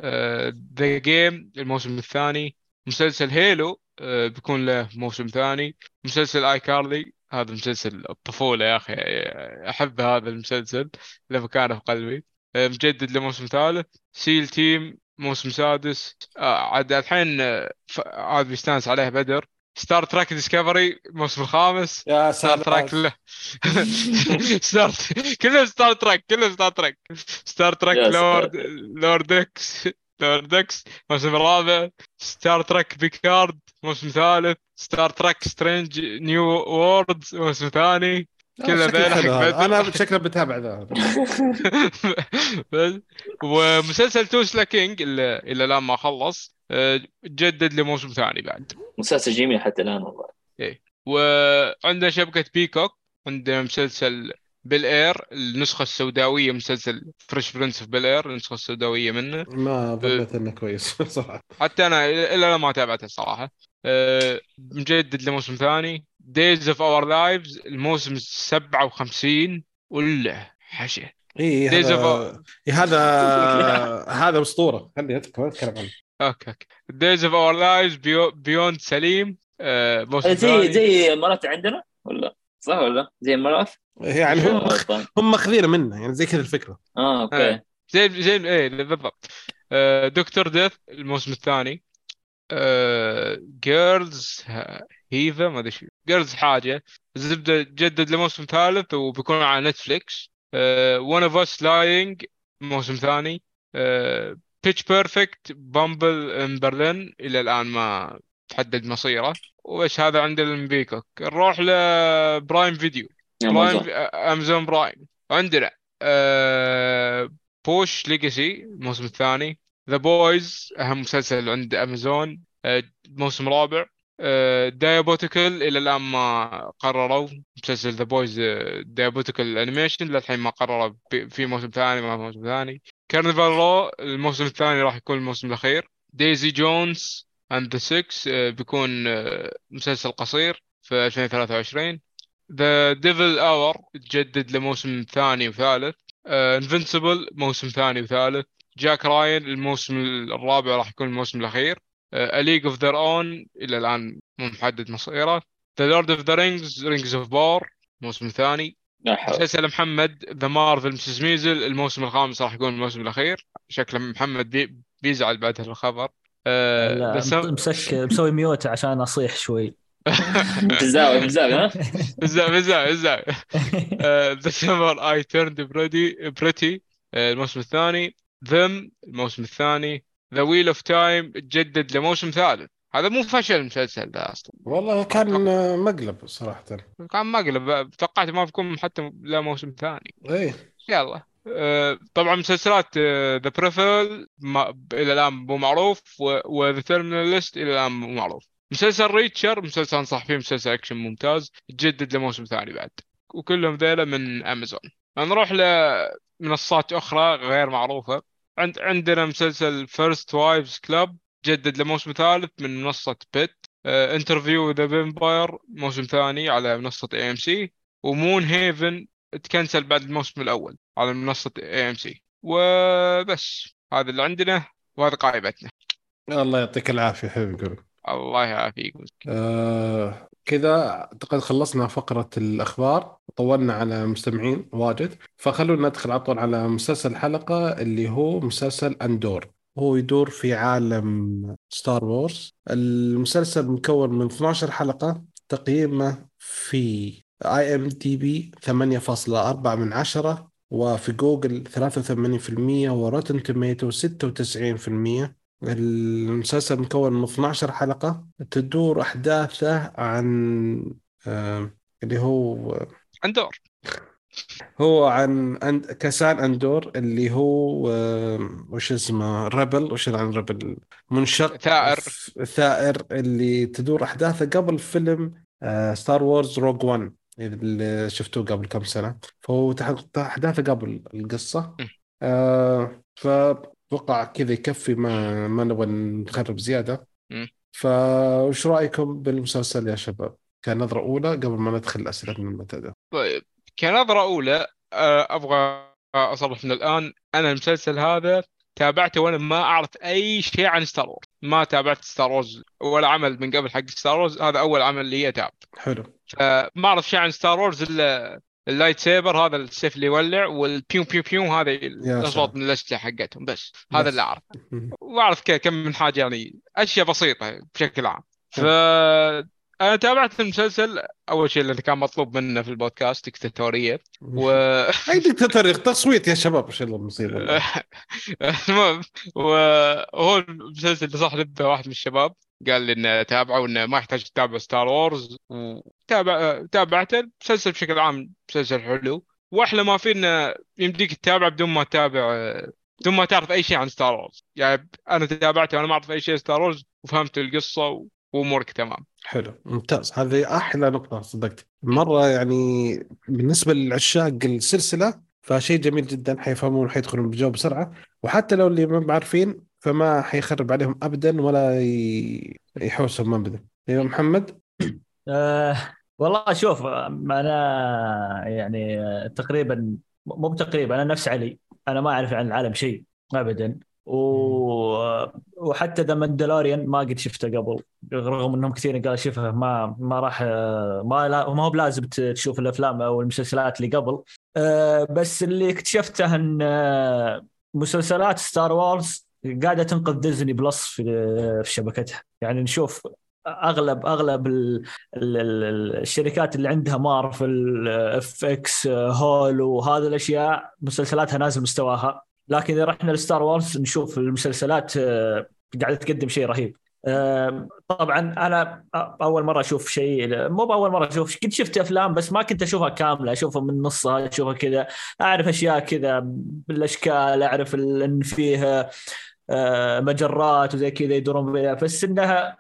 ذا جيم الموسم الثاني. مسلسل هيلو uh, بيكون له موسم ثاني. مسلسل آي كارلي هذا مسلسل الطفولة يا أخي، أحب هذا المسلسل له مكانه في قلبي. uh, مجدد لموسم ثالث. سيل تيم موسم سادس. uh, عاد الحين هذا uh, بيستانس عليه بدر. ستار تراك ديسكفري الموسم الخامس. يا ستار تراك له ستار كله ستار تراك كله ستار تراك ستار تراك يا لورد ساتر. لورد اكس دكس الموسم الرابع، ستار ترك بيكارد موسم ثالث، ستار ترك سترينج نيو ووردز موسم ثاني. آه، كذا شكله ذيلا حق حلو هذا، بدر. انا شكله بتابع ذا. بس. ومسلسل توسلا كينج اللي الى الان ما خلص، آه، جدد لموسم ثاني بعد. مسلسل جميل حتى الان والله. ايه. وعندنا شبكة بيكوك، عندنا مسلسل بيل اير النسخة السوداوية، مسلسل فريش برنس في بيل اير النسخة السوداوية منه. ما أه، ظنيت انه كويس صراحه. حتى انا الا أنا ما تابعته الصراحة. أه، مجدد لموسم ثاني. دايز اوف اور لايفز الموسم السبعة وخمسين، ولا حشة. اي دايز اوف هذا إيه هذا هذا اسطوره، خلي اتكلم اتكلم عنه. اوكي اوكي دايز اوف اور لايفز بيوند سليم، أه، موسم زي ثاني. زي مرات عندنا ولا صح ولا زي مرات؟ يعني هم طيب. هم ماخذينه منه، يعني زي كذا الفكره. اه اوكي. أه. زي زي ايه بالضبط. أه، دكتور ديث الموسم الثاني. جيرلز هيفا ما ادري شو جيرلز حاجه، زبده جدد لموسم ثالث وبيكون على نتفليكس. ون اوف اس لاينج موسم ثاني. بيتش بيرفكت بامبل ان برلين الى الان ما تحدد مصيره. وايش هذا عندنا من بيكوك. نروح لبرايم فيديو. برايم امازون. امازون برايم. عندنا أه بوش ليجاسي الموسم الثاني. ذا بويز اهم مسلسل عند امازون، أه، موسم رابع. دايابوتيكال الى الان ما قرروا مسلسل ذا بويز. دايابوتيكال انيميشن للحين ما قرروا ب- في موسم ثاني ما موسم ثاني. كارنفال رو الموسم الثاني راح يكون الموسم الاخير. دايزي جونز اند ذا سكس بيكون آه، مسلسل قصير في ألفين وثلاثة وعشرين. ذا ديفل اور تجدد لموسم ثاني وثالث. انفنسبل موسم ثاني وثالث. جاك راين الموسم الرابع راح يكون الموسم الأخير. A League of Their Own إلى الآن مو محدد مصيره. The Lord of the Rings Rings of Power الموسم الثاني. لا حول. مسلسل محمد The Marvel مسز ميزل الموسم الخامس راح يكون الموسم الأخير. شكله محمد بي بيزعل بعد الخبر. آه، لا The Sam- مسك مسوي ميوت عشان اصيح شوي. بالزاوية بالزاوية ها. بالزبط بالزبط بالزبط. The Summer I Turned Pretty Pretty الموسم الثاني. Them الموسم الثاني. The Wheel of Time تجدد لموسم ثالث. هذا مو فشل المسلسل ده اصلا، والله كان مقلب صراحه. كان مقلب. توقعت ما بيكون حتى لا موسم ثاني. ايه يلا. أه، طبعا مسلسلات ذا بريفل الى الان مو معروف، وذا تيرمينال ليست الى الان مو معروف. مسلسل ريتشر مسلسل انصح فيه، مسلسل اكشن ممتاز تجدد لموسم ثاني بعد. وكلهم ذيلا من امازون. نروح لمنصات اخرى غير معروفه. عند عندنا مسلسل فيرست وايفز كلاب جدد لموسم ثالث من منصه بيت. انترفيو ذا فامباير موسم ثاني على منصه اي ام سي. ومون هيفن تكنسل بعد الموسم الأول على منصة اي ام سي. وبس هذا اللي عندنا وهذا قائمتنا. الله يعطيك العافيه حبيبي يقول. الله يعافيك. آه كذا اعتقد خلصنا فقره الاخبار، طولنا على مستمعين واجد، فخلونا ندخل على طول على مسلسل الحلقه اللي هو مسلسل اندور. هو يدور في عالم ستار وورز. المسلسل مكون من اثنا عشر حلقه، تقييمه في اي ام دي بي ثمانية فاصلة أربعة من عشرة، وفي جوجل ثلاثة وثمانين بالمئة، وروتن توميتو ستة وتسعين بالمئة. المسلسل مكون من اثنا عشر حلقة، تدور أحداثه عن آه اللي هو اندور. هو عن أند... كسان أندور اللي هو آه وش اسمه ريبل، وش عن ريبل منشق ثائر. ثائر، اللي تدور أحداثه قبل فيلم آه ستار وورز روج وان اللي شفتوه قبل كم سنة. فهو تح- أحداثه قبل القصة. آه فوقع كذا يكفي، ما ما نبغى نخرب زيادة. م. فوش رأيكم بالمسلسل يا شباب كنظرة أولى قبل ما ندخل أسئلة من المنتدى؟ طيب، كنظرة أولى آه، أبغى أصرح من الآن. أنا المسلسل هذا تابعته وأنا ما أعرف أي شيء عن ستار وورز. ما تابعت ستار وورز ولا عمل من قبل حق ستار وورز، هذا أول عمل لي أتابع. حلو. فما أعرف شيء عن ستار وورز إلا اللايت سيبر، هذا السيف اللي يولع، والبيو بيو بيو هذا الأصوات من الأسلحة حقتهم، بس هذا بس. اللي أعرف. مم. وأعرف كم من حاجة، يعني أشياء بسيطة بشكل عام. ف حلو. انا تابعت المسلسل اول شيء اللي كان مطلوب منه في البودكاست ديكتاتوريه و اي دكتاتور تصويت يا شباب، ايش اللي مصير والله. المهم، وهو المسلسل اللي صح لبه واحد من الشباب قال لي انه تابعه وانه ما يحتاج تتابع ستار وورز، وتابع تابعته. المسلسل بشكل عام مسلسل حلو، واحلى ما فيه انه يمديك تتابع بدون ما تتابع، بدون ما تعرف اي شيء عن ستار وورز. يعني انا تابعته وانا ما اعرف اي شيء ستار وورز، وفهمت القصه وامورك تمام. حلو ممتاز، هذه احلى نقطه صدقت مره يعني. بالنسبه للعشاق السلسله فشيء جميل جدا، حيفهمون وحيدخلون بجو بسرعه، وحتى لو اللي ما عارفين فما حيخرب عليهم ابدا ولا ي- يحوسهم ابدا. ايوه محمد. أه والله شوف، انا يعني آه، تقريبا، مو بتقريبا، انا نفس علي. انا ما اعرف عن العالم شيء ابدا، و... وحتى ذا ماندلوريان ما قد شفته قبل، رغم انهم كثير قالوا شوفه، ما ما راح آه، ما لا ما هو بلازم تشوف الافلام او المسلسلات اللي قبل. أه بس اللي اكتشفته ان آه، مسلسلات ستار وورز قاعده تنقذ ديزني بلس في في شبكتها. يعني نشوف اغلب اغلب ال ال ال الشركات اللي عندها مارفل، اف اكس، هول، وهذه الاشياء مسلسلاتها نازل مستواها. لكن اذا رحنا لستار وورز نشوف المسلسلات آه، قاعده تقدم شيء رهيب. آه، طبعا انا اول مره اشوف شيء، مو باول مره اشوف، كنت شفت افلام بس ما كنت اشوفها كامله، اشوفها من نصها، اشوفها كذا، اعرف اشياء كذا بالاشكال، اعرف ان فيها آه، مجرات وزي كذا يدورون بها، بس انها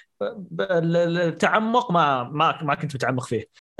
التعمق ما ما ما كنت متعمق فيه.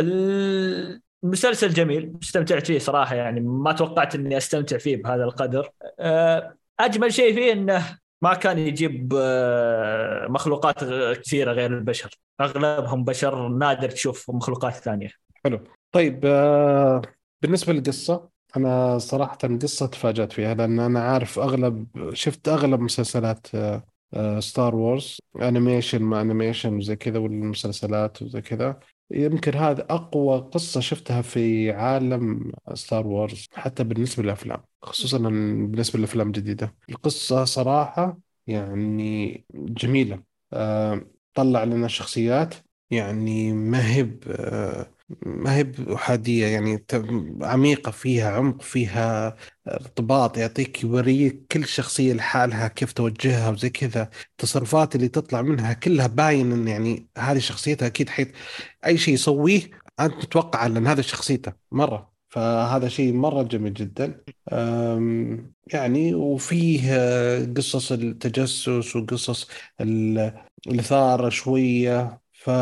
المسلسل جميل، استمتعت فيه صراحة، يعني ما توقعت اني استمتع فيه بهذا القدر. اجمل شيء فيه انه ما كان يجيب آه، مخلوقات كثيرة غير البشر، اغلبهم بشر، نادر تشوف مخلوقات ثانية. حلو. طيب آه بالنسبه للقصه، انا صراحه القصه تفاجأت فيها، لان انا عارف اغلب، شفت اغلب مسلسلات ستار وورز، انيميشن ما انيميشن وزي كذا، والمسلسلات وزي كذا. يمكن هذا اقوى قصة شفتها في عالم ستار وورز، حتى بالنسبة للافلام، خصوصا بالنسبة للافلام الجديدة. القصة صراحة يعني جميلة. آه، طلع لنا شخصيات يعني ما هي ب- آه، ما هي بأحادية، يعني ت- عميقة، فيها عمق، فيها ارتباط، يعطيك يوريك كل شخصية لحالها كيف توجهها وزي كذا. التصرفات اللي تطلع منها كلها باين ان يعني هذه شخصيتها اكيد، حيث اي شيء يسويه انت تتوقع ان هذا شخصيته مرة. فهذا شيء مرة جميل جدا. أم، يعني وفيه آه، قصص التجسس وقصص ال- الإثارة شوية،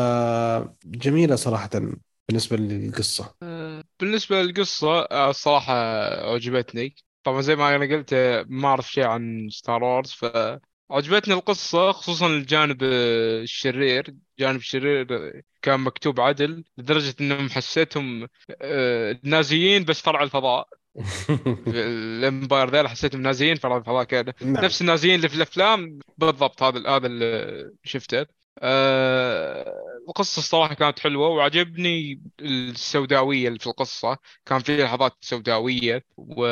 فجميلة صراحة بالنسبة للقصة. آه، بالنسبة للقصة آه، الصراحة عجبتني. طبعا زي ما أنا قلت آه، ما أعرف شيء عن ستار وورز، فعجبتني القصة، خصوصا الجانب آه، الشرير. جانب الشرير آه، كان مكتوب عدل لدرجة أنهم حسيتهم آه، نازيين بس فرع الفضاء. في الامباير ذا حسيتهم نازيين فرع الفضاء كذا، نعم. نفس النازيين اللي في الأفلام بالضبط. هذا هذا اللي شفته. آه، القصة الصراحة كانت حلوة، وعجبني السوداوية اللي في القصة. كان في لحظات سوداوية، و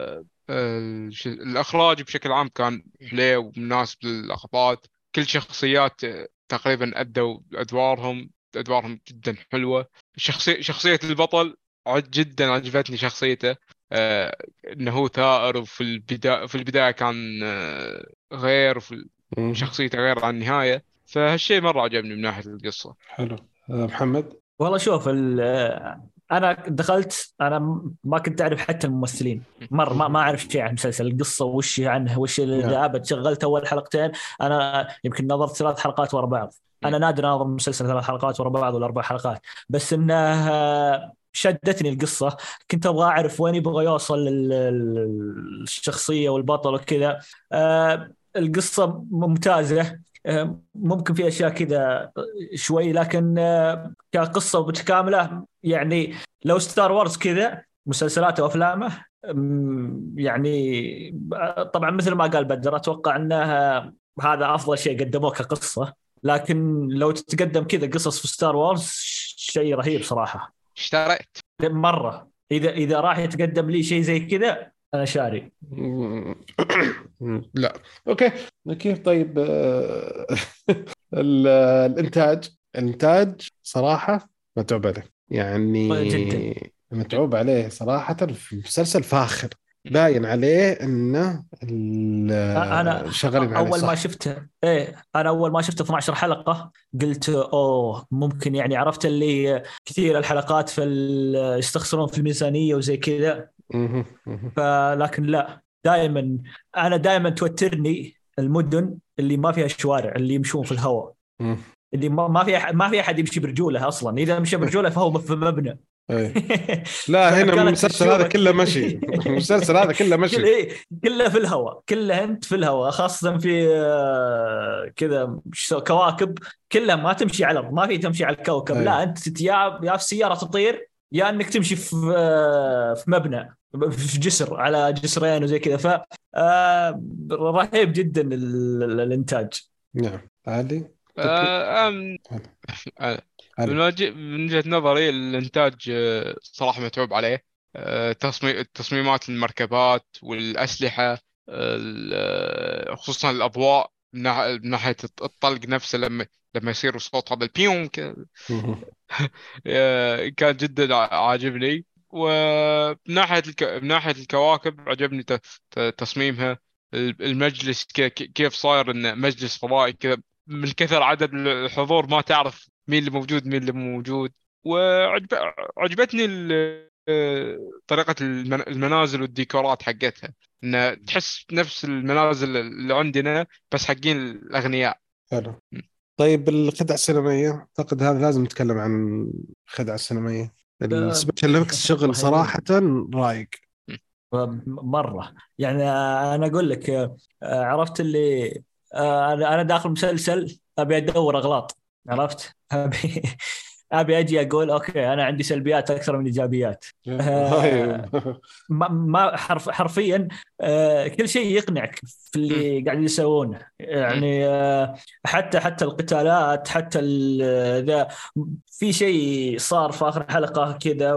آه، ش- الإخراج بشكل عام كان حلو ومناسب للحظات. كل شخصيات آه، تقريبا أدوا أدوارهم أدوارهم جدا حلوة. شخصية شخصية البطل عج- جدا عجبتني شخصيته. آه، إنه هو ثائر، وفي البداية في البداية كان آه، غير، وفي مهم. شخصيته غير عن النهاية. فهالشيء مرة عجبني من ناحية القصة. حلو. آه، محمد. والله شوف ال- انا دخلت، انا ما كنت اعرف حتى الممثلين مره، ما ما مهم. اعرف شيء عن المسلسل، القصه وش هي عنه، وش نعم. الدعابه. شغلت اول حلقتين، انا يمكن نظرت ثلاث حلقات ورا بعض. م. انا نادر اناظر مسلسل ثلاث حلقات ورا بعض ولا اربع حلقات، بس انه شدتني القصه. كنت ابغى اعرف وين يبغى يوصل ال- ال- الشخصيه والبطل وكذا. آه، القصه ممتازه. آه، ممكن في اشياء كذا شوي، لكن آه، كقصة متكاملة يعني، لو ستار وورز كذا مسلسلاته وافلامه، أم، يعني طبعا مثل ما قال بدر، اتوقع انه هذا افضل شيء قدموه كقصة. لكن لو تتقدم كذا قصص في ستار وورز شيء رهيب صراحة. اشتريت. مرة اذا اذا راح يتقدم لي شيء زي كذا انا شاري. مم. لا. اوكي. اوكي طيب. آه، ال- الانتاج الإنتاج صراحة متعوب عليه، يعني جداً. متعوب عليه صراحة. في مسلسل فاخر باين عليه إنه انا شغالين عليه اول ما صح. شفته ايه انا اول ما شفته اثنا عشر حلقه قلت اوه ممكن، يعني عرفت اللي كثير الحلقات في ال- يستخسرون في الميزانيه وزي كذا. مهم. مهم. فلكن لا، دائما انا دائما توترني المدن اللي ما فيها شوارع، اللي يمشون في الهواء، مهم. اللي ما ما في أح- ما في احد يمشي برجوله اصلا. اذا مشى برجوله فهو في مبنى. أي. لا هنا فكانت المسلسل هذا تشوفك كله مشي. المسلسل هذا كله كل مشي. ايه كله في الهواء، كله انت في الهواء، خاصه في آه، كذا شو- كواكب كلها ما تمشي على الأرض، ما في تمشي على الكوكب. أي. لا انت يا يا في سياره تطير، يا انك تمشي في آه، في مبنى، في جسر على جسرين وزي كذا. ف آه، رهيب جدا ال- ال- الانتاج. نعم عادي. آه، أم- هلا. من وجه- من وجهة نظري الإنتاج آه، صراحة متعوب عليه. آه، تصميم تصميمات المركبات والأسلحة، ال- آه، خصوصا الأضواء من ناح- من ناحية الطلق نفسه، لما لما يصير صوت هذا البيوم ك- مهم. آه، كان جدا ع- عاجبني. ومن ناحية الك... من ناحية الكواكب عجبني ت... ت... تصميمها. المجلس ك... ك- كيف صاير إنه مجلس فضائي كذا، من كثر عدد الحضور ما تعرف مين اللي موجود مين اللي مو موجود. وعجبتني ال... آه، طريقة المن... المنازل والديكورات حقتها، إن تحس نفس المنازل اللي عندنا بس حقين الأغنياء. حلو. طيب الخدعة السينمائية أعتقد هذا لازم نتكلم عن الخدعة السينمائية. السبيشال لوكس شغل صراحة رايق مرة. يعني أنا أقول لك آه، عرفت اللي آه، أنا أنا داخل مسلسل أبي أدور أغلاط، عرفت؟ أبي أبي أجي أقول أوكي أنا عندي سلبيات أكثر من إيجابيات. آه، ما ما حرف حرفيا آه، كل شيء يقنعك في اللي قاعدين يسوونه. يعني آه، حتى حتى القتالات، حتى ال- ذا في شيء صار في آخر حلقة كذا،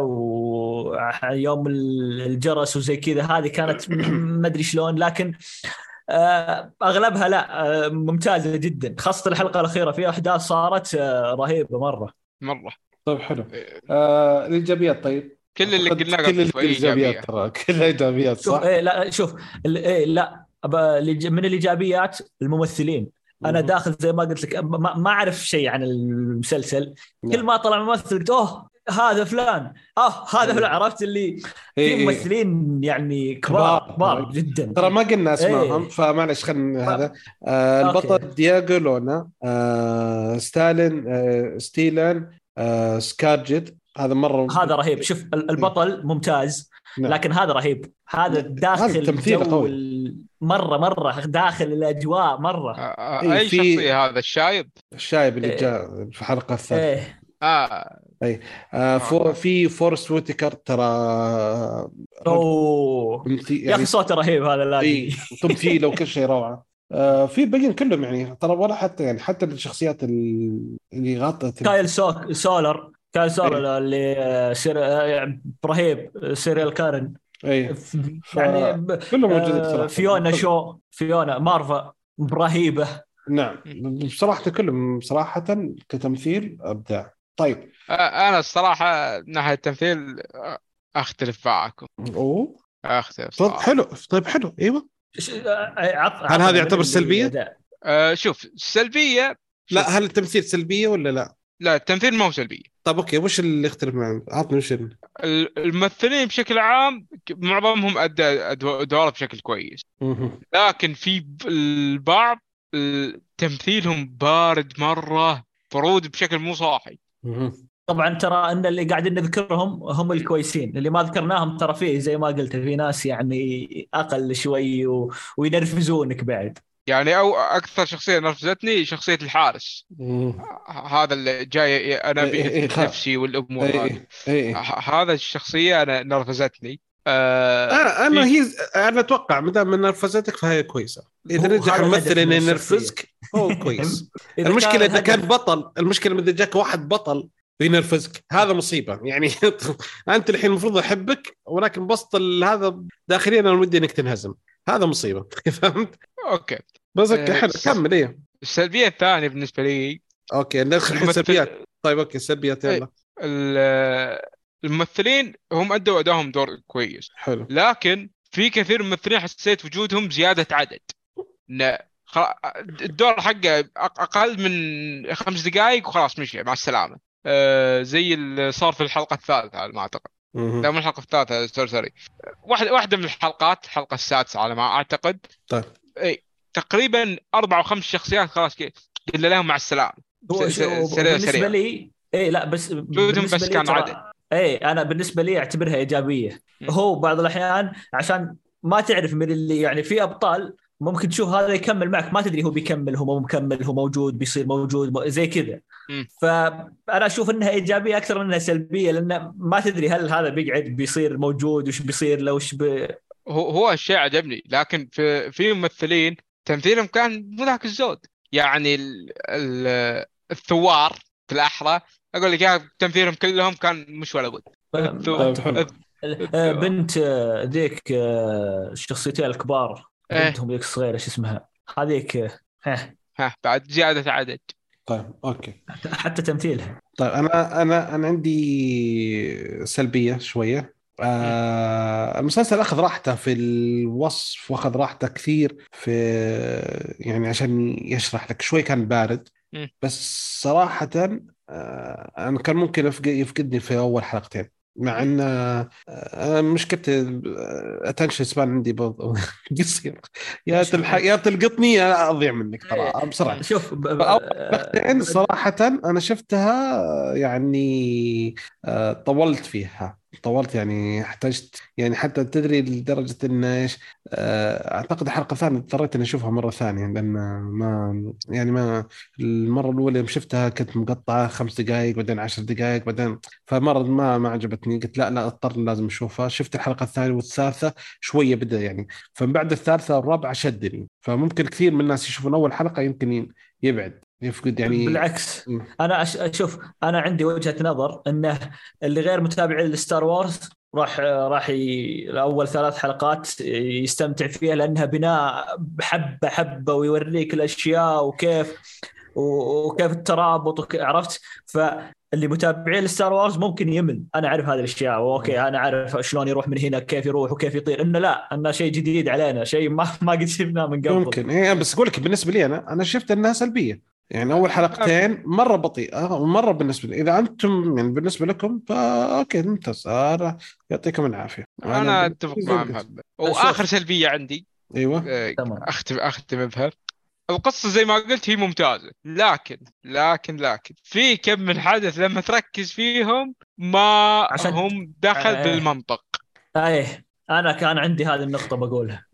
ويوم الجرس وزي كذا، هذه كانت ما أدري شلون، لكن آه، أغلبها لا آه، ممتازة جدا، خاصة الحلقة الأخيرة في أحداث صارت آه، رهيبة مرة مرة. طيب حلو. آه، الإيجابيات طيب كل اللي أعتقد قلناه كل قبل اللي شوي إيجابيات إيجابية. ترى كلها إيجابيات شوف صح؟ إيه لا شوف ال- إيه لا أبا الإيج- من الإيجابيات الممثلين. أنا مهم. داخل زي ما قلت لك ما, ما أعرف شيء عن المسلسل. كل نعم. ما طلع ممثل قلت أوه هذا فلان، أوه هذا إيه. فلان، عرفت اللي في إيه إيه. ممثلين يعني كبار كبار جدا. ترى ما قلنا اسمائهم إيه فمعلش خلينا ف- هذا. آه أوكي. البطل دياغو لونا، آه ستالين، آه ستيلان، آه سكارجيت. هذا مرة هذا رهيب. شوف ال- البطل ممتاز، نعم. لكن هذا رهيب، هذا هذا داخل تمثيله جو قوي. ال- مرة مرة داخل الأجواء مرة. آه، آه، إيه أي في شخصية هذا الشايب؟ الشايب اللي إيه جاء في الحلقة الثالثة. إيه آه. أي آه فو آه. في فورست ويتكر ترى رجل اوه تمثيل يا يعني. اخي صوته رهيب هذا اي لاقي. تمثيله وكل شيء روعة. آه في باقيين كلهم يعني ترى، ولا حتى يعني حتى الشخصيات ال- اللي غطت كايل سوك سولر كايل اي سولر اللي آه، سير آه، رهيب سيريال كارن. اي ف- يعني ب- كلهم موجودين آه، صراحة. فيونا شو فيونا مارفا رهيبة. نعم بصراحة كلهم صراحة كتمثيل أبداع. طيب آه، أنا الصراحة من ناحية التمثيل آه، أختلف معكم. أوه أختلف طيب صراحة. حلو. طيب حلو أيوة. ش- آه، عط- هل عطنا هذا من يعتبر اللي- سلبية؟ ده. أه شوف السلبية. شوف. لا هل التمثيل سلبية ولا لا؟ لا التمثيل ما هو سلبي. طب أوكي وش اللي يختلف معنا؟ عطني وش اللي... ال- الممثلين بشكل عام ك- معظمهم أدى أدو- أدواره بشكل كويس، مهم. لكن في ب- البعض ال- تمثيلهم بارد مرة، برود بشكل مو صاحي. مهم. طبعا ترى ان اللي قاعدين نذكرهم هم الكويسين، اللي ما ذكرناهم ترى فيه زي ما قلت في ناس يعني اقل شوي و... وينرفزونك بعد. يعني أو أكثر شخصية نرفزتني شخصية الحارس. مهم. ه- هذا اللي جاي أنا إيه إيه إيه بإثبت خا- نفسي والأمور إيه هذه. إيه إيه. ه- هذا الشخصية أنا نرفزتني. آه أنا أنا في هي أنا أتوقع ما دام من نرفزتك فهي كويسة. إذا هو نجح هذا الممثل الهدف إنه من ينرفزك هو كويس. إذا المشكلة إذا كان الهدف- بطل، المشكلة إذا جاك واحد بطل وينرفزك هذا مصيبة يعني. أنت الحين المفروض أحبك ولكن بسط هذا داخليا أنا ودي إنك تنهزم، هذا مصيبة. فهمت؟ أوكي. بس آه، حلو كمل إيه. السلبية الثانية بالنسبة لي اوكي ندخل الحين الممثل- سلبيات. طيب اوكي سلبيات يلا. ال- الممثلين هم أدوا أداهم دور كويس، حلو. لكن في كثير من الممثلين حسيت وجودهم زيادة عدد. إن خلا- الدور حقه أق- أقل من خمس دقائق وخلاص مشي مع السلامة. آه، زي اللي صار في الحلقة الثالثة على ما أعتقد. لا مهم. من الحلقة الثالثة، سوري سوري واحدة واحدة من الحلقات، الحلقة السادسة على ما أعتقد. طيب اي تقريبا اربع او خمس شخصيات خلاص كي قلنا لهم مع السلامه. هو س- شو س- سريع بالنسبه سريع لي ايه لا بس وجودهم بالنسبه بس لي كان ترى عدد. ايه انا بالنسبه لي اعتبرها ايجابيه. م. هو بعض الاحيان عشان ما تعرف من اللي يعني في ابطال ممكن تشوف هذا يكمل معك ما تدري هو بيكمل هو مو مكمل هو موجود بيصير موجود م- زي كذا. م. فانا اشوف انها ايجابيه اكثر من انها سلبيه لان ما تدري هل هذا بيقعد بيصير موجود وش بيصير لو وش ب... هو هو الشيء عجبني، لكن في في ممثلين تمثيلهم كان مو ذاك الزود. يعني ال ال الثوار في الأحرى أقول لك يا تمثيلهم كلهم كان مش ولا بد. الثو... طيب حلو. الث- آه، بنت آه، ذيك آه، الشخصيتين الكبار إيه. بنتهم ذيك الصغيره شو اسمها هذيك آه، ها ها بعد زيادة عدد. طيب اوكي. حتى تمثيلها. طيب انا انا انا عندي سلبيه شويه. آه المسلسل اخذ راحته في الوصف واخذ راحته كثير في يعني عشان يشرح لك شوي كان بارد. م. بس صراحه آه انا كان ممكن يفقد يفقدني في اول حلقتين مع ان آه، انا مشكلة اتنشن سبان عندي برضه قصير. يا تلحق يا تلقطني يا اضيع منك ترى بسرعه. شوف ب- ب- فأول حلقتين صراحة أنا شفتها يعني آه، طولت فيها طولت يعني احتجت يعني حتى تدري لدرجة إن إيش آه، أعتقد الحلقة الثانية اضطريت إني أشوفها مرة ثانية لأن ما يعني ما المرة الأولى يوم شفتها كنت مقطعة خمس دقائق بعدين عشر دقائق بعدين فمرة ما ما عجبتني قلت لا لا اضطر لازم أشوفها. شفت الحلقة الثانية والثالثة شوية بدأ يعني فمن بعد الثالثة والرابعة شدني. فممكن كثير من الناس يشوفون أول حلقة يمكن يبعد يفقد يعني. بالعكس م. انا أش- اشوف انا عندي وجهة نظر انه اللي غير متابعين لستار وورز راح راح ي... اول ثلاث حلقات يستمتع فيها لانها بناء حبه حبه ويوريك الاشياء وكيف وكيف الترابط وك... عرفت. فاللي متابعين لستار وورز ممكن يمل. انا اعرف هذه الاشياء واوكي انا عارف شلون يروح من هنا كيف يروح وكيف يطير انه لا انه شيء جديد علينا شيء ما ما قد شفناه من قبل. ممكن إيه بس أقول لك بالنسبة لي أنا أنا شفت أنها سلبية يعني أول حلقتين مرة بطيئة ومرة بالنسبة لي. إذا أنتم يعني بالنسبة لكم فأوكي ممتاز أنا يعطيكم العافية. أنا أتفق مع محمد. وآخر سلبية عندي أيوة آه، تمام. أختم أختم بها. القصة زي ما قلت هي ممتازة، لكن لكن لكن في كم من حدث لما تركز فيهم ما عشان- هم دخل آه. بالمنطق. ايه انا كان عندي هذه النقطة بقولها.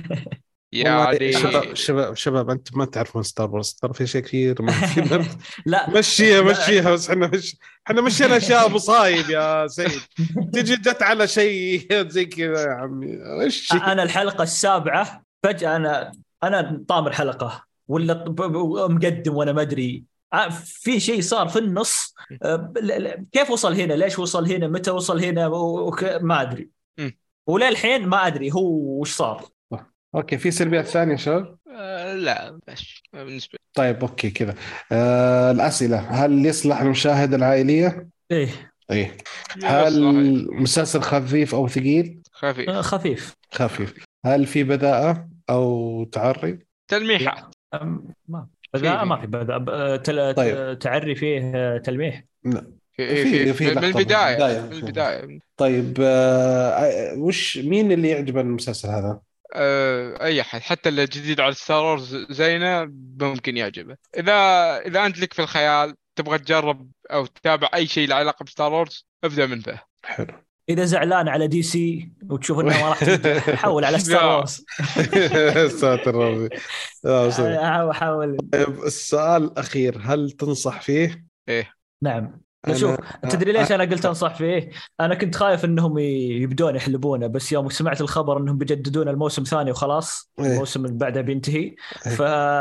يعني شباب شباب شباب أنتم ما تعرفون ستار وورز ترى في شيء كثير ما في لا مشيها مشيها بس احنا مش احنا مشينا اشياء مصايب يا سيد. تجي جت على شيء زي كذا يا عمي ايش انا الحلقة السابعة فجأة انا انا طامر حلقة ولا ب- ب- مقدم وانا ما ادري آه، في شيء صار في النص آه، ب- ل- ل- كيف وصل هنا ليش وصل هنا متى وصل هنا وك- ما ادري م. وللحين ما ادري هو وش صار. اوكي في سلبيات ثانيه شباب. آه لا بس بالنسبة طيب اوكي كذا آه الاسئله هل يصلح المشاهده العائليه؟ ايه ايه. لي هل صراحة مسلسل خفيف او ثقيل؟ خفيف. آه، خفيف. خفيف. هل في بذاءه او تعري؟ تلميحات أم، ما في- بدا ما في بدا ب- تل... طيب. تعري فيه آه، تلميح. لا في في- في, في في من لقطة البداية بالبداية. من البداية طيب آه وش مين اللي يعجبه المسلسل هذا؟ آه، اي احد حتى اللي جديد على ستار وورز زينا ممكن يعجبه. اذا اذا انت لك في الخيال تبغى تجرب او تتابع اي شيء له علاقه بستار وورز ابدا من ذا. حلو. اذا زعلان على دي سي وتشوف انه ما راح تنجح حول على ستار لا. وورز. ساتر ربي. آه، سوري. حاول حاول. طيب السؤال الأخير هل تنصح فيه؟ نعم أنا- شوف تدري ليش انا قلت انصح فيه. انا كنت خايف انهم يبدون يحلبونه بس يوم سمعت الخبر انهم بيجددون الموسم ثاني وخلاص إيه. الموسم اللي بعده بينتهي إيه.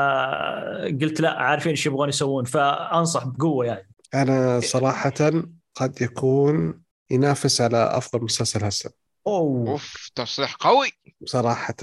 فقلت لا عارفين ايش يبغون يسوون فانصح بقوه يعني. أنا صراحة قد يكون ينافس على أفضل مسلسل هسه اوه اوف تصريح قوي. صراحة.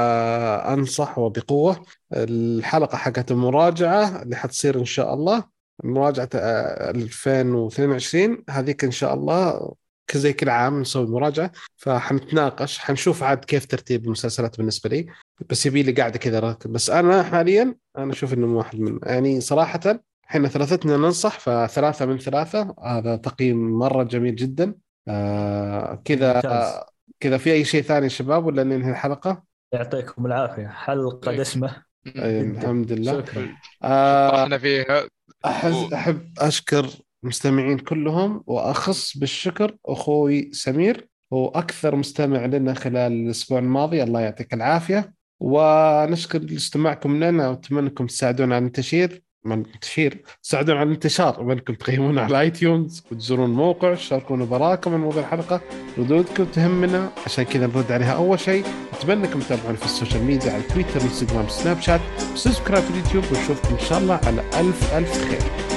فأنصح وبقوة. الحلقة حقت المراجعة اللي حتصير إن شاء الله مراجعة آه، ألفين واثنين وعشرين هذيك إن شاء الله كزي كل عام نسوي مراجعة، فحنتناقش حنشوف عاد كيف ترتيب المسلسلات بالنسبة لي. بس يبي لي قاعدة كذا راتب. بس أنا حاليا أنا أشوف إنه واحد من يعني صراحة إحنا ثلاثتنا ننصح، فثلاثة من ثلاثة هذا تقييم مرة جميل جدا. آه كذا. ممتاز. كذا في أي شيء ثاني شباب ولا ننهي الحلقة؟ يعطيكم العافيه، حلقه دسمه أي جدا. الحمد لله. شكرا. آه شطحنا فيها. أحز أحب أشكر المستمعين كلهم، وأخص بالشكر أخوي سمير، هو أكثر مستمع لنا خلال الأسبوع الماضي، الله يعطيك العافية. ونشكر استماعكم لنا، وأتمنى أنكم تساعدونا على التشير من التشير تساعدون على الانتشار، وأنكم تقيمونا على اي تيونز وتزورون الموقع، تشاركونا براكم من موضوع الحلقة، ردودكم تهمنا عشان كذا نرد عليها أول شيء. أتمنى أنكم تتابعونا في السوشيال ميديا على تويتر، انستغرام، سناب شات، سبسكرايب في اليوتيوب، ونشوفكم إن شاء الله على ألف ألف خير.